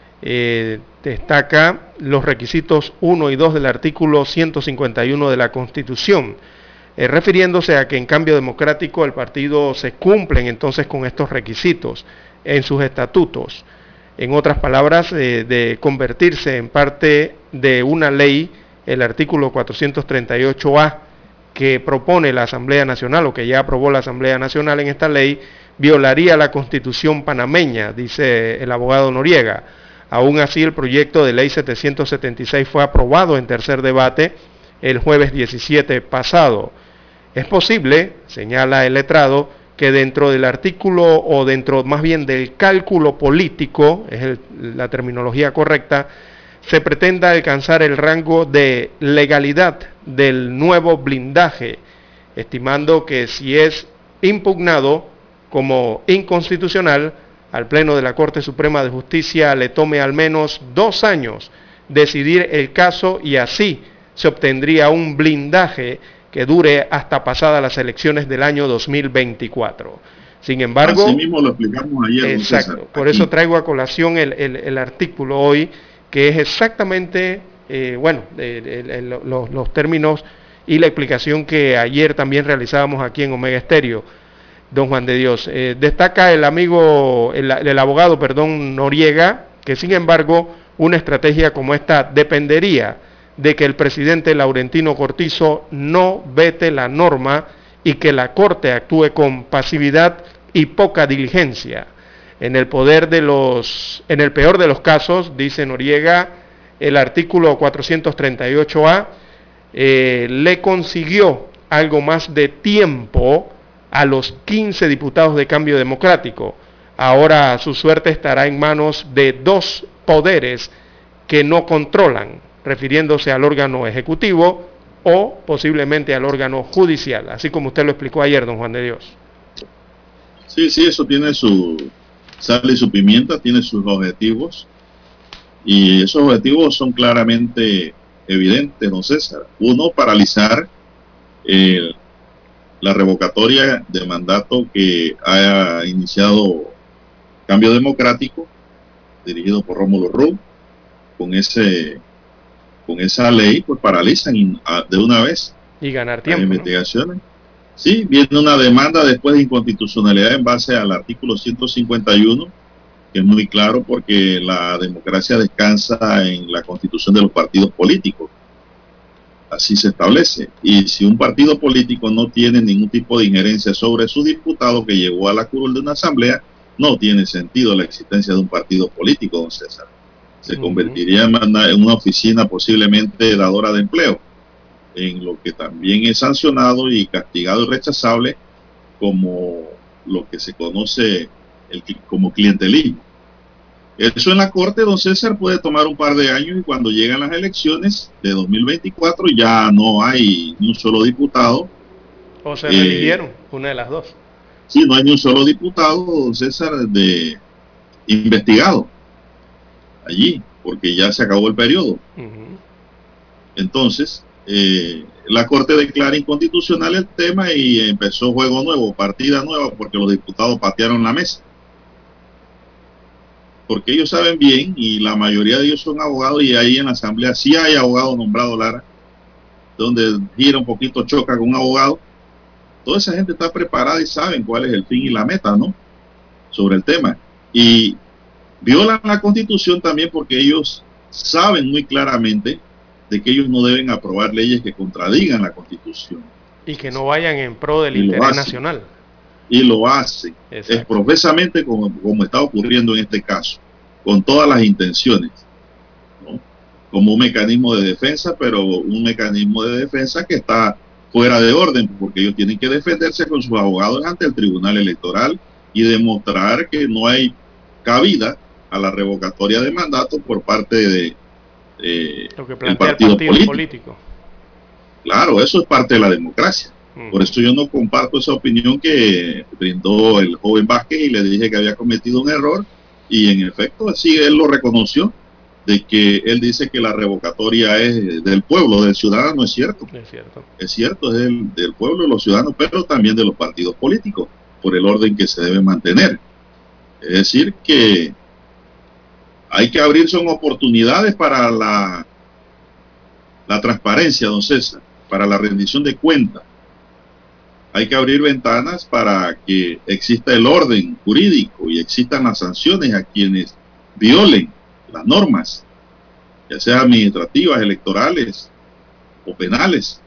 destaca los requisitos 1 y 2 del artículo 151 de la Constitución, refiriéndose a que en Cambio Democrático el partido se cumplen entonces con estos requisitos en sus estatutos. En otras palabras, de convertirse en parte de una ley, el artículo 438A que propone la Asamblea Nacional, o que ya aprobó la Asamblea Nacional en esta ley, violaría la Constitución panameña, dice el abogado Noriega. Aún así, el proyecto de ley 776 fue aprobado en tercer debate el jueves 17 pasado. Es posible, señala el letrado, que dentro del artículo, o dentro más bien del cálculo político, es la terminología correcta, se pretenda alcanzar el rango de legalidad del nuevo blindaje, estimando que si es impugnado como inconstitucional, al Pleno de la Corte Suprema de Justicia le tome al menos 2 años decidir el caso, y así se obtendría un blindaje que dure hasta pasadas las elecciones del año 2024. Sin embargo, así mismo lo explicamos ayer. Exacto, por eso traigo a colación el artículo hoy, que es exactamente, los términos y la explicación que ayer también realizábamos aquí en Omega Estéreo, don Juan de Dios. Destaca el abogado Noriega, que sin embargo una estrategia como esta dependería de que el presidente Laurentino Cortizo no vete la norma y que la Corte actúe con pasividad y poca diligencia. En el peor de los casos, dice Noriega, el artículo 438A le consiguió algo más de tiempo a los 15 diputados de Cambio Democrático. Ahora su suerte estará en manos de 2 poderes que no controlan, refiriéndose al órgano ejecutivo o posiblemente al órgano judicial, así como usted lo explicó ayer, don Juan de Dios. Sí, eso tiene su sal y su pimienta, tiene sus objetivos, y esos objetivos son claramente evidentes, don César. Uno, paralizar la revocatoria de mandato que ha iniciado Cambio Democrático, dirigido por Rómulo Rux. Con esa ley, pues paralizan de una vez y ganar tiempo, las investigaciones. ¿No? Sí, viene una demanda después de inconstitucionalidad en base al artículo 151, que es muy claro porque la democracia descansa en la constitución de los partidos políticos. Así se establece. Y si un partido político no tiene ningún tipo de injerencia sobre su diputado que llegó a la curul de una asamblea, no tiene sentido la existencia de un partido político, don César. Se convertiría en una oficina posiblemente dadora de empleo, en lo que también es sancionado y castigado y rechazable como lo que se conoce como clientelismo. Eso en la Corte, don César, puede tomar un par de años, y cuando llegan las elecciones de 2024 ya no hay ni un solo diputado. O se reeligieron, una de las dos. Sí, no hay ni un solo diputado, don César, de investigado allí, porque ya se acabó el periodo. Entonces, la Corte declara inconstitucional el tema y empezó juego nuevo, partida nueva, porque los diputados patearon la mesa. Porque ellos saben bien, y la mayoría de ellos son abogados, y ahí en la asamblea sí hay abogado nombrado, Lara, donde gira un poquito, choca con un abogado. Toda esa gente está preparada y saben cuál es el fin y la meta, ¿no?, sobre el tema. Y violan la Constitución también porque ellos saben muy claramente de que ellos no deben aprobar leyes que contradigan la Constitución. Y que no vayan en pro del interés nacional. Y lo hacen. Exacto. Es profesamente como está ocurriendo en este caso, con todas las intenciones, ¿no? Como un mecanismo de defensa, pero un mecanismo de defensa que está fuera de orden, porque ellos tienen que defenderse con sus abogados ante el Tribunal Electoral y demostrar que no hay cabida a la revocatoria de mandato por parte de lo que plantea el partido político. Claro, eso es parte de la democracia. Por eso yo no comparto esa opinión que brindó el joven Vázquez y le dije que había cometido un error, y en efecto, sí, él lo reconoció, de que él dice que la revocatoria es del pueblo, del ciudadano. Es cierto. Es cierto, es del pueblo, de los ciudadanos, pero también de los partidos políticos, por el orden que se debe mantener. Es decir, que hay que abrir son oportunidades para la transparencia, don César, para la rendición de cuentas. Hay que abrir ventanas para que exista el orden jurídico y existan las sanciones a quienes violen las normas, ya sea administrativas, electorales o penales.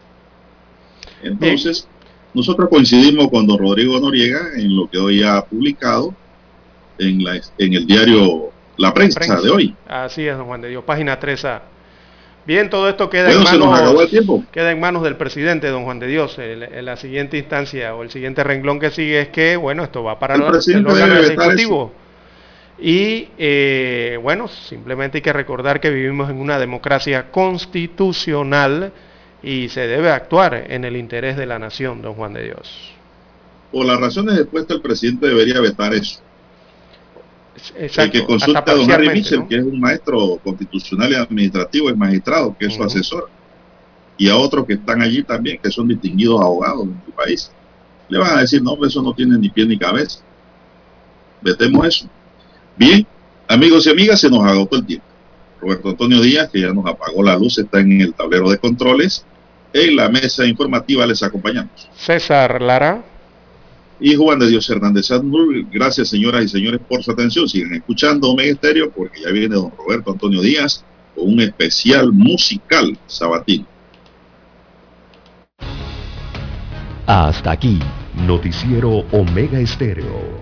Entonces, nosotros coincidimos con don Rodrigo Noriega en lo que hoy ha publicado en el diario La Prensa de hoy. Así es, don Juan de Dios, página 3A. Bien, todo esto queda, queda en manos del presidente, don Juan de Dios. En la siguiente instancia o el siguiente renglón que sigue es que, bueno, esto va para el órgano ejecutivo. Y, bueno, simplemente hay que recordar que vivimos en una democracia constitucional y se debe actuar en el interés de la nación, don Juan de Dios. Por las razones expuestas, el presidente debería vetar eso. Exacto, el que consulta a don Harry Mitchell, ¿no? Que es un maestro constitucional y administrativo, el magistrado, que es su asesor, y a otros que están allí también, que son distinguidos abogados en su país. Le van a decir, no, eso no tiene ni pie ni cabeza. Vetemos eso. Bien, amigos y amigas, se nos agotó el tiempo. Roberto Antonio Díaz, que ya nos apagó la luz, está en el tablero de controles. En la mesa informativa les acompañamos César Lara y Juan de Dios Hernández Sandur. Gracias, señoras y señores, por su atención. Sigan escuchando Omega Estéreo, porque ya viene don Roberto Antonio Díaz con un especial musical sabatino. Hasta aquí, Noticiero Omega Estéreo.